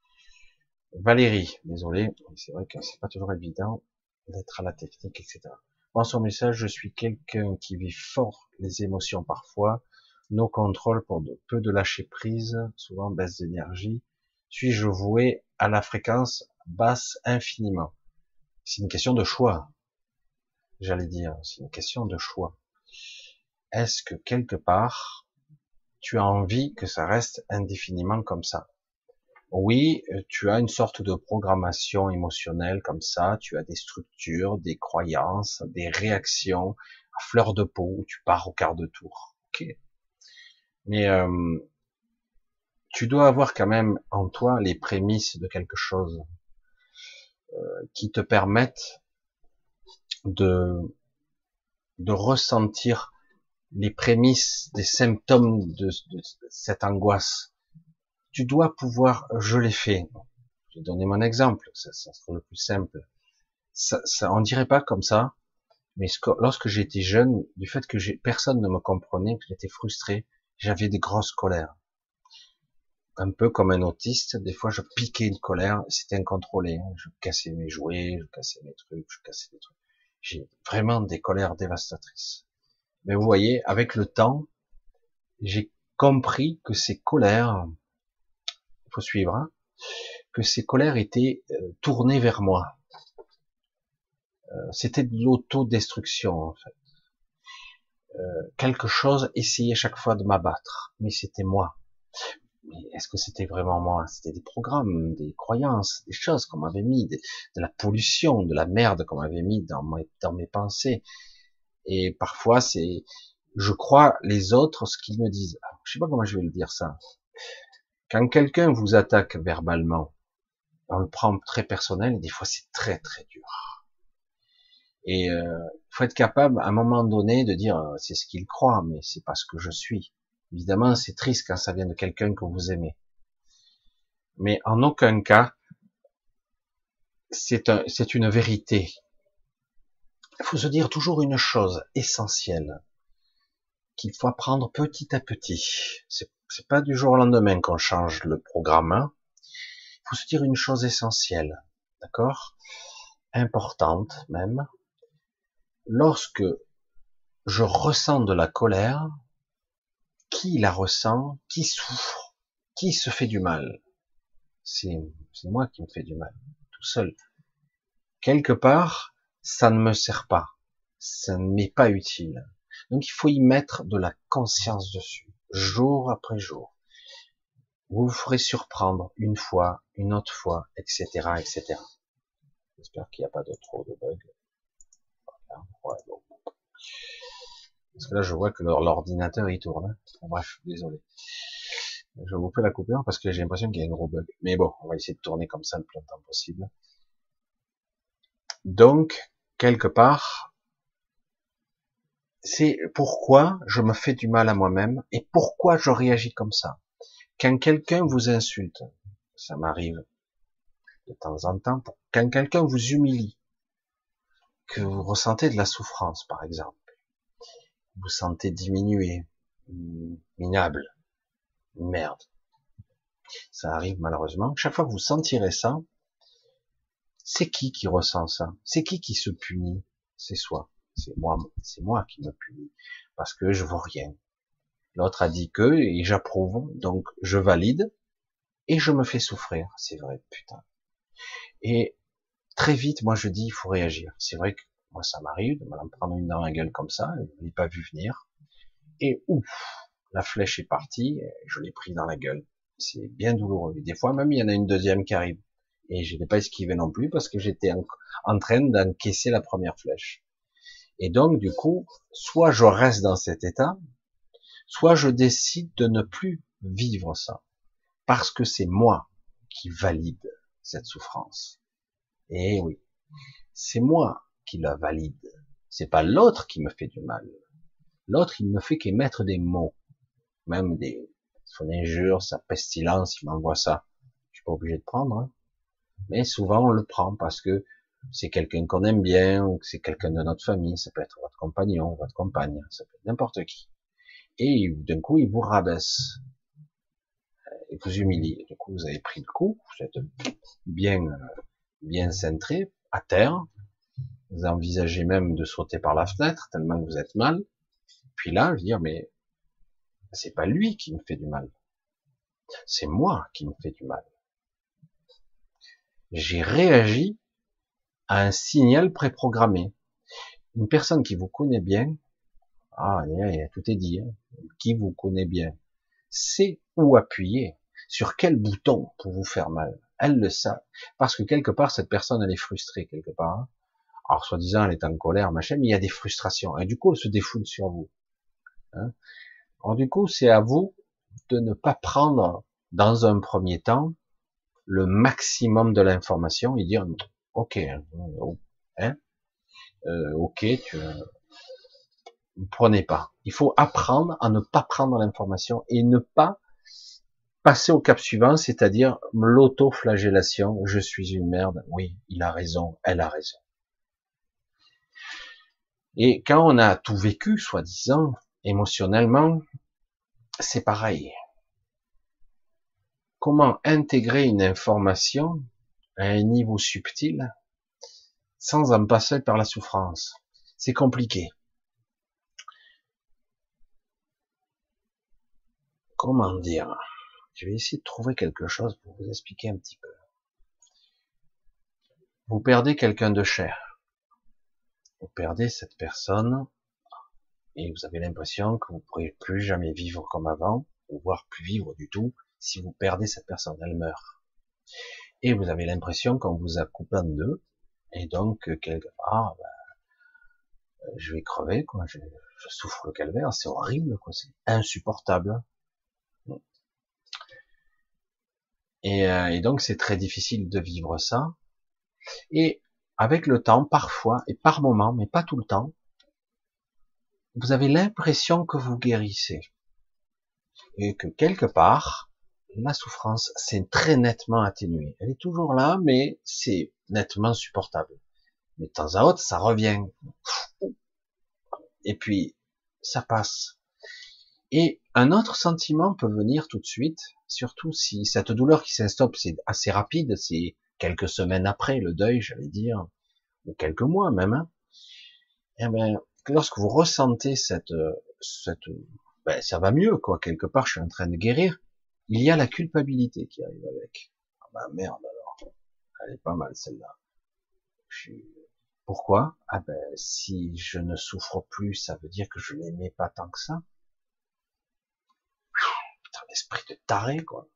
Valérie, désolé. C'est vrai que c'est pas toujours évident d'être à la technique, et cetera. Dans son message, je suis quelqu'un qui vit fort les émotions parfois, nos contrôles pour de, peu de lâcher prise, souvent baisse d'énergie. Suis-je voué à la fréquence basse infiniment? C'est une question de choix. J'allais dire, c'est une question de choix. Est-ce que quelque part, tu as envie que ça reste indéfiniment comme ça? Oui, tu as une sorte de programmation émotionnelle comme ça, tu as des structures, des croyances, des réactions à fleur de peau, où tu pars au quart de tour. Ok. Mais euh, tu dois avoir quand même en toi les prémices de quelque chose euh, qui te permettent de, de ressentir les prémices des symptômes de, de cette angoisse. Tu dois pouvoir, je l'ai fait. Je vais donner mon exemple, ça, ça sera le plus simple. Ça, ça, on dirait pas comme ça, mais ce que, lorsque j'étais jeune, du fait que j'ai, personne ne me comprenait, que j'étais frustré, j'avais des grosses colères. Un peu comme un autiste, des fois je piquais une colère, c'était incontrôlé. Hein. Je cassais mes jouets, je cassais mes trucs, je cassais des trucs. J'ai vraiment des colères dévastatrices. Mais vous voyez, avec le temps, j'ai compris que ces colères, il faut suivre, hein, que ces colères étaient euh, tournées vers moi. Euh, c'était de l'autodestruction en fait. Euh, quelque chose essayait chaque fois de m'abattre, mais c'était moi. Mais est-ce que c'était vraiment moi? C'était des programmes, des croyances, des choses qu'on m'avait mis, des, de la pollution, de la merde qu'on m'avait mis dans mes, dans mes pensées. Et parfois, c'est, je crois les autres ce qu'ils me disent. Alors, je sais pas comment je vais le dire ça. Quand quelqu'un vous attaque verbalement, on le prend très personnel, et des fois c'est très très dur. Et euh, faut être capable, à un moment donné, de dire, euh, c'est ce qu'il croit, mais c'est pas ce que je suis. Évidemment, c'est triste quand ça vient de quelqu'un que vous aimez. Mais en aucun cas, c'est un, c'est une vérité. Il faut se dire toujours une chose essentielle qu'il faut apprendre petit à petit. C'est, c'est pas du jour au lendemain qu'on change le programme. Hein. Il faut se dire une chose essentielle, d'accord, importante même. Lorsque je ressens de la colère, qui la ressent, qui souffre, qui se fait du mal? C'est, c'est moi qui me fais du mal, tout seul. Quelque part, ça ne me sert pas, ça ne m'est pas utile. Donc il faut y mettre de la conscience dessus, jour après jour. Vous vous ferez surprendre une fois, une autre fois, et cetera, et cetera. J'espère qu'il n'y a pas de trop de bugs. Ouais, bon. Parce que là, je vois que l'ordinateur il tourne. Hein. Bref, désolé. Je vous fais la coupure parce que j'ai l'impression qu'il y a un gros bug. Mais bon, on va essayer de tourner comme ça le plus longtemps possible. Donc, quelque part, c'est pourquoi je me fais du mal à moi-même et pourquoi je réagis comme ça. Quand quelqu'un vous insulte, ça m'arrive de temps en temps, quand quelqu'un vous humilie, que vous ressentez de la souffrance, par exemple, vous vous sentez diminué, minable, merde. Ça arrive malheureusement. Chaque fois que vous sentirez ça, c'est qui qui ressent ça? C'est qui qui se punit? C'est soi. C'est moi. C'est moi qui me punis parce que je vaux rien. L'autre a dit que et j'approuve, donc je valide et je me fais souffrir. C'est vrai, putain. Et très vite, moi je dis, il faut réagir. C'est vrai que moi ça m'arrive de me prendre une dans la gueule comme ça, je ne l'ai pas vu venir. Et ouf, la flèche est partie, et je l'ai pris dans la gueule. C'est bien douloureux. Et des fois même, il y en a une deuxième qui arrive. Et je n'ai pas esquivé non plus parce que j'étais en, en train d'encaisser la première flèche. Et donc, du coup, soit je reste dans cet état, soit je décide de ne plus vivre ça. Parce que c'est moi qui valide cette souffrance. Et oui, c'est moi qui la valide. C'est pas l'autre qui me fait du mal. L'autre, il ne fait qu'émettre des mots. Même des, son injure, sa pestilence, il m'envoie ça. Je suis pas obligé de prendre, hein. Mais souvent on le prend parce que c'est quelqu'un qu'on aime bien, ou que c'est quelqu'un de notre famille, ça peut être votre compagnon, votre compagne, ça peut être n'importe qui. Et d'un coup, il vous rabaisse, il vous humilie. Du coup, vous avez pris le coup, vous êtes bien, bien cintré, à terre, vous envisagez même de sauter par la fenêtre, tellement que vous êtes mal. Puis là, je veux dire, mais c'est pas lui qui me fait du mal, c'est moi qui me fais du mal. J'ai réagi à un signal préprogrammé. Une personne qui vous connaît bien, ah, tout est dit, hein, qui vous connaît bien, sait où appuyer, sur quel bouton pour vous faire mal. Elle le sait, parce que quelque part, cette personne, elle est frustrée quelque part. Alors, soi-disant, elle est en colère, machin, mais il y a des frustrations, et du coup, elle se défoule sur vous. Hein. Alors, du coup, c'est à vous de ne pas prendre, dans un premier temps, le maximum de l'information et dire, ok, hein, euh, ok, tu ne prenez pas. Il faut apprendre à ne pas prendre l'information et ne pas passer au cap suivant, c'est-à-dire l'auto-flagellation. Je suis une merde. Oui, il a raison, elle a raison. Et quand on a tout vécu, soi-disant, émotionnellement, c'est pareil. Comment intégrer une information à un niveau subtil sans en passer par la souffrance? C'est compliqué. Comment dire? Je vais essayer de trouver quelque chose pour vous expliquer un petit peu. Vous perdez quelqu'un de cher. Vous perdez cette personne et vous avez l'impression que vous ne pourrez plus jamais vivre comme avant, ou voire plus vivre du tout si vous perdez cette personne, elle meurt. Et vous avez l'impression qu'on vous a coupé en deux, et donc quelque part, ben, je vais crever, quoi. Je, je souffre le calvaire, c'est horrible, quoi. C'est insupportable. Et, euh, et donc c'est très difficile de vivre ça. Et avec le temps, parfois et par moment, mais pas tout le temps, vous avez l'impression que vous guérissez et que quelque part, la souffrance, c'est très nettement atténué. Elle est toujours là, mais c'est nettement supportable. Mais de temps à autre, ça revient. Et puis, ça passe. Et un autre sentiment peut venir tout de suite, surtout si cette douleur qui s'instoppe, c'est assez rapide, c'est quelques semaines après le deuil, j'allais dire, ou quelques mois même. Hein. Et ben, lorsque vous ressentez cette, cette, ben, ça va mieux, quoi. Quelque part, je suis en train de guérir. Il y a la culpabilité qui arrive avec. Ah bah merde alors, elle est pas mal celle-là. Je suis... Pourquoi? Ah ben, si je ne souffre plus, ça veut dire que je l'aimais pas tant que ça. Putain, l'esprit de taré, quoi.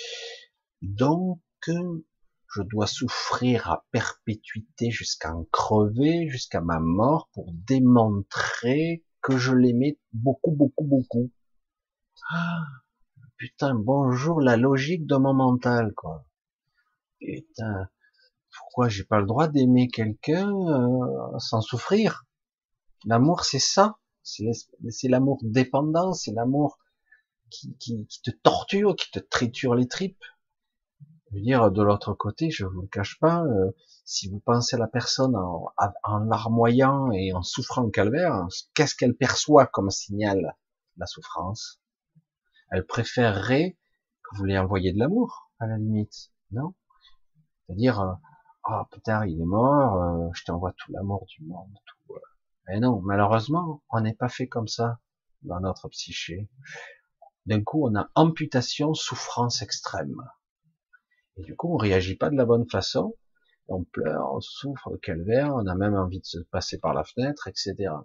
Donc, je dois souffrir à perpétuité jusqu'à en crever, jusqu'à ma mort, pour démontrer que je l'aimais beaucoup, beaucoup, beaucoup. Ah, putain, bonjour la logique de mon mental, quoi. Putain, pourquoi j'ai pas le droit d'aimer quelqu'un euh, sans souffrir? L'amour, c'est ça. C'est l'amour dépendant, c'est l'amour qui, qui, qui te torture, qui te triture les tripes. Je veux dire, de l'autre côté, je vous le cache pas, euh, si vous pensez à la personne en, en larmoyant et en souffrant le calvaire, qu'est-ce qu'elle perçoit comme signal? La souffrance. Elle préférerait que vous lui envoyiez de l'amour, à la limite, non? C'est-à-dire, euh, ah putain, il est mort, euh, je t'envoie tout l'amour du monde, tout. Euh. Mais non, malheureusement, on n'est pas fait comme ça dans notre psyché. D'un coup, on a amputation, souffrance extrême. Et du coup, on réagit pas de la bonne façon. On pleure, on souffre, le calvaire, on a même envie de se passer par la fenêtre, et cetera.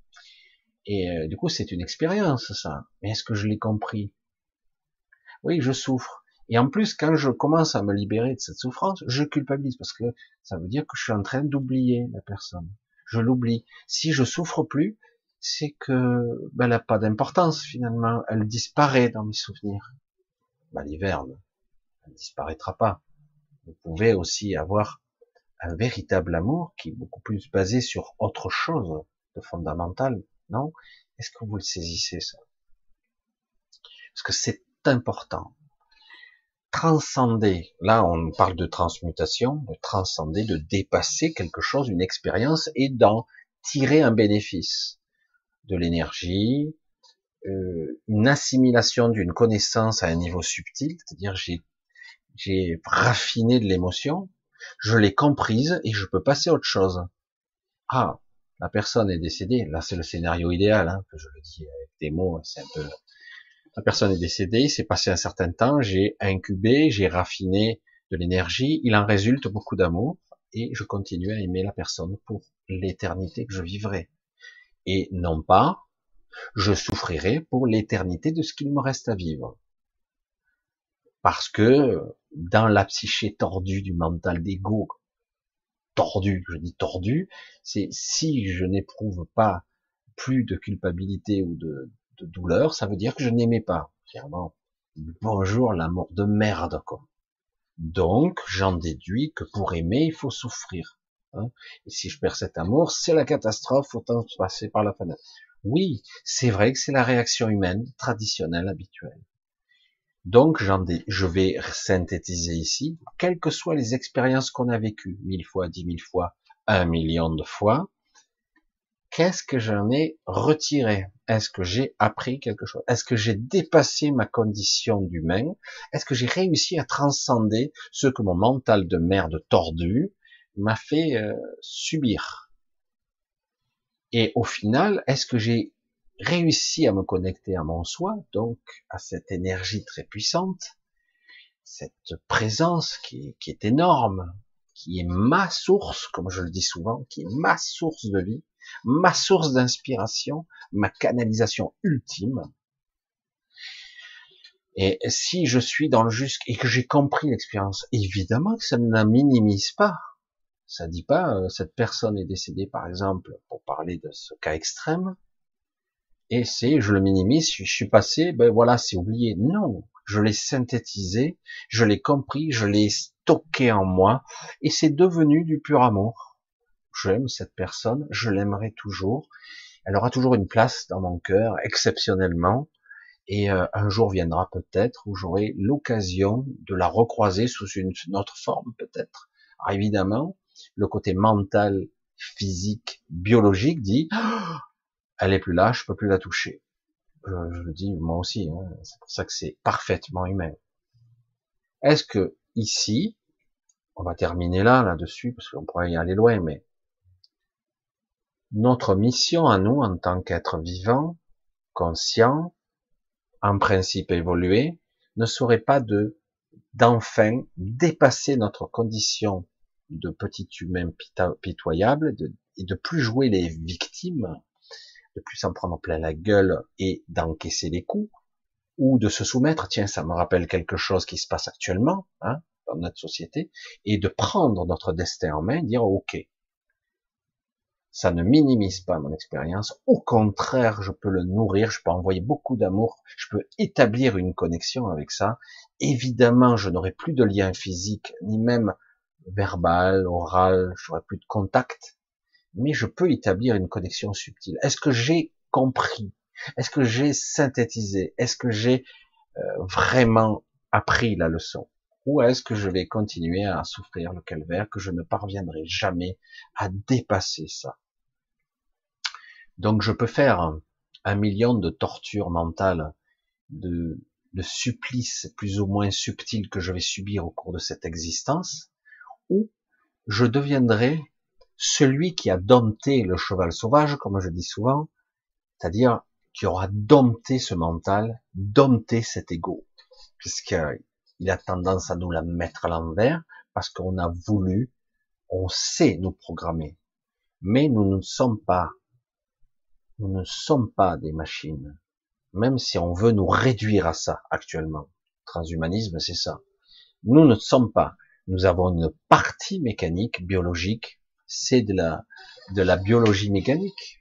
Et euh, du coup, c'est une expérience, ça. Mais est-ce que je l'ai compris? Oui, je souffre. Et en plus, quand je commence à me libérer de cette souffrance, je culpabilise parce que ça veut dire que je suis en train d'oublier la personne. Je l'oublie. Si je souffre plus, c'est que ben, elle n'a pas d'importance finalement. Elle disparaît dans mes souvenirs. Ben, l'hiverne, elle disparaîtra pas. Vous pouvez aussi avoir un véritable amour qui est beaucoup plus basé sur autre chose de fondamental, non? Est-ce que vous le saisissez, ça? Parce que c'est important. Transcender, là on parle de transmutation, de transcender, de dépasser quelque chose, une expérience, et d'en tirer un bénéfice. De l'énergie, euh, une assimilation d'une connaissance à un niveau subtil, c'est-à-dire j'ai j'ai raffiné de l'émotion, je l'ai comprise et je peux passer à autre chose. Ah, la personne est décédée, là c'est le scénario idéal, hein, que je le dis avec des mots, c'est un peu... La personne est décédée, il s'est passé un certain temps, j'ai incubé, j'ai raffiné de l'énergie, il en résulte beaucoup d'amour, et je continue à aimer la personne pour l'éternité que je vivrai. Et non pas, je souffrirai pour l'éternité de ce qu'il me reste à vivre. Parce que, dans la psyché tordue du mental d'ego, tordu, je dis tordu, c'est si je n'éprouve pas plus de culpabilité ou de, de douleur, ça veut dire que je n'aimais pas. Clairement, bonjour l'amour de merde, quoi. Donc, j'en déduis que pour aimer, il faut souffrir. Hein. Et si je perds cet amour, c'est la catastrophe, autant passer par la fenêtre. Oui, c'est vrai que c'est la réaction humaine traditionnelle, habituelle. Donc, j'en dé... je vais synthétiser ici, quelles que soient les expériences qu'on a vécues, mille fois, dix mille fois, un million de fois, qu'est-ce que j'en ai retiré? Est-ce que j'ai appris quelque chose? Est-ce que j'ai dépassé ma condition d'humain? Est-ce que j'ai réussi à transcender ce que mon mental de merde tordu m'a fait euh, subir? Et au final, est-ce que j'ai réussi à me connecter à mon soi, donc à cette énergie très puissante, cette présence qui, qui est énorme, qui est ma source, comme je le dis souvent, qui est ma source de vie, ma source d'inspiration, ma canalisation ultime. Et si je suis dans le juste et que j'ai compris l'expérience, évidemment que ça ne la minimise pas. Ça dit pas, euh, cette personne est décédée, par exemple, pour parler de ce cas extrême, et c'est, je le minimise, je suis passé, ben voilà, c'est oublié. Non, je l'ai synthétisé, je l'ai compris, je l'ai stocké en moi, et c'est devenu du pur amour. J'aime cette personne, je l'aimerai toujours. Elle aura toujours une place dans mon cœur, exceptionnellement. Et euh, un jour viendra peut-être où j'aurai l'occasion de la recroiser sous une, une autre forme peut-être. Alors évidemment, le côté mental, physique, biologique dit, oh, elle est plus là, je peux plus la toucher. Euh, je le dis moi aussi, hein, c'est pour ça que c'est parfaitement humain. Est-ce que ici, on va terminer là, là-dessus, parce qu'on pourrait y aller loin, mais notre mission à nous, en tant qu'être vivant, conscient, en principe évolué, ne serait pas de d'enfin dépasser notre condition de petit humain pitoyable de, et de plus jouer les victimes, de plus s'en prendre plein la gueule et d'encaisser les coups, ou de se soumettre, tiens, ça me rappelle quelque chose qui se passe actuellement, hein, dans notre société, et de prendre notre destin en main, dire ok, ça ne minimise pas mon expérience, au contraire, je peux le nourrir, je peux envoyer beaucoup d'amour, je peux établir une connexion avec ça. Évidemment, je n'aurai plus de lien physique, ni même verbal, oral, j'aurai plus de contact, mais je peux établir une connexion subtile. Est-ce que j'ai compris? Est-ce que j'ai synthétisé? Est-ce que j'ai euh, vraiment appris la leçon? Ou est-ce que je vais continuer à souffrir le calvaire, que je ne parviendrai jamais à dépasser ça? Donc je peux faire un million de tortures mentales, de, de supplices plus ou moins subtils que je vais subir au cours de cette existence, ou je deviendrai celui qui a dompté le cheval sauvage, comme je dis souvent, c'est-à-dire qui aura dompté ce mental, dompté cet ego, puisqu'il a tendance à nous la mettre à l'envers, parce qu'on a voulu, on sait nous programmer, mais nous ne sommes pas Nous ne sommes pas des machines, même si on veut nous réduire à ça actuellement. Transhumanisme, c'est ça. Nous ne sommes pas. Nous avons une partie mécanique, biologique. C'est de la de la biologie mécanique.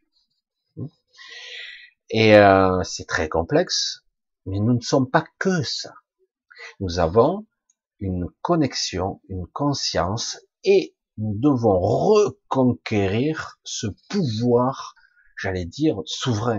Et euh, c'est très complexe, mais nous ne sommes pas que ça. Nous avons une connexion, une conscience, et nous devons reconquérir ce pouvoir, j'allais dire, souverain.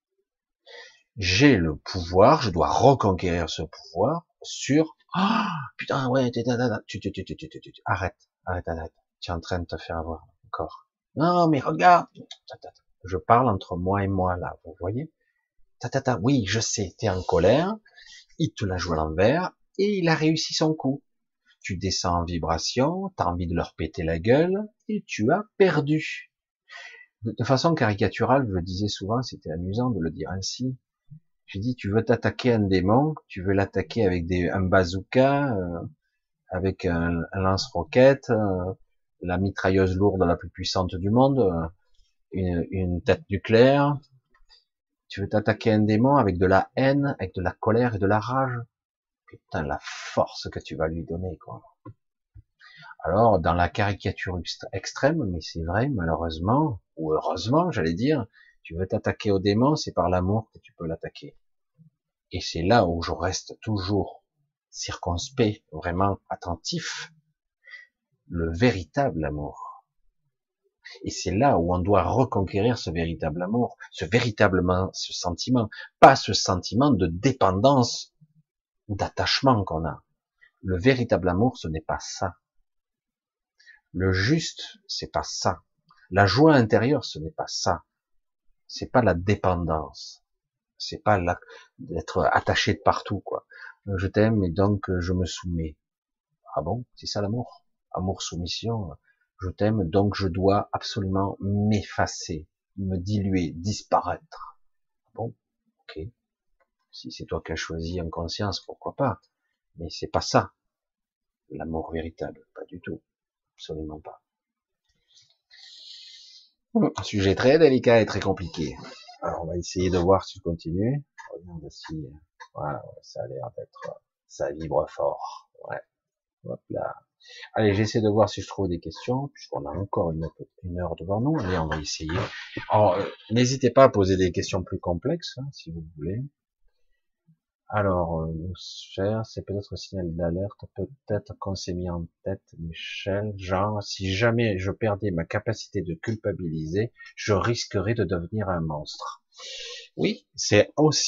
J'ai le pouvoir, je dois reconquérir ce pouvoir sur, ah, oh, putain, ouais, tu, tu, tu, tu, tu, tu, tu, arrête, arrête, arrête, tu es en train de te faire avoir encore. Non, mais regarde, je parle entre moi et moi, là, vous voyez? Tatata, oui, je sais, t'es en colère, il te la joue à l'envers, et il a réussi son coup. Tu descends en vibration, t'as envie de leur péter la gueule, et tu as perdu. De façon caricaturale, je le disais souvent, c'était amusant de le dire ainsi. J'ai dit, tu veux t'attaquer à un démon, tu veux l'attaquer avec des, un bazooka, euh, avec un, un lance-roquette, euh, la mitrailleuse lourde la plus puissante du monde, euh, une, une tête nucléaire. Tu veux t'attaquer à un démon avec de la haine, avec de la colère et de la rage. Putain, la force que tu vas lui donner, quoi. Alors, dans la caricature extrême, mais c'est vrai, malheureusement, ou heureusement, j'allais dire, tu veux t'attaquer au démon, c'est par l'amour que tu peux l'attaquer. Et c'est là où je reste toujours circonspect, vraiment attentif, le véritable amour. Et c'est là où on doit reconquérir ce véritable amour, ce véritablement, ce sentiment, pas ce sentiment de dépendance ou d'attachement qu'on a. Le véritable amour, ce n'est pas ça. Le juste, c'est pas ça. La joie intérieure, ce n'est pas ça. C'est pas la dépendance. C'est pas la, d'être attaché de partout, quoi. Je t'aime et donc je me soumets. Ah bon? C'est ça l'amour? Amour, soumission. Je t'aime donc je dois absolument m'effacer, me diluer, disparaître. Bon, ok. Si c'est toi qui as choisi en conscience, pourquoi pas? Mais c'est pas ça. L'amour véritable. Pas du tout. Absolument pas. Un sujet très délicat et très compliqué. Alors on va essayer de voir si je continue. Regarde si, voilà, ça a l'air d'être, ça vibre fort. Ouais. Hop là. Allez, j'essaie de voir si je trouve des questions, puisqu'on a encore une, une heure devant nous. Allez, on va essayer. Alors, euh, n'hésitez pas à poser des questions plus complexes, hein, si vous voulez. Alors, euh, nous faire, c'est peut-être un signal d'alerte, peut-être qu'on s'est mis en tête l'échelle, genre, si jamais je perdais ma capacité de culpabiliser, je risquerais de devenir un monstre. Oui, c'est aussi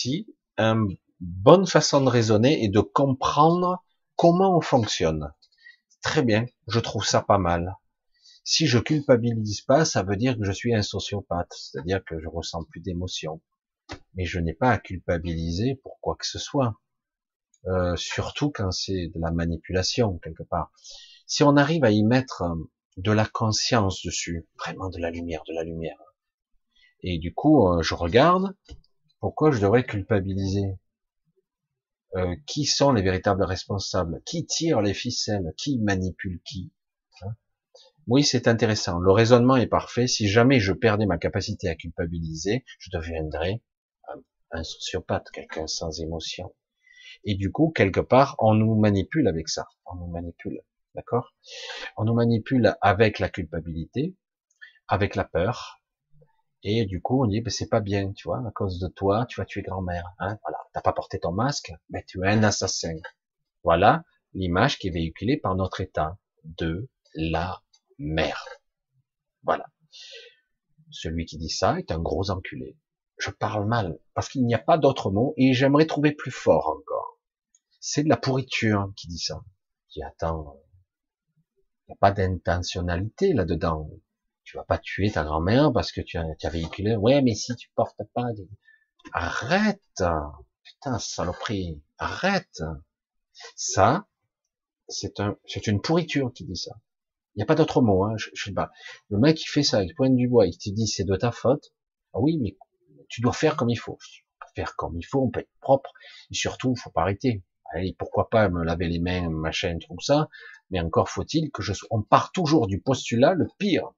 une bonne façon de raisonner et de comprendre comment on fonctionne. Très bien, je trouve ça pas mal. Si je culpabilise pas, ça veut dire que je suis un sociopathe, c'est-à-dire que je ressens plus d'émotions. Mais je n'ai pas à culpabiliser pour quoi que ce soit. Euh, surtout quand c'est de la manipulation, quelque part. Si on arrive à y mettre de la conscience dessus, vraiment de la lumière, de la lumière. Et du coup, euh, je regarde, pourquoi je devrais culpabiliser? Euh, qui sont les véritables responsables? Qui tire les ficelles? Qui manipule qui? Hein. Oui, c'est intéressant. Le raisonnement est parfait. Si jamais je perdais ma capacité à culpabiliser, je deviendrais un, un sociopathe, quelqu'un sans émotion. Et du coup, quelque part, on nous manipule avec ça. On nous manipule. D'accord? On nous manipule avec la culpabilité, avec la peur. Et du coup, on dit, ben, c'est pas bien, tu vois, à cause de toi, tu vas tuer grand-mère, hein, voilà. T'as pas porté ton masque, ben, tu es un assassin. Voilà l'image qui est véhiculée par notre état de la mère. Voilà. Celui qui dit ça est un gros enculé. Je parle mal, parce qu'il n'y a pas d'autre mot, et j'aimerais trouver plus fort encore. C'est de la pourriture qui dit ça. Qui attend, il n'y a pas d'intentionnalité là-dedans. Tu vas pas tuer ta grand-mère parce que tu as, tu as véhiculé. Ouais, mais si tu portes pas, arrête, putain, saloperie, arrête. Ça, c'est un, c'est une pourriture qui dit ça. Il n'y a pas d'autre mot, hein. Je, je sais pas. Le mec qui fait ça avec pointe du bois, il te dit c'est de ta faute. Ah oui, mais tu dois faire comme il faut. Faire comme il faut, on peut être propre. Et surtout, faut pas arrêter. Allez, pourquoi pas me laver les mains, machin, tout ça. Mais encore faut-il que je, on part toujours du postulat le pire.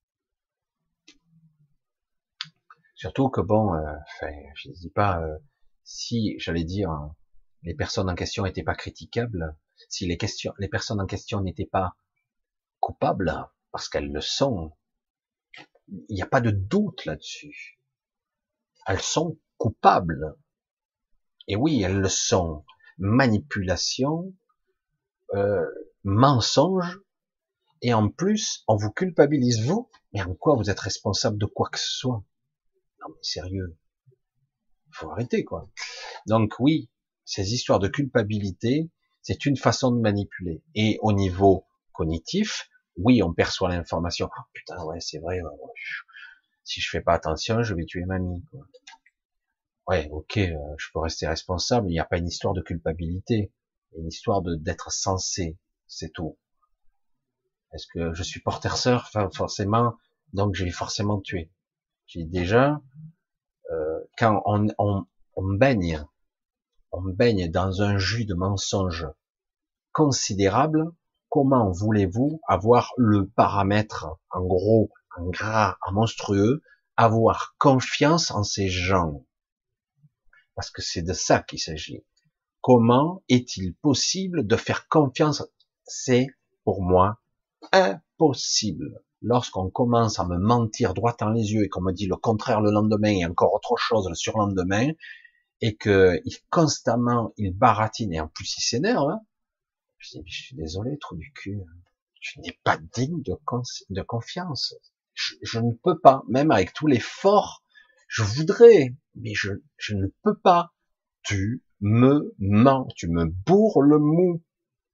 Surtout que bon, euh, enfin, je ne dis pas euh, si, j'allais dire, hein, les personnes en question n'étaient pas critiquables, si les questions, les personnes en question n'étaient pas coupables, parce qu'elles le sont, il n'y a pas de doute là-dessus. Elles sont coupables. Et oui, elles le sont. Manipulation, euh, mensonge, et en plus, on vous culpabilise vous, mais en quoi vous êtes responsable de quoi que ce soit? Non mais sérieux, faut arrêter quoi. Donc oui, ces histoires de culpabilité, c'est une façon de manipuler. Et au niveau cognitif, oui, on perçoit l'information. Oh, putain, ouais, c'est vrai. Ouais, ouais. Si je fais pas attention, je vais tuer mamie. Quoi. Ouais, ok, euh, je peux rester responsable. Il n'y a pas une histoire de culpabilité. Il y a une histoire de d'être censé. C'est tout. Est-ce que je suis porteur-sœur? Enfin, forcément. Donc, je vais forcément tuer. J'ai déjà, euh, quand on, on, on baigne on baigne dans un jus de mensonges considérable, comment voulez-vous avoir le paramètre, en gros, en gras, en monstrueux, avoir confiance en ces gens? Parce que c'est de ça qu'il s'agit. Comment est-il possible de faire confiance? C'est, pour moi, impossible. Lorsqu'on commence à me mentir droit dans les yeux et qu'on me dit le contraire le lendemain et encore autre chose le surlendemain, et que il, constamment il baratine et en plus il s'énerve, hein, je dis, je suis désolé, trou du cul, je n'ai pas digne de, de confiance. Je, je ne peux pas, même avec tout l'effort, je voudrais, mais je, je ne peux pas. Tu me mens, tu me bourres le mou.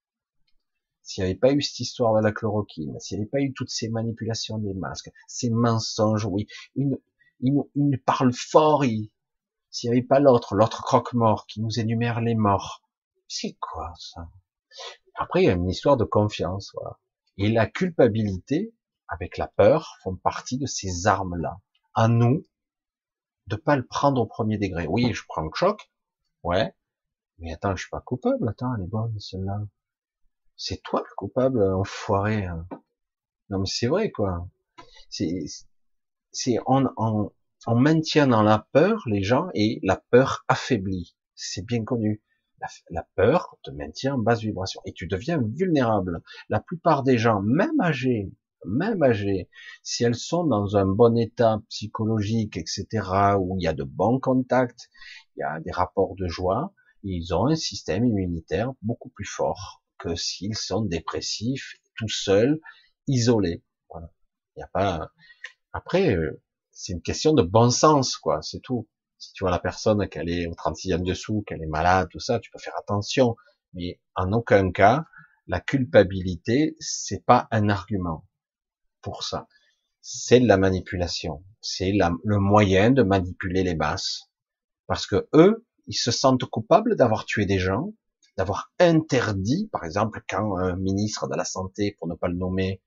S'il n'y avait pas eu cette histoire de la chloroquine, s'il n'y avait pas eu toutes ces manipulations des masques, ces mensonges, oui, une, une, une parle fort, il, s'il n'y avait pas l'autre, l'autre croque-mort qui nous énumère les morts. C'est quoi ça? Après, il y a une histoire de confiance, voilà. Et la culpabilité, avec la peur, font partie de ces armes-là. À nous, de pas le prendre au premier degré. Oui, je prends le choc, ouais, mais attends, je suis pas coupable, attends, elle est bonne, celle-là. C'est toi le coupable, enfoiré. Hein. Non, mais c'est vrai, quoi. C'est, c'est, on, on, on maintient dans la peur les gens et la peur affaiblit. C'est bien connu. La, la peur te maintient en basse vibration et tu deviens vulnérable. La plupart des gens, même âgés, même âgés, si elles sont dans un bon état psychologique, et cetera, où il y a de bons contacts, il y a des rapports de joie, ils ont un système immunitaire beaucoup plus fort que s'ils sont dépressifs, tout seuls, isolés. Voilà. Il n'y a pas. Après, c'est une question de bon sens, quoi. C'est tout. Si tu vois la personne qu'elle est au trente-sixième dessous, qu'elle est malade, tout ça, tu peux faire attention. Mais en aucun cas, la culpabilité, c'est pas un argument pour ça. C'est de la manipulation. C'est la- le moyen de manipuler les masses. Parce que eux, ils se sentent coupables d'avoir tué des gens, d'avoir interdit, par exemple, quand un ministre de la Santé, pour ne pas le nommer,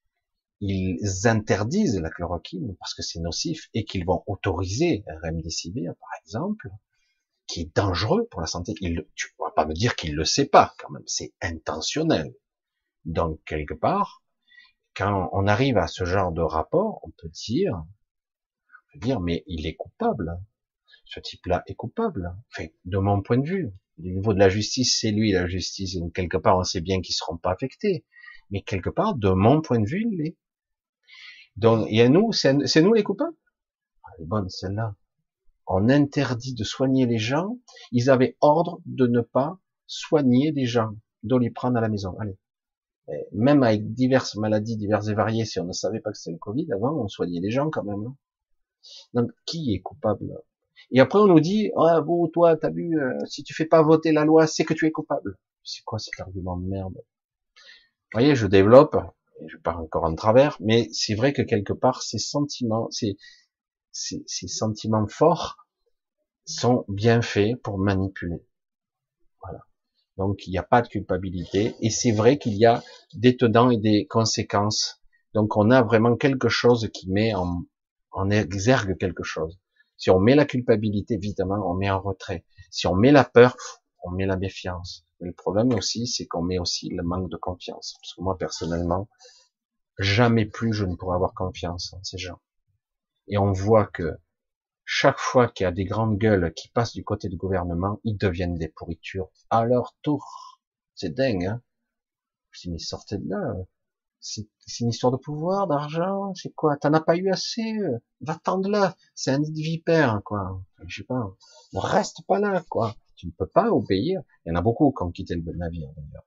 ils interdisent la chloroquine parce que c'est nocif et qu'ils vont autoriser un remdesivir, par exemple, qui est dangereux pour la santé. Il, tu ne vas pas me dire qu'il le sait pas, quand même. C'est intentionnel. Donc, quelque part, quand on arrive à ce genre de rapport, on peut dire, on peut dire, mais il est coupable. Ce type-là est coupable. Enfin, de mon point de vue. Du niveau de la justice, c'est lui la justice. Donc, quelque part, on sait bien qu'ils seront pas affectés. Mais quelque part, de mon point de vue, il l'est. Donc, il y a nous, c'est c'est nous les coupables. Ah, elle est bonne celle-là. On interdit de soigner les gens. Ils avaient ordre de ne pas soigner des gens, de les prendre à la maison. Allez. Et même avec diverses maladies, diverses et variées, si on ne savait pas que c'était le Covid, avant, on soignait les gens quand même. Donc, qui est coupable? Et après, on nous dit, ah bon, toi, t'as vu, euh, si tu fais pas voter la loi, c'est que tu es coupable. C'est quoi cet argument de merde? Vous voyez, je développe, et je pars encore en travers, mais c'est vrai que quelque part, ces sentiments, ces, ces, ces sentiments forts sont bien faits pour manipuler. Voilà. Donc, il n'y a pas de culpabilité, et c'est vrai qu'il y a des tenants et des conséquences. Donc, on a vraiment quelque chose qui met en, en exergue quelque chose. Si on met la culpabilité, évidemment, on met en retrait. Si on met la peur, on met la méfiance. Mais le problème aussi, c'est qu'on met aussi le manque de confiance. Parce que moi, personnellement, jamais plus je ne pourrai avoir confiance en ces gens. Et on voit que chaque fois qu'il y a des grandes gueules qui passent du côté du gouvernement, ils deviennent des pourritures à leur tour. C'est dingue, hein. Je dis, mais sortez de là. C'est une histoire de pouvoir, d'argent, c'est quoi? T'en as pas eu assez? Va-t'en de là. C'est un nid de vipère, quoi. Je sais pas. Ne reste pas là, quoi. Tu ne peux pas obéir. Il y en a beaucoup qui ont quitté le navire, d'ailleurs.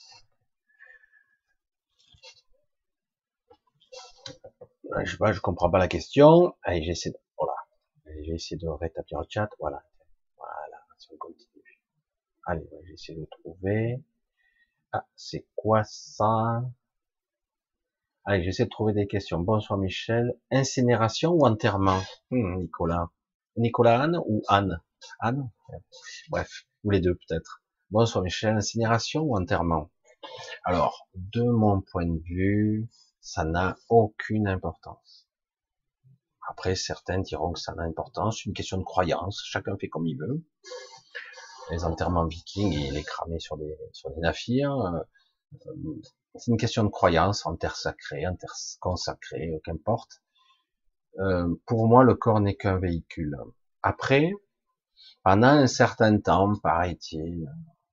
Je sais pas, je comprends pas la question. Allez, j'essaie de, voilà. Allez, j'ai essayé de rétablir le chat. Voilà. Voilà. Si on continue. Allez, ouais, j'essaie de trouver. Ah, c'est quoi ça? Allez, j'essaie de trouver des questions. Bonsoir Michel. Incinération ou enterrement? Hmm, Nicolas. Nicolas Anne ou Anne? Anne? Bref, ou les deux peut-être. Bonsoir Michel. Incinération ou enterrement? Alors, de mon point de vue, ça n'a aucune importance. Après, certains diront que ça a importance. C'est une question de croyance. Chacun fait comme il veut. Les enterrements vikings, il est cramé sur des, sur des navires. C'est une question de croyance en terre sacrée, en terre consacrée, qu'importe. Euh, pour moi, le corps n'est qu'un véhicule. Après, pendant un certain temps, paraît-il,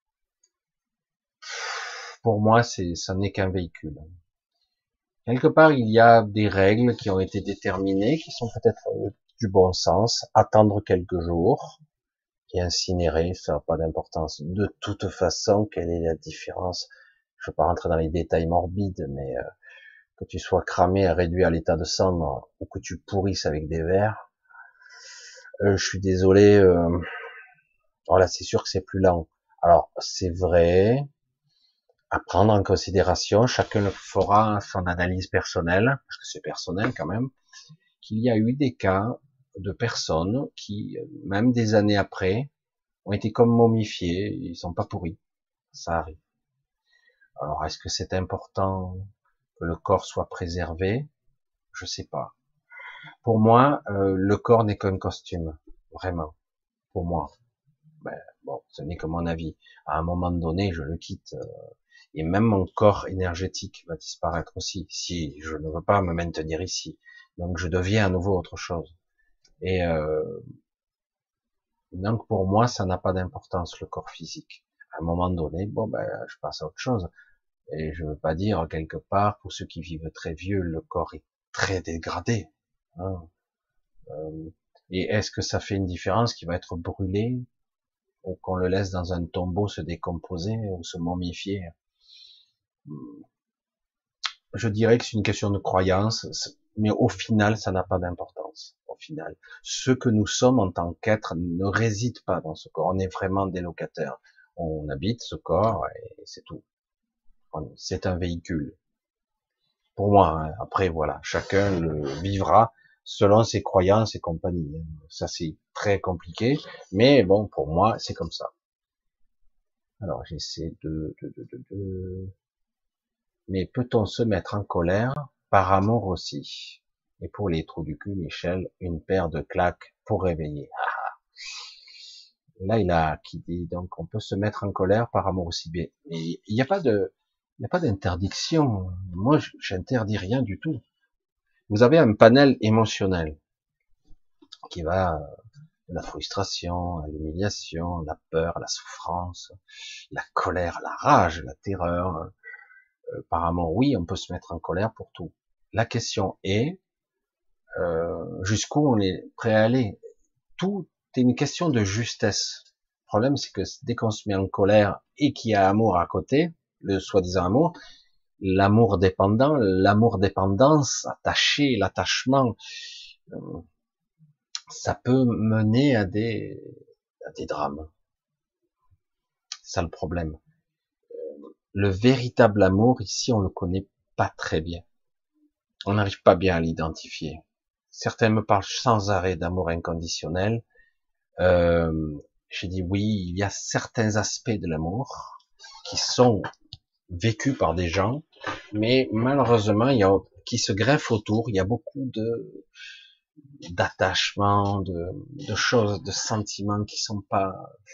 pour moi, c'est, ça n'est qu'un véhicule. Quelque part, il y a des règles qui ont été déterminées, qui sont peut-être du bon sens. Attendre quelques jours et incinérer, ça n'a pas d'importance. De toute façon, quelle est la différence? Je ne vais pas rentrer dans les détails morbides, mais euh, que tu sois cramé, réduit à l'état de cendre, ou que tu pourrisses avec des vers, euh, je suis désolé, euh, voilà, c'est sûr que c'est plus lent. Alors, c'est vrai, à prendre en considération, chacun fera son analyse personnelle, parce que c'est personnel quand même, qu'il y a eu des cas de personnes qui, même des années après, ont été comme momifiés, ils sont pas pourris. Ça arrive. Alors, est-ce que c'est important que le corps soit préservé? Je sais pas. Pour moi, euh, le corps n'est qu'un costume, vraiment. Pour moi. Ben, bon, ce n'est que mon avis. À un moment donné, je le quitte. Euh, et même mon corps énergétique va disparaître aussi, si je ne veux pas me maintenir ici. Donc je deviens à nouveau autre chose. Et euh, donc pour moi, ça n'a pas d'importance, le corps physique. À un moment donné, bon ben, je passe à autre chose. Et je veux pas dire quelque part, pour ceux qui vivent très vieux, le corps est très dégradé. Hein. Euh, et est-ce que ça fait une différence qui va être brûlé ou qu'on le laisse dans un tombeau se décomposer ou se momifier? Je dirais que c'est une question de croyance, mais au final, ça n'a pas d'importance. Au final. Ce que nous sommes en tant qu'être ne réside pas dans ce corps. On est vraiment des locataires. On habite ce corps et c'est tout. C'est un véhicule. Pour moi, hein. Après, voilà, chacun le vivra selon ses croyances et compagnie. Ça, c'est très compliqué, mais bon, pour moi, c'est comme ça. Alors, j'essaie de, de, de, de, de... Mais peut-on se mettre en colère par amour aussi? Et pour les trous du cul, Michel, une paire de claques pour réveiller. Ah. Là, il a qui dit, donc, on peut se mettre en colère par amour aussi. Mais il n'y a pas de, il n'y a pas d'interdiction. Moi, j'interdis rien du tout. Vous avez un panel émotionnel qui va de la frustration, à l'humiliation, la peur, la souffrance, la colère, la rage, la terreur. Euh, apparemment, oui, on peut se mettre en colère pour tout. La question est euh, jusqu'où on est prêt à aller. Tout est une question de justesse. Le problème, c'est que dès qu'on se met en colère et qu'il y a amour à côté, le soi-disant amour, l'amour dépendant, l'amour dépendance, attaché, l'attachement, euh, ça peut mener à des, à des drames. C'est ça le problème. Le véritable amour, ici, on le connaît pas très bien. On n'arrive pas bien à l'identifier. Certains me parlent sans arrêt d'amour inconditionnel. Euh, j'ai dit oui, il y a certains aspects de l'amour qui sont vécus par des gens, mais malheureusement, il y a, qui se greffent autour. Il y a beaucoup de d'attachements, de, de choses, de sentiments qui sont pas,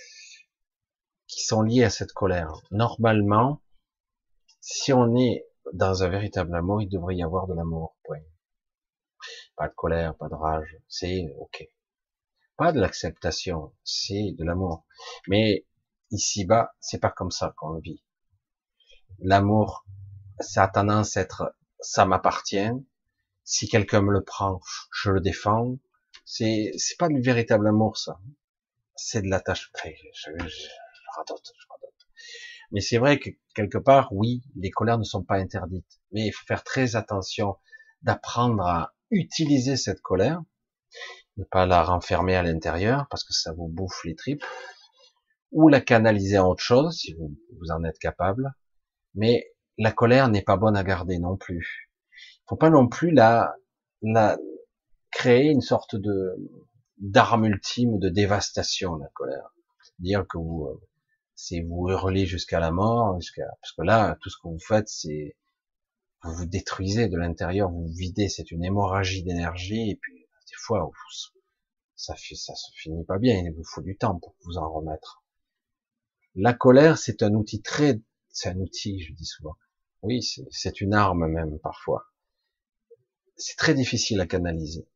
qui sont liés à cette colère. Normalement, si on est dans un véritable amour, il devrait y avoir de l'amour. Point. Pas de colère, pas de rage, c'est ok. Pas de l'acceptation, c'est de l'amour. Mais ici-bas, c'est pas comme ça qu'on le vit. L'amour, ça a tendance à être, ça m'appartient. Si quelqu'un me le prend, je le défends. C'est, c'est pas du véritable amour, ça. C'est de l'attachement. Enfin, je, je, je radote, je radote. Mais c'est vrai que quelque part, oui, les colères ne sont pas interdites. Mais il faut faire très attention d'apprendre à utiliser cette colère, ne pas la renfermer à l'intérieur parce que ça vous bouffe les tripes, ou la canaliser en autre chose si vous, vous en êtes capable. Mais la colère n'est pas bonne à garder non plus. Il faut pas non plus la, la créer une sorte de d'arme ultime de dévastation, la colère. Dire que vous, c'est vous hurler jusqu'à la mort, jusqu'à, parce que là, tout ce que vous faites, c'est vous vous détruisez de l'intérieur, vous vous videz, c'est une hémorragie d'énergie, et puis des fois, ça fait, ça se finit pas bien, il vous faut du temps pour vous en remettre. La colère, c'est un outil très, c'est un outil, je dis souvent. Oui, c'est une arme même parfois. C'est très difficile à canaliser.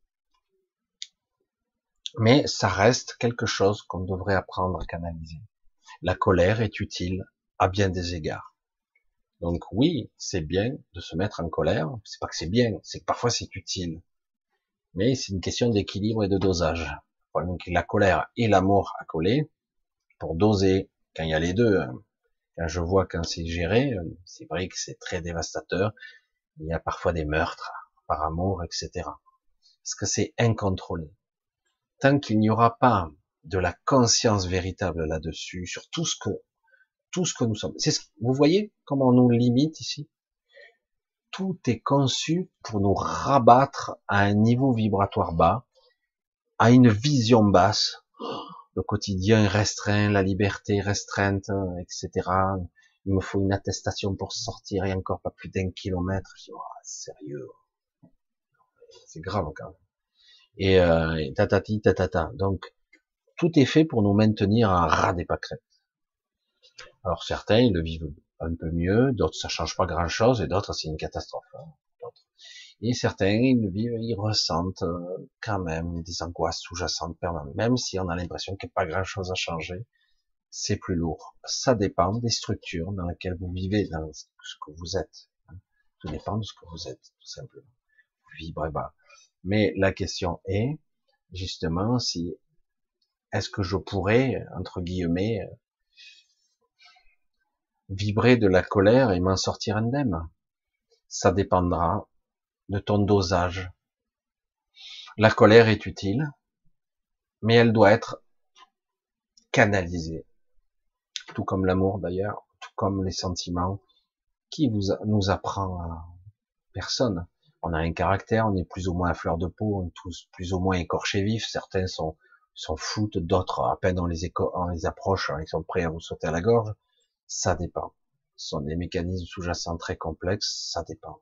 Mais ça reste quelque chose qu'on devrait apprendre à canaliser. La colère est utile à bien des égards. Donc oui, c'est bien de se mettre en colère. C'est pas que c'est bien, c'est que parfois c'est utile. Mais c'est une question d'équilibre et de dosage. Le problème c'est que la colère et l'amour à coller, pour doser, quand il y a les deux, quand je vois quand c'est géré, c'est vrai que c'est très dévastateur. Il y a parfois des meurtres par amour, et cetera. Parce que c'est incontrôlé. Tant qu'il n'y aura pas de la conscience véritable là-dessus, sur tout ce que tout ce que nous sommes. C'est ce, vous voyez comment on nous limite ici? Tout est conçu pour nous rabattre à un niveau vibratoire bas, à une vision basse. Le quotidien est restreint, la liberté est restreinte, et cetera. Il me faut une attestation pour sortir et encore pas plus d'un kilomètre. Je dis, oh, sérieux, c'est grave quand même. Et, euh, et tatati tatata. Donc tout est fait pour nous maintenir à ras des pâquerettes. Alors certains ils le vivent un peu mieux, d'autres ça change pas grand chose, et d'autres c'est une catastrophe. Hein, et certains ils le vivent, ils ressentent quand même des angoisses sous-jacentes permanentes, même si on a l'impression qu'il n'y a pas grand chose à changer, c'est plus lourd. Ça dépend des structures dans lesquelles vous vivez, dans ce que vous êtes. Tout dépend de ce que vous êtes, tout simplement. Vous vibrez bas. Mais la question est, justement, si est-ce que je pourrais, entre guillemets, vibrer de la colère et m'en sortir indemne? Ça dépendra de ton dosage. La colère est utile, mais elle doit être canalisée. Tout comme l'amour d'ailleurs, tout comme les sentiments. Qui vous a, nous apprend à personne. On a un caractère, on est plus ou moins à fleur de peau, on est tous plus ou moins écorchés vifs. Certains sont s'en foutent, d'autres à peine on les, éco on les approche, ils sont prêts à vous sauter à la gorge. Ça dépend. Ce sont des mécanismes sous-jacents très complexes, ça dépend.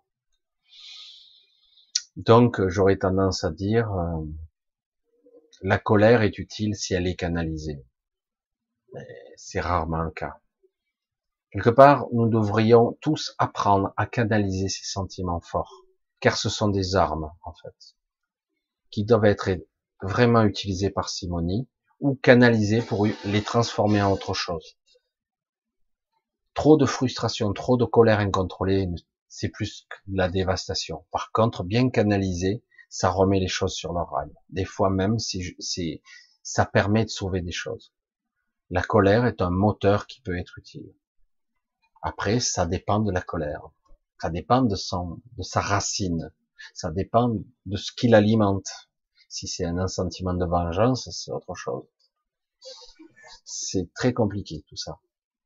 Donc j'aurais tendance à dire euh, la colère est utile si elle est canalisée. Mais c'est rarement le cas. Quelque part, nous devrions tous apprendre à canaliser ces sentiments forts, car ce sont des armes, en fait, qui doivent être vraiment utilisées par simonie, ou canalisées pour les transformer en autre chose. Trop de frustration, trop de colère incontrôlée, c'est plus que de la dévastation. Par contre, bien canalisé, ça remet les choses sur leur rail. Des fois même, si, si, ça permet de sauver des choses. La colère est un moteur qui peut être utile. Après, ça dépend de la colère. Ça dépend de son, de sa racine. Ça dépend de ce qui l'alimente. Si c'est un sentiment de vengeance, c'est autre chose. C'est très compliqué, tout ça.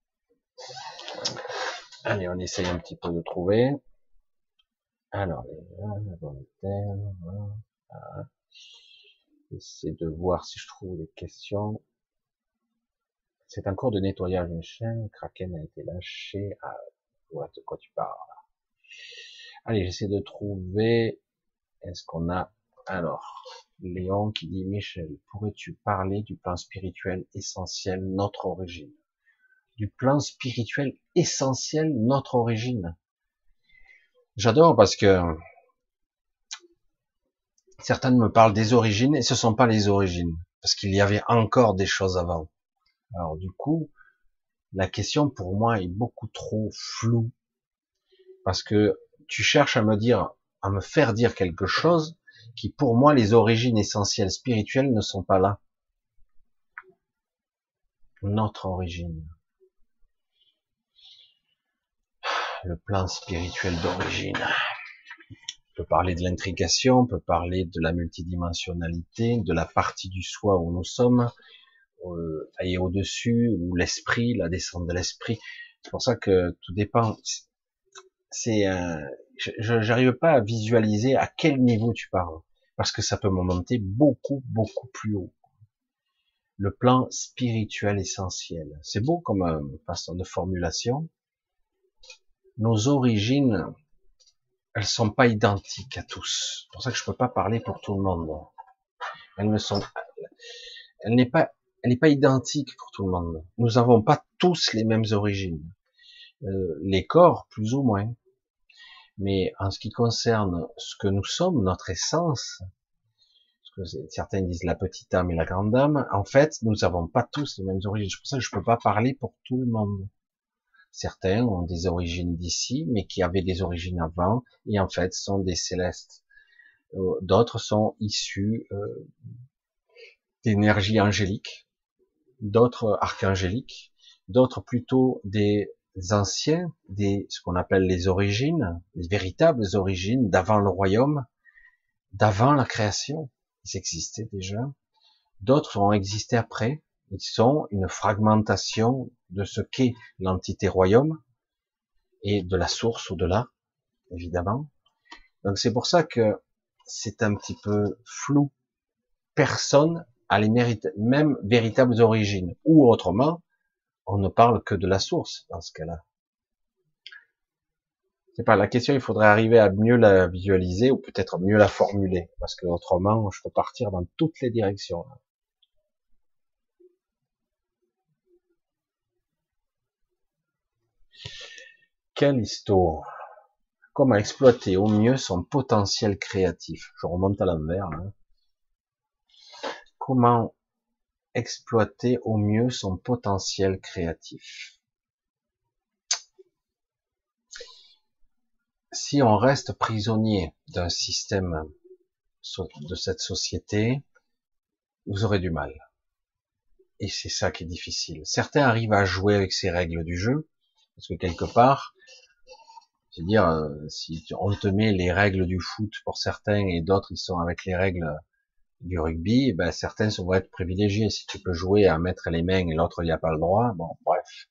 Allez, on essaye un petit peu de trouver. Alors, j'essaie de voir si je trouve les questions. C'est un cours de nettoyage d'une chaîne. Kraken a été lâché. Ah, ouais, de quoi tu parles? Allez, j'essaie de trouver. Est-ce qu'on a... Alors, Léon qui dit, Michel, pourrais-tu parler du plan spirituel essentiel, notre origine? Du plan spirituel essentiel, notre origine. J'adore parce que certains me parlent des origines et ce sont pas les origines. Parce qu'il y avait encore des choses avant. Alors du coup, la question pour moi est beaucoup trop floue, parce que tu cherches à me dire, à me faire dire quelque chose qui pour moi les origines essentielles spirituelles ne sont pas là. Notre origine. Le plan spirituel d'origine. On peut parler de l'intrication, on peut parler de la multidimensionnalité, de la partie du soi où nous sommes, Euh, et au-dessus, ou l'esprit, la descente de l'esprit. C'est pour ça que tout dépend. C'est, euh, je j'arrive pas à visualiser à quel niveau tu parles, parce que ça peut me monter beaucoup, beaucoup plus haut. Le plan spirituel essentiel. C'est beau comme euh, façon de formulation. Nos origines, elles sont pas identiques à tous. C'est pour ça que je peux pas parler pour tout le monde. Elles ne sont, elles n'est pas elle n'est pas identique pour tout le monde. Nous n'avons pas tous les mêmes origines. Euh, les corps, plus ou moins. Mais en ce qui concerne ce que nous sommes, notre essence, ce que certains disent la petite âme et la grande âme, en fait, nous n'avons pas tous les mêmes origines. C'est pour ça que je ne peux pas parler pour tout le monde. Certains ont des origines d'ici, mais qui avaient des origines avant, et en fait sont des célestes. D'autres sont issus euh, d'énergie angélique, d'autres archangéliques, d'autres plutôt des anciens, des ce qu'on appelle les origines, les véritables origines d'avant le royaume, d'avant la création. Ils existaient déjà. D'autres ont existé après. Ils sont une fragmentation de ce qu'est l'entité royaume et de la source au-delà, évidemment. Donc c'est pour ça que c'est un petit peu flou. Personne a les mérites, même véritables origines. Ou autrement, on ne parle que de la source dans ce cas-là. C'est pas la question, il faudrait arriver à mieux la visualiser ou peut-être mieux la formuler, parce que autrement, je peux partir dans toutes les directions. Quelle histoire! Comment exploiter au mieux son potentiel créatif? Je remonte à l'envers. Hein. Comment exploiter au mieux son potentiel créatif? Si on reste prisonnier d'un système de cette société, vous aurez du mal. Et c'est ça qui est difficile. Certains arrivent à jouer avec ces règles du jeu, parce que quelque part, c'est-à-dire, si on te met les règles du foot pour certains et d'autres, ils sont avec les règles du rugby, ben, certains vont être privilégiés. Si tu peux jouer à mettre les mains et l'autre il n'y a pas le droit, bon, bref.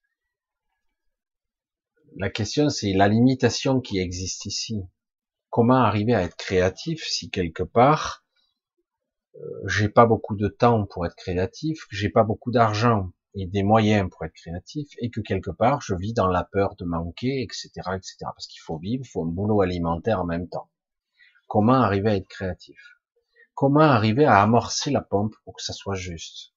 La question, c'est la limitation qui existe ici. Comment arriver à être créatif si quelque part, euh, j'ai pas beaucoup de temps pour être créatif, que j'ai pas beaucoup d'argent et des moyens pour être créatif, et que quelque part, je vis dans la peur de manquer, et cetera, et cetera. Parce qu'il faut vivre, il faut un boulot alimentaire en même temps. Comment arriver à être créatif? Comment arriver à amorcer la pompe pour que ça soit juste?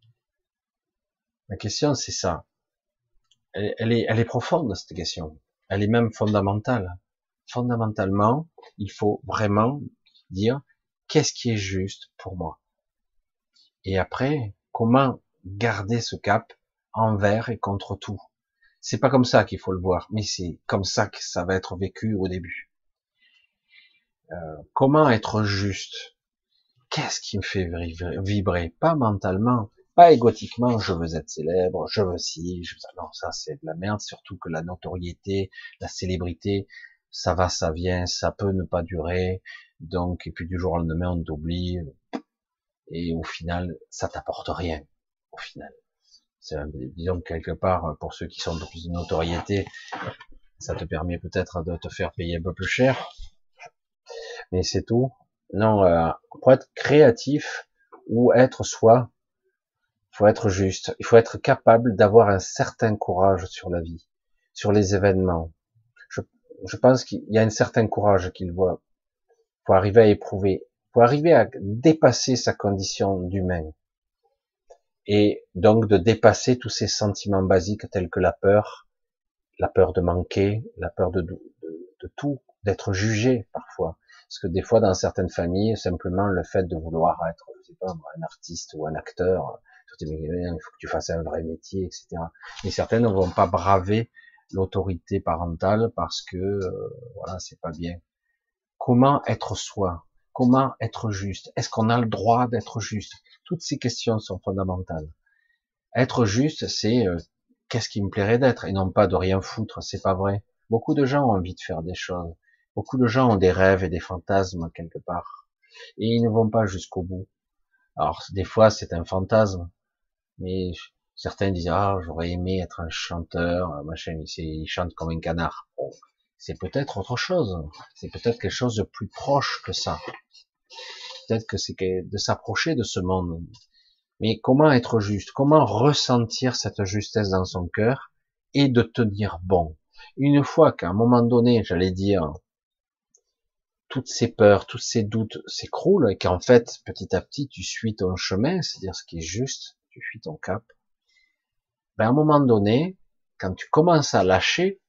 La question, c'est ça. Elle, elle est, elle est profonde, cette question. Elle est même fondamentale. Fondamentalement, il faut vraiment dire qu'est-ce qui est juste pour moi. Et après, comment garder ce cap envers et contre tout. C'est pas comme ça qu'il faut le voir, mais c'est comme ça que ça va être vécu au début. Euh, comment être juste? Qu'est-ce qui me fait vibrer? Pas mentalement, pas égotiquement, je veux être célèbre, je veux ci, je veux ça. Non, ça c'est de la merde, surtout que la notoriété, la célébrité, ça va, ça vient, ça peut ne pas durer, donc, et puis du jour au lendemain, on t'oublie, et au final, ça t'apporte rien, au final. C'est, disons que quelque part, pour ceux qui sont de plus de notoriété, ça te permet peut-être de te faire payer un peu plus cher, mais c'est tout. Non, euh, pour être créatif ou être soi, il faut être juste. Il faut être capable d'avoir un certain courage sur la vie, sur les événements. Je, je pense qu'il y a un certain courage qu'il voit. Il faut arriver à éprouver, il faut arriver à dépasser sa condition d'humain. Et donc de dépasser tous ces sentiments basiques tels que la peur, la peur de manquer, la peur de, de, de tout, d'être jugé parfois. Parce que des fois, dans certaines familles, simplement le fait de vouloir être, je sais pas, un artiste ou un acteur, il faut que tu fasses un vrai métier, et cetera. Mais certaines ne vont pas braver l'autorité parentale parce que, euh, voilà, c'est pas bien. Comment être soi? Comment être juste? Est-ce qu'on a le droit d'être juste? Toutes ces questions sont fondamentales. Être juste, c'est euh, qu'est-ce qui me plairait d'être et non pas de rien foutre. C'est pas vrai. Beaucoup de gens ont envie de faire des choses. Beaucoup de gens ont des rêves et des fantasmes quelque part. Et ils ne vont pas jusqu'au bout. Alors, des fois, c'est un fantasme. Mais certains disent, ah, j'aurais aimé être un chanteur, machin, il chante comme un canard. Bon, c'est peut-être autre chose. C'est peut-être quelque chose de plus proche que ça. Peut-être que c'est de s'approcher de ce monde. Mais comment être juste? Comment ressentir cette justesse dans son cœur et de tenir bon? Une fois qu'à un moment donné, j'allais dire, toutes ces peurs, tous ces doutes s'écroulent et qu'en fait, petit à petit, tu suis ton chemin, c'est-à-dire ce qui est juste, tu suis ton cap. Ben, à un moment donné, quand tu commences à lâcher,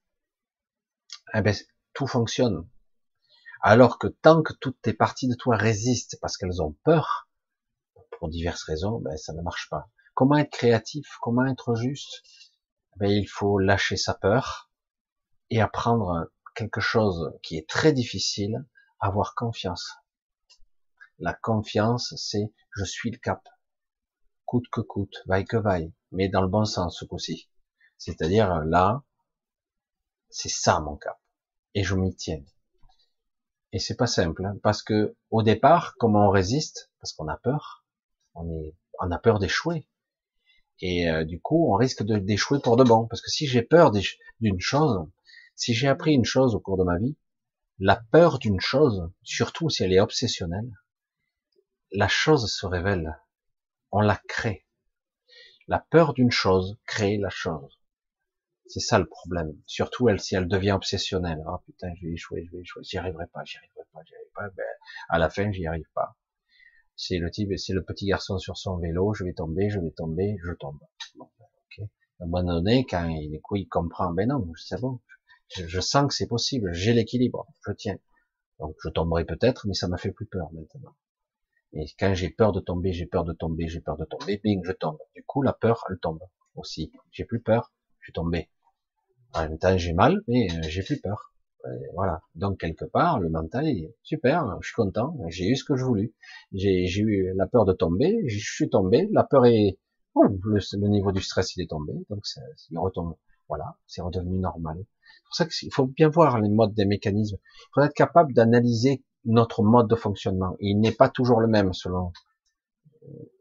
eh ben, tout fonctionne. Alors que tant que toutes tes parties de toi résistent parce qu'elles ont peur, pour diverses raisons, ben, ça ne marche pas. Comment être créatif? Comment être juste? Ben, il faut lâcher sa peur et apprendre quelque chose qui est très difficile, avoir confiance. La confiance, c'est je suis le cap, coûte que coûte, vaille que vaille, mais dans le bon sens ce coup-ci. C'est-à-dire là, c'est ça mon cap, et je m'y tiens. Et c'est pas simple, hein, parce que au départ, comment on résiste? Parce qu'on a peur, on est, on a peur d'échouer. Et euh, du coup, on risque de d'échouer pour de bon. Parce que si j'ai peur d'une chose, si j'ai appris une chose au cours de ma vie, la peur d'une chose, surtout si elle est obsessionnelle, la chose se révèle. On la crée. La peur d'une chose crée la chose. C'est ça le problème. Surtout elle, si elle devient obsessionnelle. Ah oh, putain, je vais échouer, je vais échouer, j'y arriverai pas, j'y arriverai pas, j'y arriverai pas. Ben, à la fin, j'y arrive pas. C'est le type, c'est le petit garçon sur son vélo, je vais tomber, je vais tomber, je tombe. Bon, okay. À un moment donné, quand il, du coup, il comprend, ben non, c'est bon, je, je sens que c'est possible, j'ai l'équilibre, je tiens. Donc je tomberai peut-être, mais ça m'a fait plus peur maintenant. Et quand j'ai peur de tomber, j'ai peur de tomber, j'ai peur de tomber, bing, je tombe. Du coup, la peur, elle tombe aussi. J'ai plus peur, je suis tombé. En même temps, j'ai mal, mais j'ai plus peur. Et voilà. Donc quelque part, le mental, il est super, je suis content, j'ai eu ce que je voulais. J'ai eu la peur de tomber, je suis tombé, la peur est, oh, le, le niveau du stress il est tombé, donc ça, il retombe. Voilà, c'est redevenu normal. C'est pour ça qu'il faut bien voir les modes des mécanismes. Il faut être capable d'analyser notre mode de fonctionnement. Il n'est pas toujours le même selon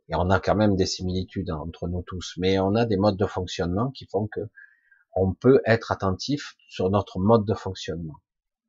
Et on a quand même des similitudes entre nous tous, mais on a des modes de fonctionnement qui font que on peut être attentif sur notre mode de fonctionnement.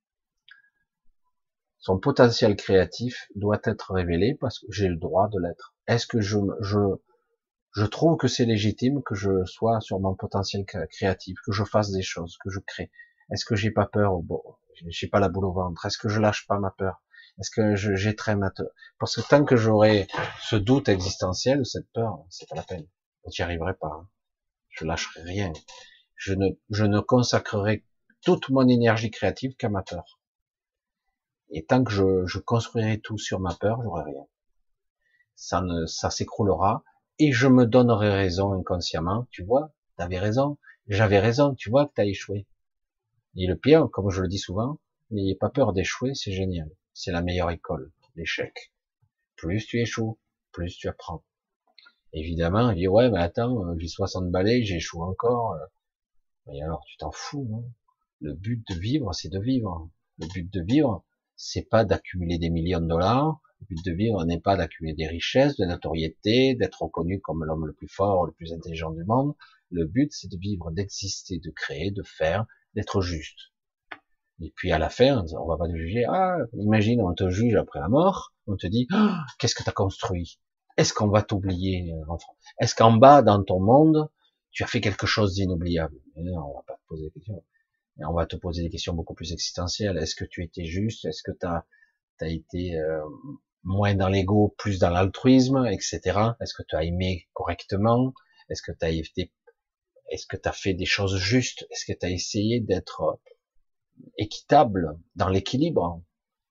Son potentiel créatif doit être révélé parce que j'ai le droit de l'être. Est-ce que je, je, je trouve que c'est légitime que je sois sur mon potentiel créatif, que je fasse des choses, que je crée? Est-ce que j'ai pas peur? Bon, j'ai pas la boule au ventre. Est-ce que je lâche pas ma peur? Est-ce que je j'étreins ma peur? Parce que tant que j'aurai ce doute existentiel, cette peur, c'est pas la peine. J'y arriverai pas. Hein. Je lâcherai rien. Je ne, je ne consacrerai toute mon énergie créative qu'à ma peur. Et tant que je, je construirai tout sur ma peur, j'aurai rien. Ça ne, ça s'écroulera et je me donnerai raison inconsciemment. Tu vois, t'avais raison, j'avais raison. Tu vois que t'as échoué. Et le pire, comme je le dis souvent, n'ayez pas peur d'échouer, c'est génial. C'est la meilleure école, l'échec. Plus tu échoues, plus tu apprends. Évidemment, il dit ouais, mais attends, j'ai soixante balais, j'échoue encore. Mais alors, tu t'en fous, non? Le but de vivre, c'est de vivre. Le but de vivre, c'est pas d'accumuler des millions de dollars. Le but de vivre n'est pas d'accumuler des richesses, de notoriété, d'être reconnu comme l'homme le plus fort, le plus intelligent du monde. Le but, c'est de vivre, d'exister, de créer, de faire, d'être juste. Et puis à la fin, on va pas te juger. Ah, imagine, on te juge après la mort. On te dit, oh, qu'est-ce que tu as construit? Est-ce qu'on va t'oublier, enfant? Est-ce qu'en bas, dans ton monde, tu as fait quelque chose d'inoubliable? Non, on va pas te poser des questions. Et on va te poser des questions beaucoup plus existentielles. Est-ce que tu étais juste? Est-ce que tu as, été euh, moins dans l'ego, plus dans l'altruisme, et cetera. Est-ce que tu as aimé correctement? Est-ce que tu as été, est-ce que tu as fait des choses justes? Est-ce que tu as essayé d'être équitable dans l'équilibre?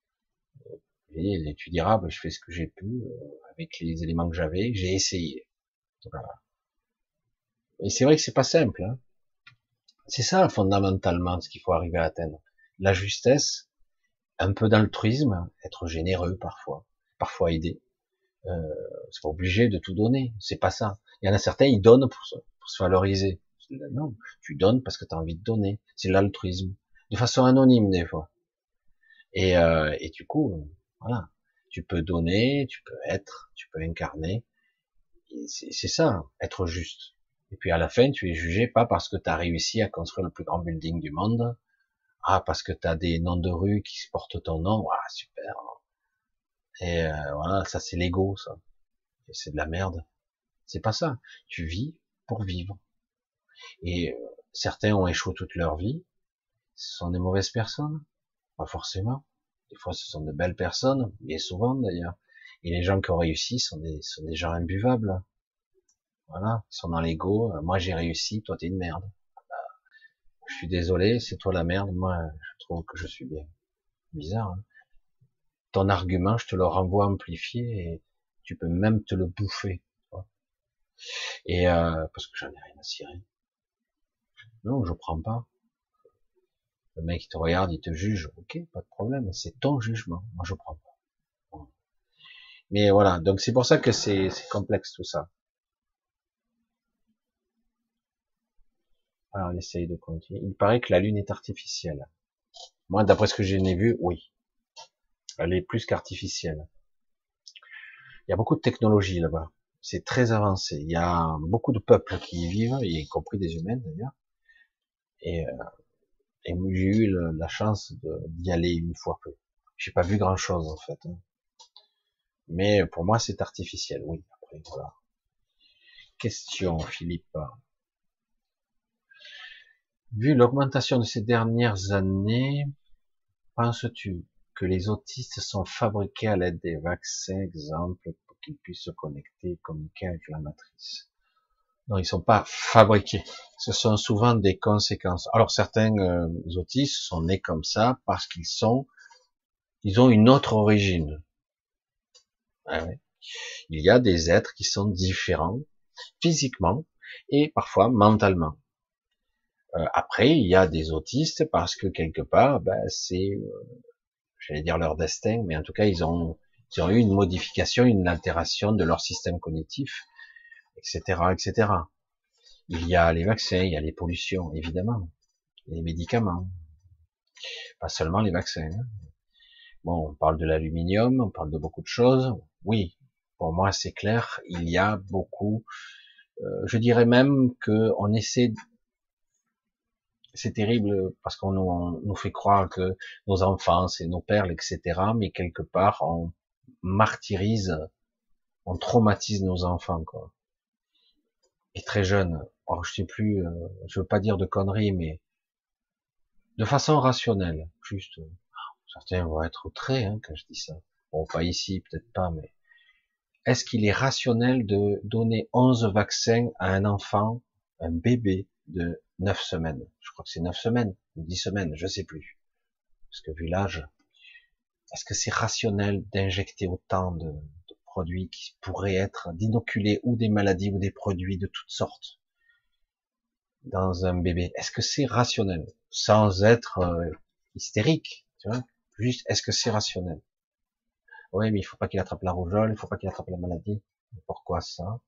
Et tu diras, ben, je fais ce que j'ai pu euh, avec les éléments que j'avais, j'ai essayé. Voilà. Et c'est vrai que c'est pas simple. Hein. C'est ça fondamentalement ce qu'il faut arriver à atteindre. La justesse, un peu d'altruisme, être généreux parfois, parfois aider. Euh, c'est pas obligé de tout donner, c'est pas ça. Il y en a certains, ils donnent pour se, pour se valoriser. Non, tu donnes parce que tu as envie de donner. C'est l'altruisme, de façon anonyme des fois. Et, euh, et du coup, voilà, tu peux donner, tu peux être, tu peux incarner. C'est ça, être juste. Et puis à la fin, tu es jugé pas parce que tu as réussi à construire le plus grand building du monde, ah parce que tu as des noms de rue qui portent ton nom, ah super. Et euh, voilà, ça c'est l'ego, ça. C'est de la merde. C'est pas ça. Tu vis pour vivre. Et euh, certains ont échoué toute leur vie. Ce sont des mauvaises personnes, pas forcément. Des fois, ce sont de belles personnes, bien souvent d'ailleurs. Et les gens qui ont réussi sont des, sont des gens imbuvables. Voilà, ils sont dans l'ego. Moi, j'ai réussi, toi, t'es une merde. Je suis désolé, c'est toi la merde. Moi, je trouve que je suis bien. Bizarre. Hein, ton argument, je te le renvoie amplifié et tu peux même te le bouffer. Et euh, parce que j'en ai rien à cirer. Non, je prends pas. Le mec, il te regarde, il te juge. Ok, pas de problème, c'est ton jugement. Moi, je prends pas. Mais voilà, donc c'est pour ça que c'est complexe tout ça. Alors, on essaye de continuer. Il paraît que la Lune est artificielle. Moi, d'après ce que j'en ai vu, oui. Elle est plus qu'artificielle. Il y a beaucoup de technologie là-bas. C'est très avancé. Il y a beaucoup de peuples qui y vivent, y compris des humains d'ailleurs. Et, euh, et j'ai eu le, la chance d'y aller une fois peu. J'ai pas vu grand-chose en fait. Mais pour moi, c'est artificiel. Oui. Après, voilà. Question, Philippe. Vu l'augmentation de ces dernières années, penses-tu que les autistes sont fabriqués à l'aide des vaccins, exemple, pour qu'ils puissent se connecter et communiquer avec la matrice? Non, ils sont pas fabriqués. Ce sont souvent des conséquences. Alors certains euh, autistes sont nés comme ça parce qu'ils sont, ils ont une autre origine. Ah ouais. Il y a des êtres qui sont différents physiquement et parfois mentalement. Euh, après, il y a des autistes parce que quelque part, ben, c'est, euh, j'allais dire leur destin, mais en tout cas, ils ont, ils ont eu une modification, une altération de leur système cognitif, et cetera, et cetera. Il y a les vaccins, il y a les pollutions, évidemment, les médicaments, pas seulement les vaccins. Hein. Bon, on parle de l'aluminium, on parle de beaucoup de choses. Oui, Pour moi, c'est clair, il y a beaucoup, euh, je dirais même que on essaie, c'est terrible parce qu'on nous, on nous fait croire que nos enfants, c'est nos perles, et cetera. Mais quelque part, on martyrise, on traumatise nos enfants, quoi. Et très jeunes. Alors, je sais plus, euh, je veux pas dire de conneries, mais de façon rationnelle, juste. Certains vont être outrés hein, quand je dis ça. Bon, pas ici, peut-être pas, mais est-ce qu'il est rationnel de donner onze vaccins à un enfant, un bébé de neuf semaines? Je crois que c'est neuf semaines, ou dix semaines, je sais plus. Parce que vu l'âge, est-ce que c'est rationnel d'injecter autant de, de produits qui pourraient être d'inoculer ou des maladies ou des produits de toutes sortes dans un bébé? Est-ce que c'est rationnel? Sans être euh, hystérique, tu vois? Juste, est-ce que c'est rationnel? Oui, mais il faut pas qu'il attrape la rougeole, il faut pas qu'il attrape la maladie. Pourquoi ça?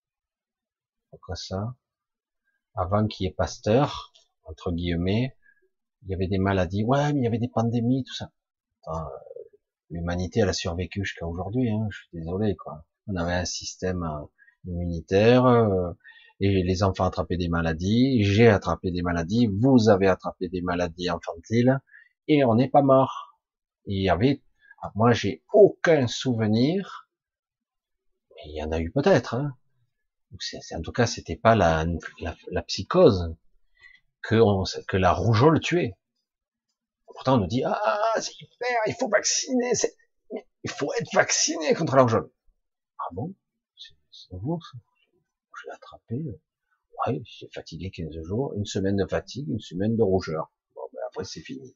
Pourquoi ça? Avant qu'il y ait Pasteur, entre guillemets, il y avait des maladies. Ouais, mais il y avait des pandémies, tout ça. Attends, l'humanité, elle a survécu jusqu'à aujourd'hui, hein, je suis désolé, quoi. On avait un système euh, immunitaire, euh, et les enfants attrapaient des maladies, j'ai attrapé des maladies, vous avez attrapé des maladies infantiles, et on n'est pas mort. Il y avait, moi j'ai aucun souvenir, mais il y en a eu peut-être, hein. C'est, c'est, en tout cas, c'était pas la, la, la psychose que, on, que la rougeole tuait. Pourtant, on nous dit, ah, c'est hyper, il faut vacciner, c'est, il faut être vacciné contre la rougeole. Ah bon? C'est, c'est nouveau, ça. Je l'ai attrapé. Ouais, j'ai fatigué quinze jours, une semaine de fatigue, une semaine de rougeur. Bon, ben après, c'est fini.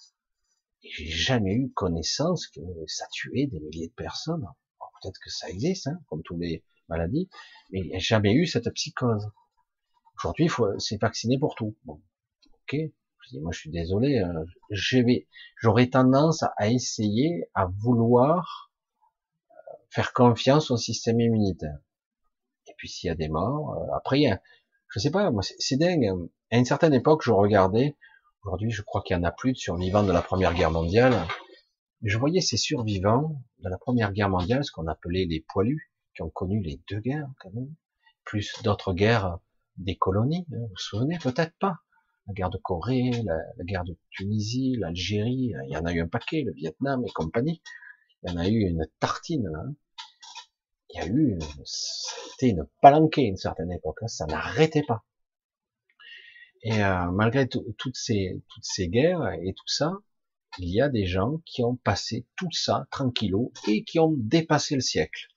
Et j'ai jamais eu connaissance que ça tuait des milliers de personnes. Bon, peut-être que ça existe, hein, comme toutes les maladies, mais il n'y a jamais eu cette psychose. Aujourd'hui, il faut, c'est vacciné pour tout. Bon, ok. Je dis, moi, je suis désolé. Euh, je vais, j'aurais tendance à essayer, à vouloir faire confiance au système immunitaire. Et puis, s'il y a des morts, euh, après, il y a, je sais pas, moi, c'est, c'est dingue. À une certaine époque, je regardais. Aujourd'hui, je crois qu'il y en a plus de survivants de la Première Guerre mondiale. Je voyais ces survivants de la Première Guerre mondiale, ce qu'on appelait les poilus, qui ont connu les deux guerres, quand même, plus d'autres guerres des colonies. Hein, vous vous souvenez peut-être pas? La guerre de Corée, la, la guerre de Tunisie, l'Algérie, il y en a eu un paquet, le Vietnam et compagnie. Il y en a eu une tartine. Hein. Il y a eu, c'était une palanquée à une certaine époque. Hein, ça n'arrêtait pas. Et euh, malgré tout, toutes ces toutes ces guerres et tout ça, il y a des gens qui ont passé tout ça tranquillo et qui ont dépassé le siècle.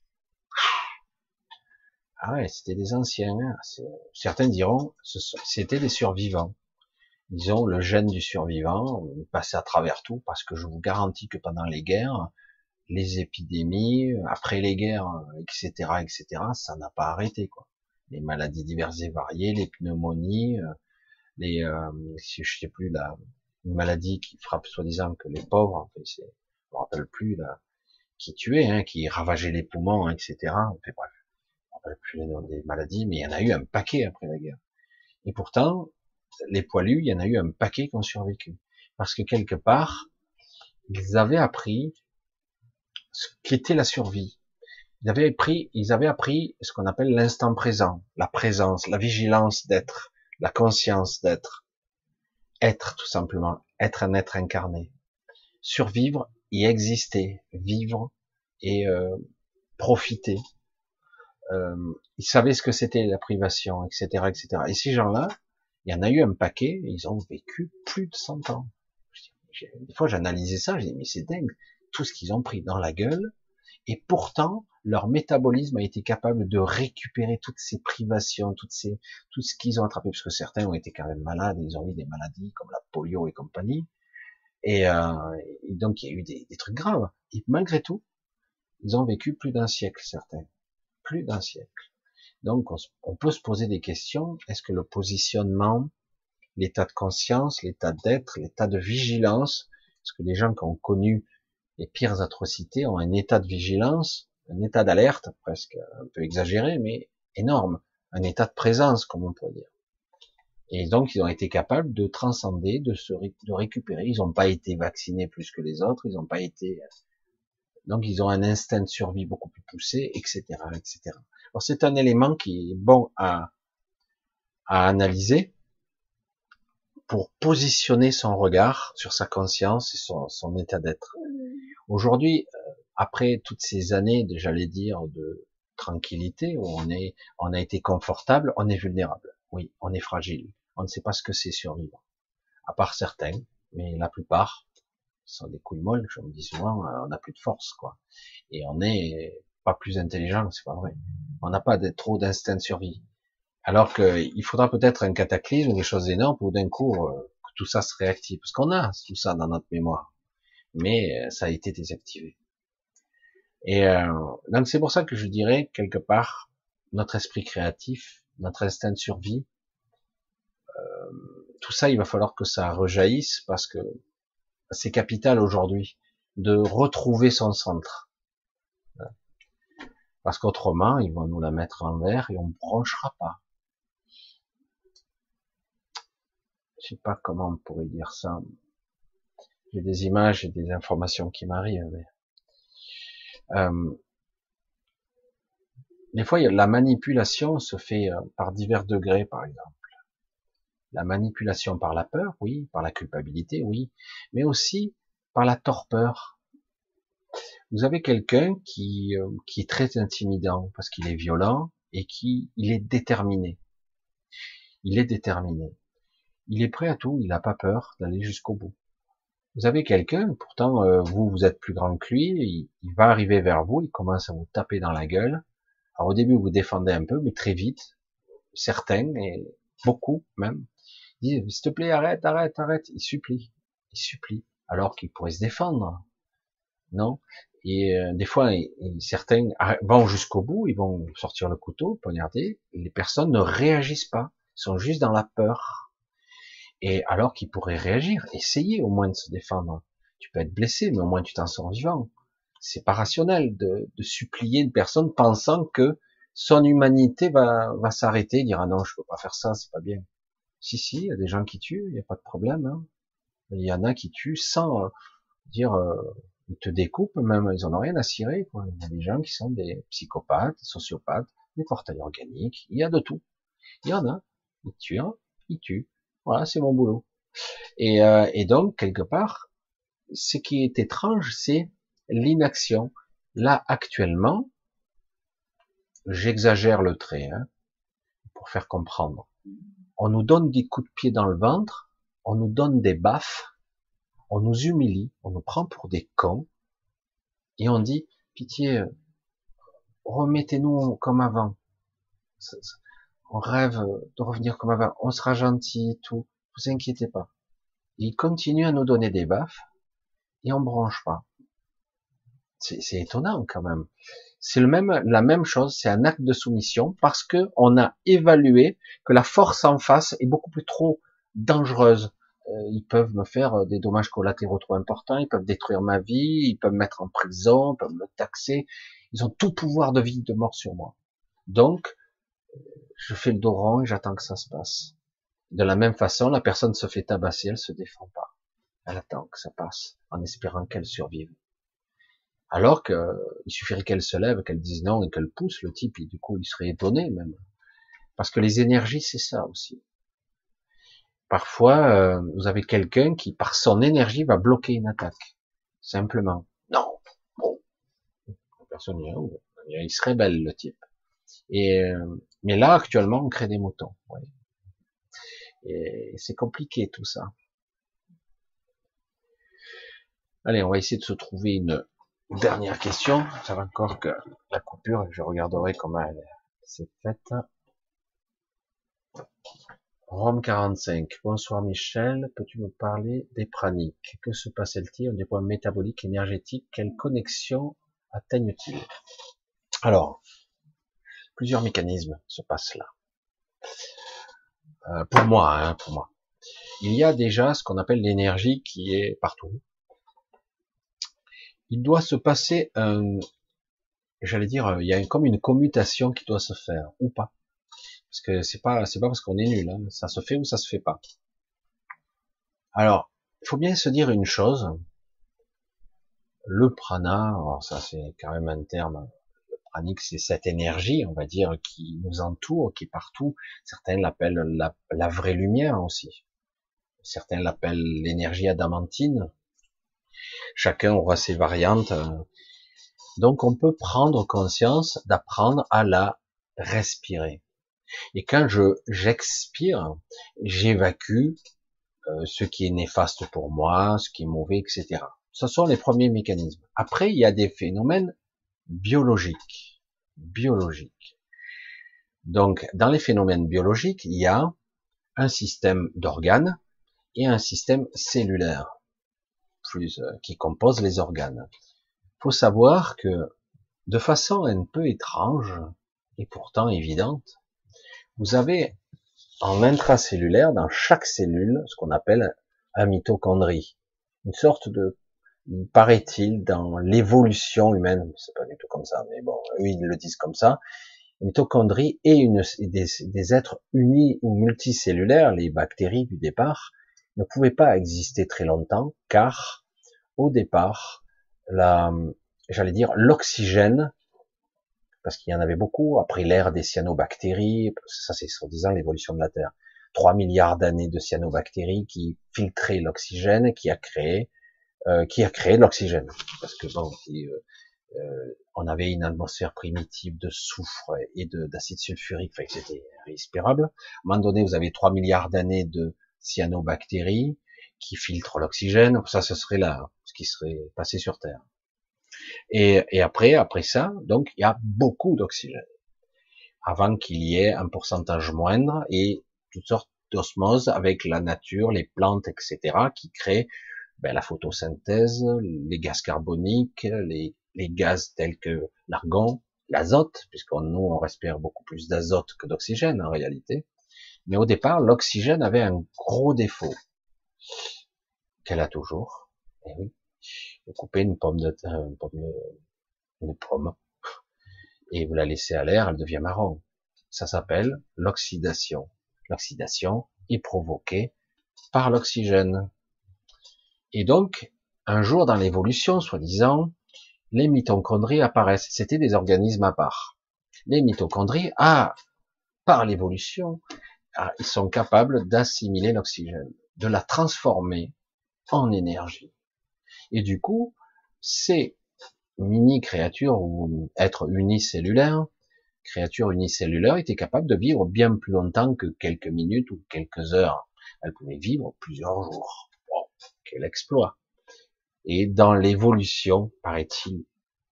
Ah ouais, c'était des anciens. Hein. Certains diront, c'était des survivants. Ils ont le gène du survivant, passé à travers tout, parce que je vous garantis que pendant les guerres, les épidémies, après les guerres, et cetera, et cetera, ça n'a pas arrêté, quoi. Les maladies diverses et variées, les pneumonies, les, euh, je sais plus, la, une maladie qui frappe soi-disant que les pauvres, en fait, c'est, je me rappelle plus, là, qui tuait, hein, qui ravageait les poumons, et cetera. Enfin, bref, je me rappelle plus les noms des maladies, mais il y en a eu un paquet après la guerre. Et pourtant, les poilus, il y en a eu un paquet qui ont survécu. Parce que quelque part, ils avaient appris ce qu'était la survie. Ils avaient appris, ils avaient appris ce qu'on appelle l'instant présent, la présence, la vigilance d'être, la conscience d'être. Être, tout simplement. Être un être incarné. Survivre et exister. Vivre et euh, profiter. Euh, ils savaient ce que c'était la privation, et cetera, et cetera. Et ces gens-là, il y en a eu un paquet, ils ont vécu plus de cent ans. Des fois, j'analysais ça, je dis, mais c'est dingue, tout ce qu'ils ont pris dans la gueule, et pourtant, leur métabolisme a été capable de récupérer toutes ces privations, toutes ces, tout ce qu'ils ont attrapé, parce que certains ont été quand même malades, ils ont eu des maladies comme la polio et compagnie, et, euh, et donc il y a eu des, des trucs graves. Et malgré tout, ils ont vécu plus d'un siècle, certains. Plus d'un siècle. Donc, on, on peut se poser des questions. Est-ce que le positionnement, l'état de conscience, l'état d'être, l'état de vigilance, parce que les gens qui ont connu les pires atrocités ont un état de vigilance, un état d'alerte, presque un peu exagéré, mais énorme, un état de présence, comme on pourrait dire. Et donc, ils ont été capables de transcender, de se de récupérer. Ils n'ont pas été vaccinés plus que les autres, ils n'ont pas été Donc ils ont un instinct de survie beaucoup plus poussé, et cetera, et cetera. Alors c'est un élément qui est bon à, à analyser pour positionner son regard sur sa conscience et son, son état d'être. Aujourd'hui, euh, après toutes ces années, j'allais dire, de tranquillité, où on est, on a été confortable, on est vulnérable. Oui, on est fragile. On ne sait pas ce que c'est survivre. À part certains, mais la plupart sont des couilles molles, je me dis souvent, euh, on n'a plus de force, quoi. Et on n'est pas plus intelligent, c'est pas vrai. On n'a pas de, trop d'instinct de survie. Alors qu'il faudra peut-être un cataclysme, des choses énormes, pour d'un coup, euh, que tout ça se réactive. Parce qu'on a tout ça dans notre mémoire. Mais euh, ça a été désactivé. Et euh, donc c'est pour ça que je dirais, quelque part, notre esprit créatif, notre instinct de survie, tout ça, il va falloir que ça rejaillisse, parce que c'est capital aujourd'hui de retrouver son centre. Parce qu'autrement, ils vont nous la mettre en vert et on ne branchera pas. Je sais pas comment on pourrait dire ça. J'ai des images et des informations qui m'arrivent. Mais... Euh, des fois, la manipulation se fait par divers degrés, par exemple. La manipulation par la peur, oui, par la culpabilité, oui, mais aussi par la torpeur. Vous avez quelqu'un qui, euh, qui est très intimidant parce qu'il est violent et qui il est déterminé. Il est déterminé. Il est prêt à tout, il n'a pas peur d'aller jusqu'au bout. Vous avez quelqu'un, pourtant euh, vous, vous êtes plus grand que lui, il, il va arriver vers vous, il commence à vous taper dans la gueule. Alors au début vous défendez un peu, mais très vite, certains, et beaucoup même, disent s'il te plaît arrête, arrête, arrête, il supplie, il supplie, alors qu'il pourrait se défendre, non? Et euh, des fois, et, et certains vont jusqu'au bout, ils vont sortir le couteau, poignarder, et les personnes ne réagissent pas, ils sont juste dans la peur. Et alors qu'ils pourraient réagir, essayer au moins de se défendre. Tu peux être blessé, mais au moins tu t'en sors vivant. C'est pas rationnel de, de supplier une personne pensant que son humanité va, va s'arrêter, dire ah non, je peux pas faire ça, c'est pas bien. Si si, il y a des gens qui tuent, il n'y a pas de problème. Hein. Il y en a qui tuent sans euh, dire, euh, ils te découpent, même ils en ont rien à cirer. Quoi. Il y a des gens qui sont des psychopathes, des sociopathes, des portails organiques. Il y a de tout. Il y en a. Ils tuent, ils tuent. Voilà, c'est mon boulot. Et, euh, et donc, quelque part, ce qui est étrange, c'est l'inaction. Là, actuellement, j'exagère le trait, hein, pour faire comprendre. On nous donne des coups de pied dans le ventre, on nous donne des baffes, on nous humilie, on nous prend pour des cons, et on dit, pitié, remettez-nous comme avant. On rêve de revenir comme avant, on sera gentil, tout, vous inquiétez pas. Ils continuent à nous donner des baffes, et on branche pas. C'est étonnant quand même. C'est le même, la même chose, c'est un acte de soumission parce que on a évalué que la force en face est beaucoup plus trop dangereuse. Euh, ils peuvent me faire des dommages collatéraux trop importants, ils peuvent détruire ma vie, ils peuvent me mettre en prison, ils peuvent me taxer. Ils ont tout pouvoir de vie, de mort sur moi. Donc, je fais le dos rond et j'attends que ça se passe. De la même façon, la personne se fait tabasser, elle se défend pas. Elle attend que ça passe, en espérant qu'elle survive. Alors que il suffirait qu'elle se lève, qu'elle dise non et qu'elle pousse le type, et du coup il serait étonné même. Parce que les énergies, c'est ça aussi. Parfois, euh, vous avez quelqu'un qui, par son énergie, va bloquer une attaque. Simplement. Non. Bon. La personne dit, oh, il se rebelle le type. Et euh, mais là, actuellement, on crée des moutons. Ouais. Et c'est compliqué tout ça. Allez, on va essayer de se trouver une dernière question. Ça va encore que la coupure, je regarderai comment elle s'est faite. Rome quarante-cinq. Bonsoir Michel, peux-tu me parler des praniques? Que se passe-t-il du point métabolique, énergétique? Quelles connexions atteignent-ils? Alors, plusieurs mécanismes se passent là. Euh, pour moi, hein, pour moi. Il y a déjà ce qu'on appelle l'énergie qui est partout. Il doit se passer un, j'allais dire, il y a comme une commutation qui doit se faire, ou pas. Parce que c'est pas, c'est pas parce qu'on est nul, hein. Ça se fait ou ça se fait pas. Alors, il faut bien se dire une chose, Le prana, alors ça c'est quand même un terme, le pranique, c'est cette énergie, on va dire, qui nous entoure, qui est partout. Certains l'appellent la, la vraie lumière aussi. Certains l'appellent l'énergie adamantine. Chacun aura ses variantes. Donc on peut prendre conscience d'apprendre à la respirer. Et quand je j'expire, j'évacue euh, ce qui est néfaste pour moi, ce qui est mauvais, et cetera. Ce sont les premiers mécanismes. Après, il y a des phénomènes biologiques. Biologiques. Donc, dans les phénomènes biologiques, il y a un système d'organes et un système cellulaire plus euh, qui compose les organes. Il faut savoir que de façon un peu étrange et pourtant évidente, vous avez en intracellulaire, dans chaque cellule, ce qu'on appelle un mitochondrie. Une sorte de, paraît-il, dans l'évolution humaine, c'est pas du tout comme ça, mais bon, eux ils le disent comme ça, une mitochondrie est une, des, des êtres unis ou multicellulaires, les bactéries du départ, ne pouvaient pas exister très longtemps, car, au départ, la, j'allais dire, l'oxygène, parce qu'il y en avait beaucoup, après l'ère des cyanobactéries, ça c'est soi-disant l'évolution de la Terre, trois milliards d'années de cyanobactéries qui filtraient l'oxygène, qui a créé, euh, qui a créé l'oxygène. Parce que bon, et, euh, euh, on avait une atmosphère primitive de soufre et de d'acide sulfurique, fait que c'était respirable. À un moment donné, vous avez trois milliards d'années de cyanobactéries qui filtrent l'oxygène. Ça, ce serait là, ce qui serait passé sur Terre. Et, et après, après ça, donc, il y a beaucoup d'oxygène. Avant qu'il y ait un pourcentage moindre et toutes sortes d'osmose avec la nature, les plantes, et cetera, qui créent ben, la photosynthèse, les gaz carboniques, les, les gaz tels que l'argon, l'azote, puisqu'on nous on respire beaucoup plus d'azote que d'oxygène en réalité. Mais au départ, l'oxygène avait un gros défaut qu'elle a toujours. Eh oui, vous coupez une pomme de, une pomme de, une pomme et vous la laissez à l'air, elle devient marron. Ça s'appelle l'oxydation. L'oxydation est provoquée par l'oxygène. Et donc, un jour dans l'évolution, soi-disant, les mitochondries apparaissent. C'était des organismes à part. Les mitochondries, ah, par l'évolution, ah, ils sont capables d'assimiler l'oxygène, de la transformer en énergie. Et du coup, ces mini-créatures ou êtres unicellulaires, créatures unicellulaires étaient capables de vivre bien plus longtemps que quelques minutes ou quelques heures. Elles pouvaient vivre plusieurs jours. Bon, quel exploit! Et dans l'évolution, paraît-il,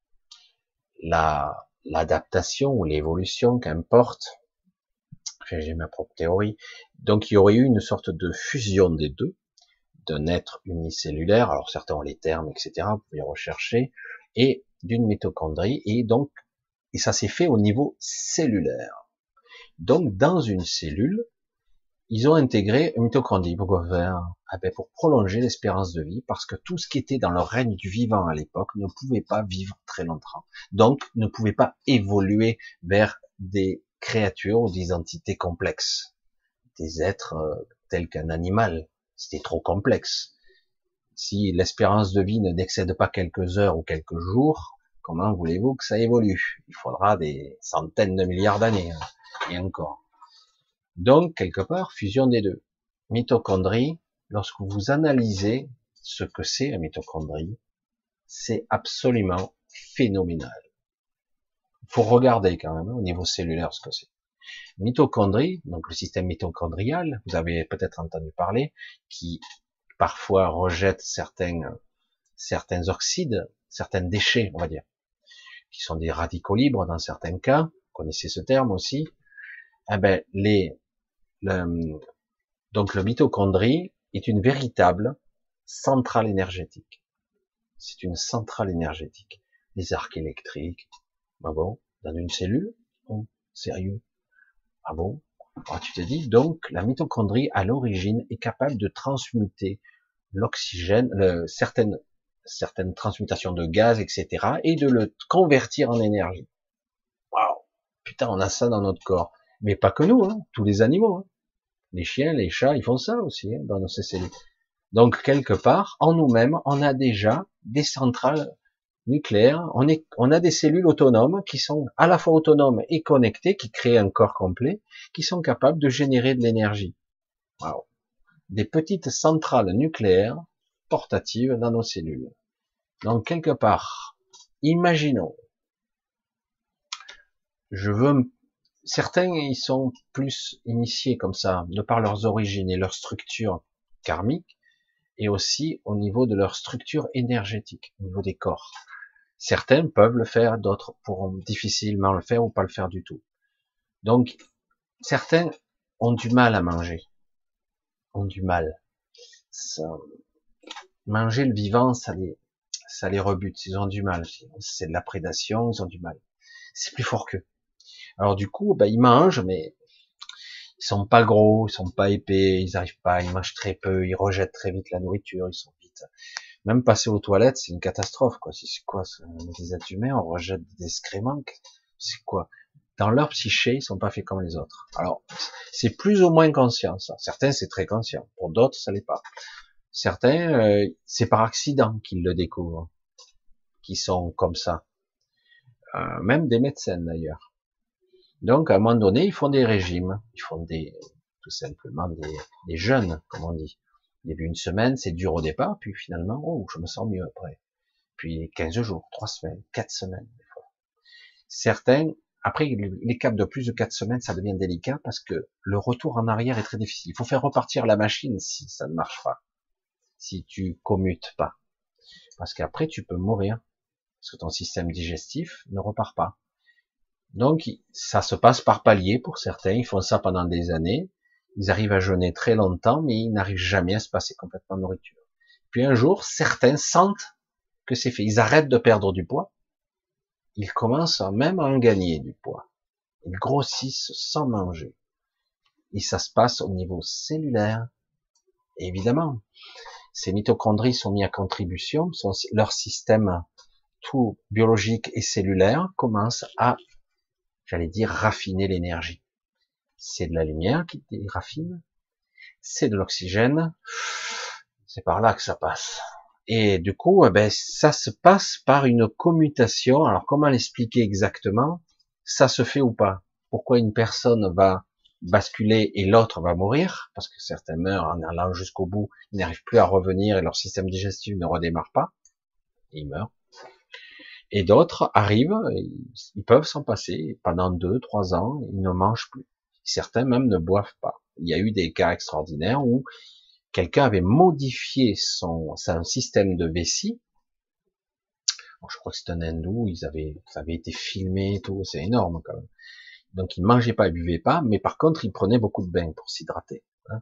la, l'adaptation ou l'évolution, qu'importe, j'ai ma propre théorie, donc il y aurait eu une sorte de fusion des deux, d'un être unicellulaire, alors certains ont les termes, et cetera, vous pouvez rechercher, et d'une mitochondrie, et donc, et ça s'est fait au niveau cellulaire. Donc, dans une cellule, ils ont intégré une mitochondrie. Pourquoi faire? Ah ben, pour prolonger l'espérance de vie, parce que tout ce qui était dans le règne du vivant à l'époque ne pouvait pas vivre très longtemps. Donc, ne pouvait pas évoluer vers des créatures ou des entités complexes, des êtres euh, tels qu'un animal. C'était trop complexe. Si l'espérance de vie ne n'excède pas quelques heures ou quelques jours, comment voulez-vous que ça évolue? Il faudra des centaines de milliards d'années, hein, et encore. Donc, quelque part, fusion des deux. Mitochondrie, lorsque vous analysez ce que c'est la mitochondrie, c'est absolument phénoménal. Il faut regarder quand même, hein, au niveau cellulaire, ce que c'est. Mitochondrie, donc le système mitochondrial, vous avez peut-être entendu parler, qui parfois rejette certains, certains oxydes, certains déchets, on va dire, qui sont des radicaux libres dans certains cas, vous connaissez ce terme aussi, eh ben, les, le, donc le mitochondrie est une véritable centrale énergétique. C'est une centrale énergétique. Les arcs électriques, ah bon, dans une cellule, oh, sérieux, ah bon, alors tu te dis, donc la mitochondrie à l'origine est capable de transmuter l'oxygène, le, certaines, certaines transmutations de gaz, et cetera, et de le convertir en énergie. Waouh, putain, on a ça dans notre corps. Mais pas que nous, hein, tous les animaux. Hein. Les chiens, les chats, ils font ça aussi, hein, dans nos cellules. Donc, quelque part, en nous-mêmes, on a déjà des centrales nucléaires, on, est, on a des cellules autonomes qui sont à la fois autonomes et connectées, qui créent un corps complet, qui sont capables de générer de l'énergie. Wow. Des petites centrales nucléaires portatives dans nos cellules. Donc, quelque part, imaginons, je veux, certains, ils sont plus initiés comme ça, de par leurs origines et leur structure karmique, et aussi au niveau de leur structure énergétique, au niveau des corps. Certains peuvent le faire, d'autres pourront difficilement le faire ou pas le faire du tout. Donc, certains ont du mal à manger, ont du mal. Ça, manger le vivant, ça les, ça les rebute, ils ont du mal. C'est de la prédation, ils ont du mal. C'est plus fort qu'eux. Alors du coup, ben, ils mangent, mais ils sont pas gros, ils sont pas épais, ils arrivent pas, ils mangent très peu, ils rejettent très vite la nourriture, ils sont vite. Même passer aux toilettes, c'est une catastrophe, quoi. C'est quoi, les êtres humains, on rejette des excréments. C'est quoi? Dans leur psyché, ils sont pas faits comme les autres. Alors, c'est plus ou moins conscient, ça. Certains, c'est très conscient. Pour d'autres, ça l'est pas. Certains, euh, c'est par accident qu'ils le découvrent, qui sont comme ça. Euh, même des médecins, d'ailleurs. Donc, à un moment donné, ils font des régimes. Ils font des, tout simplement des, des jeûnes, comme on dit. Au début, une semaine, c'est dur au départ, puis finalement, oh, je me sens mieux après. Puis quinze jours, trois semaines, quatre semaines, des fois. Certains, après, les caps de plus de quatre semaines, ça devient délicat parce que le retour en arrière est très difficile. Il faut faire repartir la machine si ça ne marche pas. Si tu commutes pas. Parce qu'après, tu peux mourir. Parce que ton système digestif ne repart pas. Donc, ça se passe par paliers pour certains. Ils font ça pendant des années. Ils arrivent à jeûner très longtemps, mais ils n'arrivent jamais à se passer complètement de nourriture. Puis un jour, certains sentent que c'est fait. Ils arrêtent de perdre du poids. Ils commencent même à en gagner du poids. Ils grossissent sans manger. Et ça se passe au niveau cellulaire. Et évidemment, ces mitochondries sont mis à contribution. Sont, leur système tout biologique et cellulaire commence à, j'allais dire, raffiner l'énergie. C'est de la lumière qui raffine, c'est de l'oxygène, c'est par là que ça passe. Et du coup, eh ben, ça se passe par une commutation. Alors comment l'expliquer exactement? Ça se fait ou pas? Pourquoi une personne va basculer et l'autre va mourir? Parce que certains meurent en allant jusqu'au bout, ils n'arrivent plus à revenir et leur système digestif ne redémarre pas, et ils meurent. Et d'autres arrivent, ils peuvent s'en passer pendant deux, trois ans, ils ne mangent plus. Certains même ne boivent pas. Il y a eu des cas extraordinaires où quelqu'un avait modifié son, son système de vessie. Bon, je crois que c'est un hindou, ils avaient, ça avait été filmé et tout, c'est énorme quand même. Donc il mangeait pas, il buvait pas, mais par contre il prenait beaucoup de bains pour s'hydrater. Hein.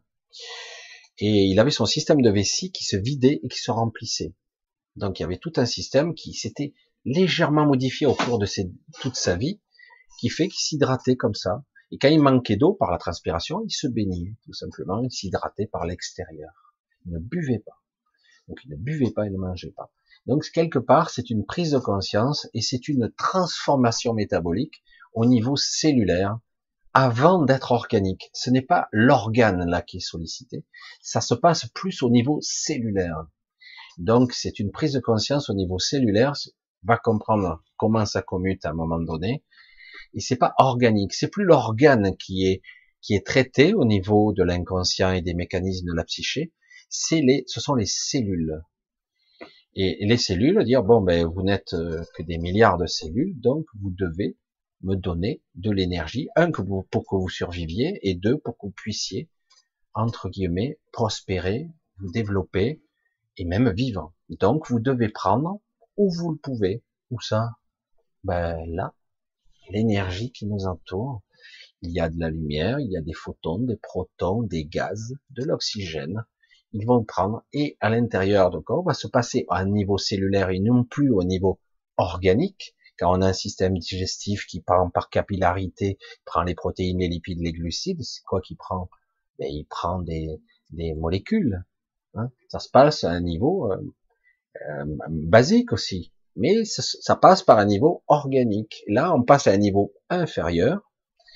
Et il avait son système de vessie qui se vidait et qui se remplissait. Donc il y avait tout un système qui s'était légèrement modifié au cours de ses, toute sa vie, qui fait qu'il s'hydratait comme ça. Et quand il manquait d'eau par la transpiration, il se baignait, tout simplement, il s'hydratait par l'extérieur. Il ne buvait pas. Donc il ne buvait pas, il ne mangeait pas. Donc quelque part, c'est une prise de conscience et c'est une transformation métabolique au niveau cellulaire avant d'être organique. Ce n'est pas l'organe là qui est sollicité, ça se passe plus au niveau cellulaire. Donc c'est une prise de conscience au niveau cellulaire, va comprendre comment ça commute à un moment donné, et c'est pas organique, c'est plus l'organe qui est qui est traité au niveau de l'inconscient et des mécanismes de la psyché, c'est les, ce sont les cellules. Et, et les cellules dire bon ben vous n'êtes que des milliards de cellules, donc vous devez me donner de l'énergie, un que vous, pour que vous surviviez, et deux pour que vous puissiez entre guillemets prospérer, vous développer et même vivre. Donc vous devez prendre où vous le pouvez. Où ça? Ben là, l'énergie qui nous entoure. Il y a de la lumière, il y a des photons, des protons, des gaz, de l'oxygène. Ils vont prendre et à l'intérieur du corps va se passer à un niveau cellulaire et non plus au niveau organique, car on a un système digestif qui prend par capillarité, prend les protéines, les lipides, les glucides. C'est quoi qui prend? Ben, il prend des, des molécules. Hein. Ça se passe à un niveau euh, euh, basique aussi, mais ça, ça passe par un niveau organique. Là, on passe à un niveau inférieur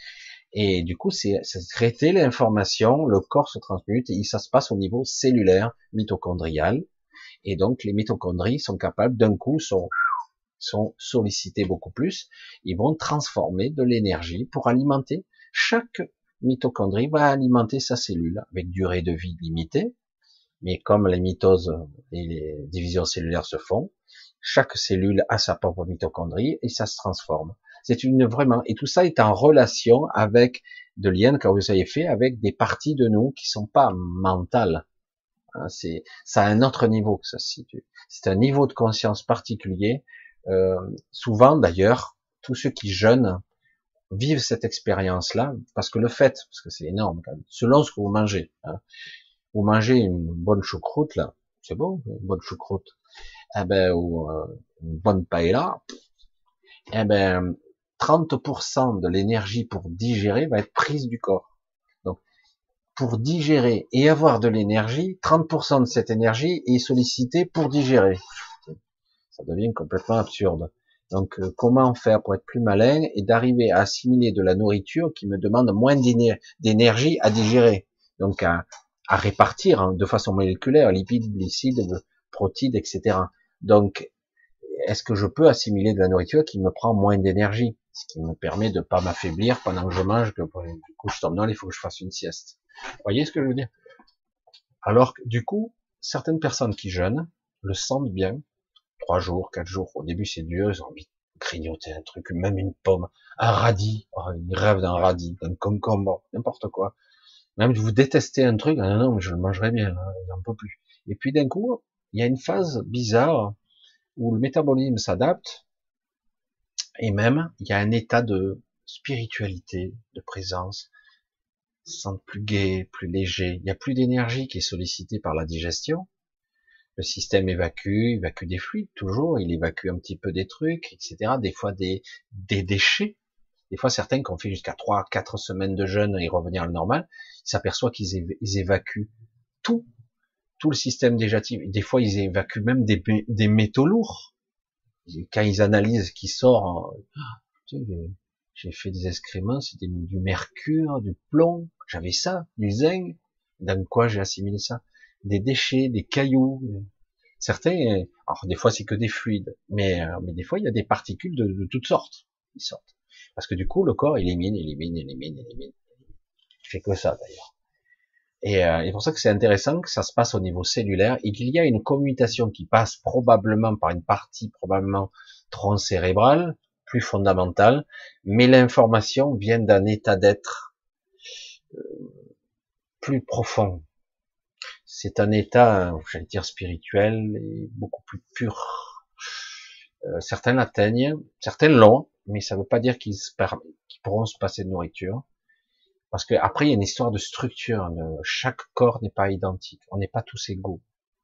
Et du coup, c'est c'est traiter l'information, le corps se transmute, et ça se passe au niveau cellulaire, mitochondrial. Et donc, les mitochondries sont capables, d'un coup, sont, sont sollicitées beaucoup plus. Ils vont transformer de l'énergie pour alimenter. Chaque mitochondrie va alimenter sa cellule avec durée de vie limitée. Mais comme les mitoses et les divisions cellulaires se font, chaque cellule a sa propre mitochondrie et ça se transforme. C'est une vraiment, et tout ça est en relation avec de liens que vous avez fait avec des parties de nous qui sont pas mentales. Hein, c'est, ça a un autre niveau que ça se situe. C'est un niveau de conscience particulier. Euh, souvent d'ailleurs, tous ceux qui jeûnent vivent cette expérience-là parce que le fait, parce que c'est énorme quand même, selon ce que vous mangez, hein, vous mangez une bonne choucroute là, c'est bon, une bonne choucroute, eh ben, ou euh, une bonne paella, eh ben, trente pour cent de l'énergie pour digérer va être prise du corps. Donc, pour digérer et avoir de l'énergie, trente pour cent de cette énergie est sollicitée pour digérer. Ça devient complètement absurde. Donc, euh, comment faire pour être plus malin et d'arriver à assimiler de la nourriture qui me demande moins d'énergie à digérer, donc à, à répartir hein, de façon moléculaire, lipides, glucides, protides, et cetera. Donc, est-ce que je peux assimiler de la nourriture qui me prend moins d'énergie, ce qui me permet de pas m'affaiblir pendant que je mange, que du coup je tombe dans, il faut que je fasse une sieste. Vous voyez ce que je veux dire? Alors que du coup, certaines personnes qui jeûnent le sentent bien, trois jours, quatre jours. Au début c'est dur, ils ont envie de grignoter un truc, même une pomme, un radis. Oh, ils rêvent d'un radis, d'un concombre, n'importe quoi. Même vous détestez un truc, ah non non, mais je le mangerai bien, hein, j'en peux plus. Et puis d'un coup, il y a une phase bizarre où le métabolisme s'adapte, et même, il y a un état de spiritualité, de présence, on se sent plus gai, plus léger, il n'y a plus d'énergie qui est sollicitée par la digestion, le système évacue, évacue des fluides, toujours, il évacue un petit peu des trucs, et cetera, des fois des, des déchets, des fois certains qui ont fait jusqu'à trois, quatre semaines de jeûne et revenir à la normale, ils s'aperçoivent qu'ils éva ils évacuent tout, tout le système digestif, des fois ils évacuent même des, des métaux lourds, quand ils analysent qui sort, tu sais, j'ai fait des excréments, c'était du mercure, du plomb, j'avais ça, du zinc, dans quoi j'ai assimilé ça? Des déchets, des cailloux, certains, alors des fois c'est que des fluides, mais, mais des fois il y a des particules de, de toutes sortes qui sortent. Parce que du coup le corps élimine, élimine, élimine, élimine. Il fait que ça d'ailleurs. Et euh, c'est pour ça que c'est intéressant que ça se passe au niveau cellulaire et qu'il y a une communication qui passe probablement par une partie probablement tronc cérébral, plus fondamentale, mais l'information vient d'un état d'être euh, plus profond. C'est un état, j'allais dire spirituel et beaucoup plus pur. Euh, certains l'atteignent, certains l'ont, mais ça ne veut pas dire qu'ils qu'ils pourront se passer de nourriture. Parce que après, il y a une histoire de structure. Chaque corps n'est pas identique. On n'est pas tous égaux.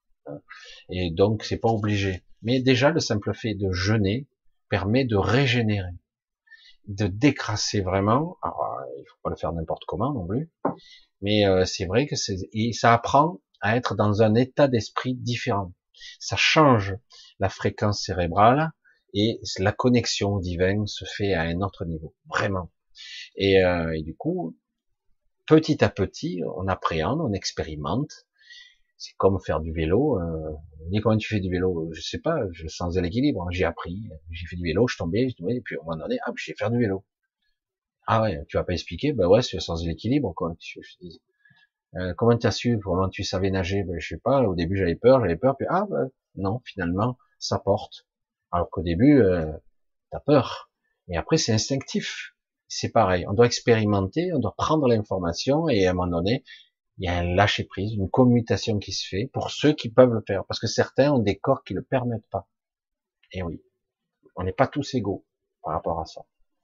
Et donc, c'est pas obligé. Mais déjà, le simple fait de jeûner permet de régénérer, de décrasser vraiment. Alors, il faut pas le faire n'importe comment non plus. Mais euh, c'est vrai que c'est, et ça apprend à être dans un état d'esprit différent. Ça change la fréquence cérébrale et la connexion au divin se fait à un autre niveau, vraiment. Et, euh, et du coup, petit à petit, on appréhende, on expérimente. C'est comme faire du vélo. Euh, on dit comment tu fais du vélo? Je sais pas, je sens l'équilibre. J'ai appris, j'ai fait du vélo, je tombais, je tombais, et puis à un moment donné, ah, je sais faire du vélo. Ah ouais, tu vas pas expliquer? Ben ouais, c'est le sens de l'équilibre, quoi. Je, je dis. Euh, comment tu as su? Comment tu savais nager? Ben je sais pas. Au début, j'avais peur, j'avais peur, puis ah ben, non, finalement, ça porte. Alors qu'au début, euh, t'as peur. Mais après, c'est instinctif. C'est pareil. On doit expérimenter, on doit prendre l'information, et à un moment donné, il y a un lâcher prise, une commutation qui se fait pour ceux qui peuvent le faire, parce que certains ont des corps qui le permettent pas. Et oui, on n'est pas tous égaux par rapport à ça.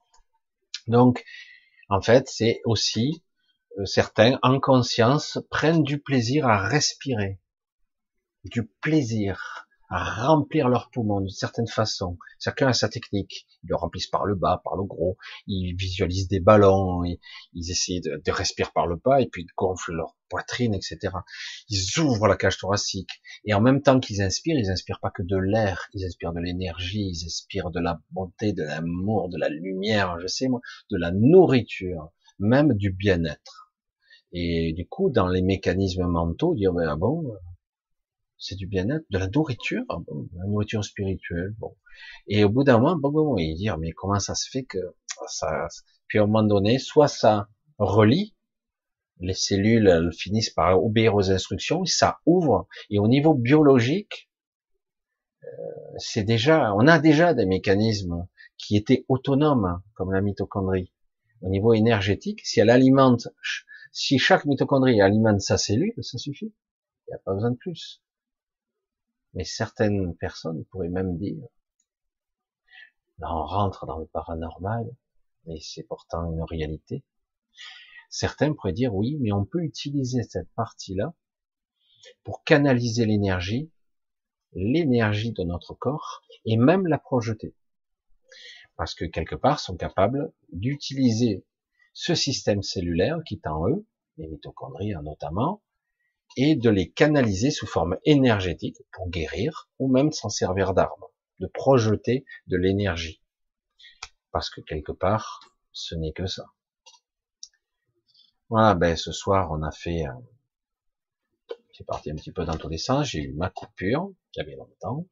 Donc, en fait, c'est aussi euh, certains en conscience prennent du plaisir à respirer, du plaisir à remplir leurs poumons d'une certaine façon. Chacun a sa technique. Ils le remplissent par le bas, par le gros. Ils visualisent des ballons. Ils, ils essaient de, de respirer par le bas et puis ils gonflent leur poitrine, et cetera. Ils ouvrent la cage thoracique. Et en même temps qu'ils inspirent, ils inspirent pas que de l'air. Ils inspirent de l'énergie. Ils inspirent de la bonté, de l'amour, de la lumière, je sais moi, de la nourriture. même du bien-être. Et du coup, dans les mécanismes mentaux, dire, ben, ah bon, c'est du bien-être, de la nourriture, ah bon, la nourriture spirituelle, bon. Et au bout d'un moment, bon, bon, bon, et dire, mais comment ça se fait que ça, puis à un moment donné, soit ça relie, les cellules elles finissent par obéir aux instructions, ça ouvre, et au niveau biologique, c'est déjà, on a déjà des mécanismes qui étaient autonomes, comme la mitochondrie. Au niveau énergétique, si elle alimente, si chaque mitochondrie alimente sa cellule, ça suffit. Il n'y a pas besoin de plus. Mais certaines personnes pourraient même dire, là on rentre dans le paranormal, mais c'est pourtant une réalité. Certains pourraient dire oui, mais on peut utiliser cette partie-là pour canaliser l'énergie, l'énergie de notre corps, et même la projeter. Parce que quelque part, sont capables d'utiliser ce système cellulaire qui est en eux, les mitochondries notamment, et de les canaliser sous forme énergétique pour guérir, ou même s'en servir d'arme, de projeter de l'énergie. Parce que quelque part, ce n'est que ça. Voilà, ben ce soir, on a fait, euh, c'est parti un petit peu dans tous les sens, j'ai eu ma coupure, il y avait longtemps,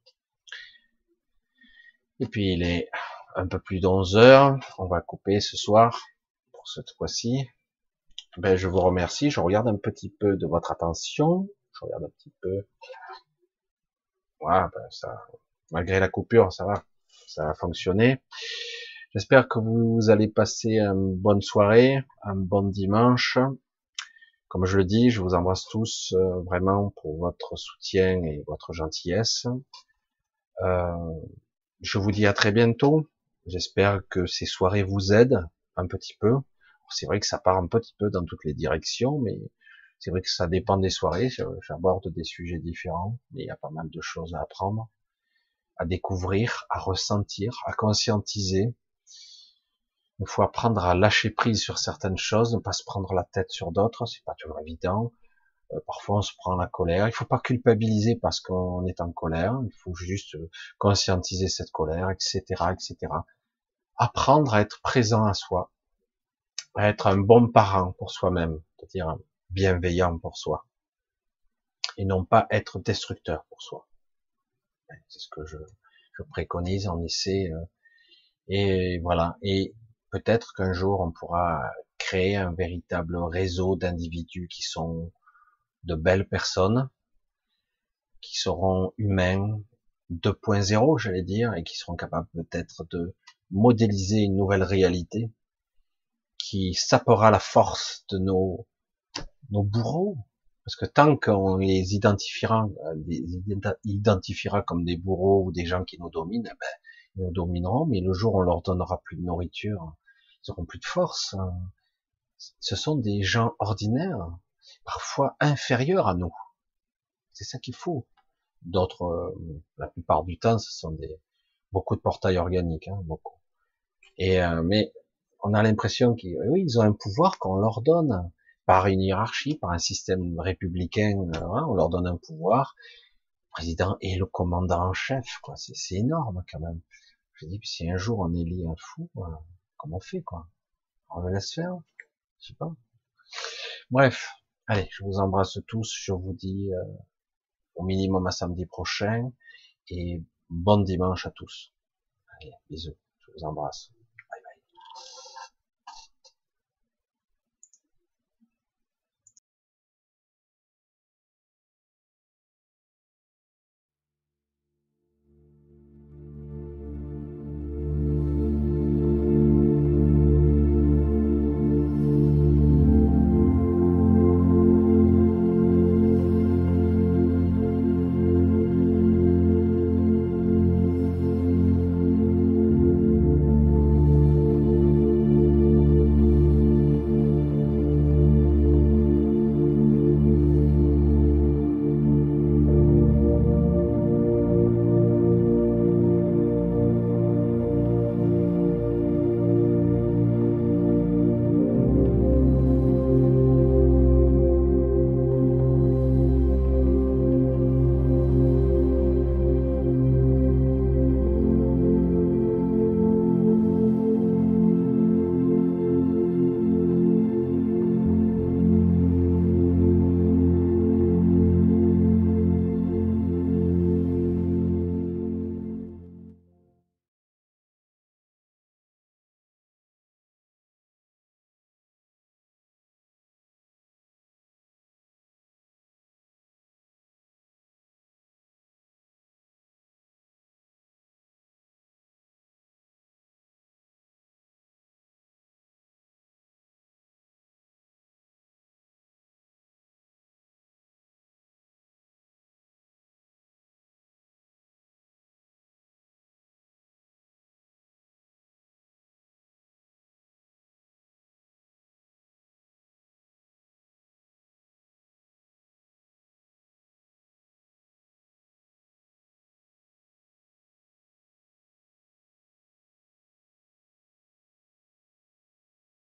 et puis il est un peu plus d'onze heures, on va couper ce soir, pour cette fois-ci. Ben, je vous remercie, je regarde un petit peu de votre attention, je regarde un petit peu, voilà, ben ça, malgré la coupure, ça va, ça a fonctionné. J'espère que vous allez passer une bonne soirée, un bon dimanche. Comme je le dis, je vous embrasse tous euh, vraiment pour votre soutien et votre gentillesse. Euh, je vous dis à très bientôt. J'espère que ces soirées vous aident un petit peu. C'est vrai que ça part un petit peu dans toutes les directions, mais c'est vrai que ça dépend des soirées. J'aborde des sujets différents, mais il y a pas mal de choses à apprendre, à découvrir, à ressentir, à conscientiser. Il faut apprendre à lâcher prise sur certaines choses, ne pas se prendre la tête sur d'autres. C'est pas toujours évident. Euh, parfois, on se prend la colère. Il faut pas culpabiliser parce qu'on est en colère. Il faut juste conscientiser cette colère, et cetera, et cetera. Apprendre à être présent à soi, à être un bon parent pour soi-même, c'est-à-dire bienveillant pour soi, et non pas être destructeur pour soi. C'est ce que je, je préconise, on essaie, euh, et voilà. Et peut-être qu'un jour on pourra créer un véritable réseau d'individus qui sont de belles personnes, qui seront humains deux point zéro, j'allais dire, et qui seront capables peut-être de modéliser une nouvelle réalité qui sapera la force de nos, nos bourreaux. Parce que tant qu'on les identifiera, les identifiera comme des bourreaux ou des gens qui nous dominent, eh ben, ils nous domineront, mais le jour où on leur donnera plus de nourriture, ils auront plus de force. Ce sont des gens ordinaires, parfois inférieurs à nous. C'est ça qu'il faut. D'autres, euh, la plupart du temps, ce sont des beaucoup de portails organiques, hein, beaucoup. Et euh, mais on a l'impression qu'ils, oui, ils ont un pouvoir qu'on leur donne par une hiérarchie, par un système républicain. Euh, hein, on leur donne un pouvoir. Le président est le commandant en chef, quoi. C'est, c'est énorme quand même. Je dis, si un jour on élit un fou, euh, comment on fait, quoi? On le laisse faire? Je sais pas. Bref, allez, je vous embrasse tous. Je vous dis euh, au minimum à samedi prochain et bon dimanche à tous. Allez, bisous. Je vous embrasse.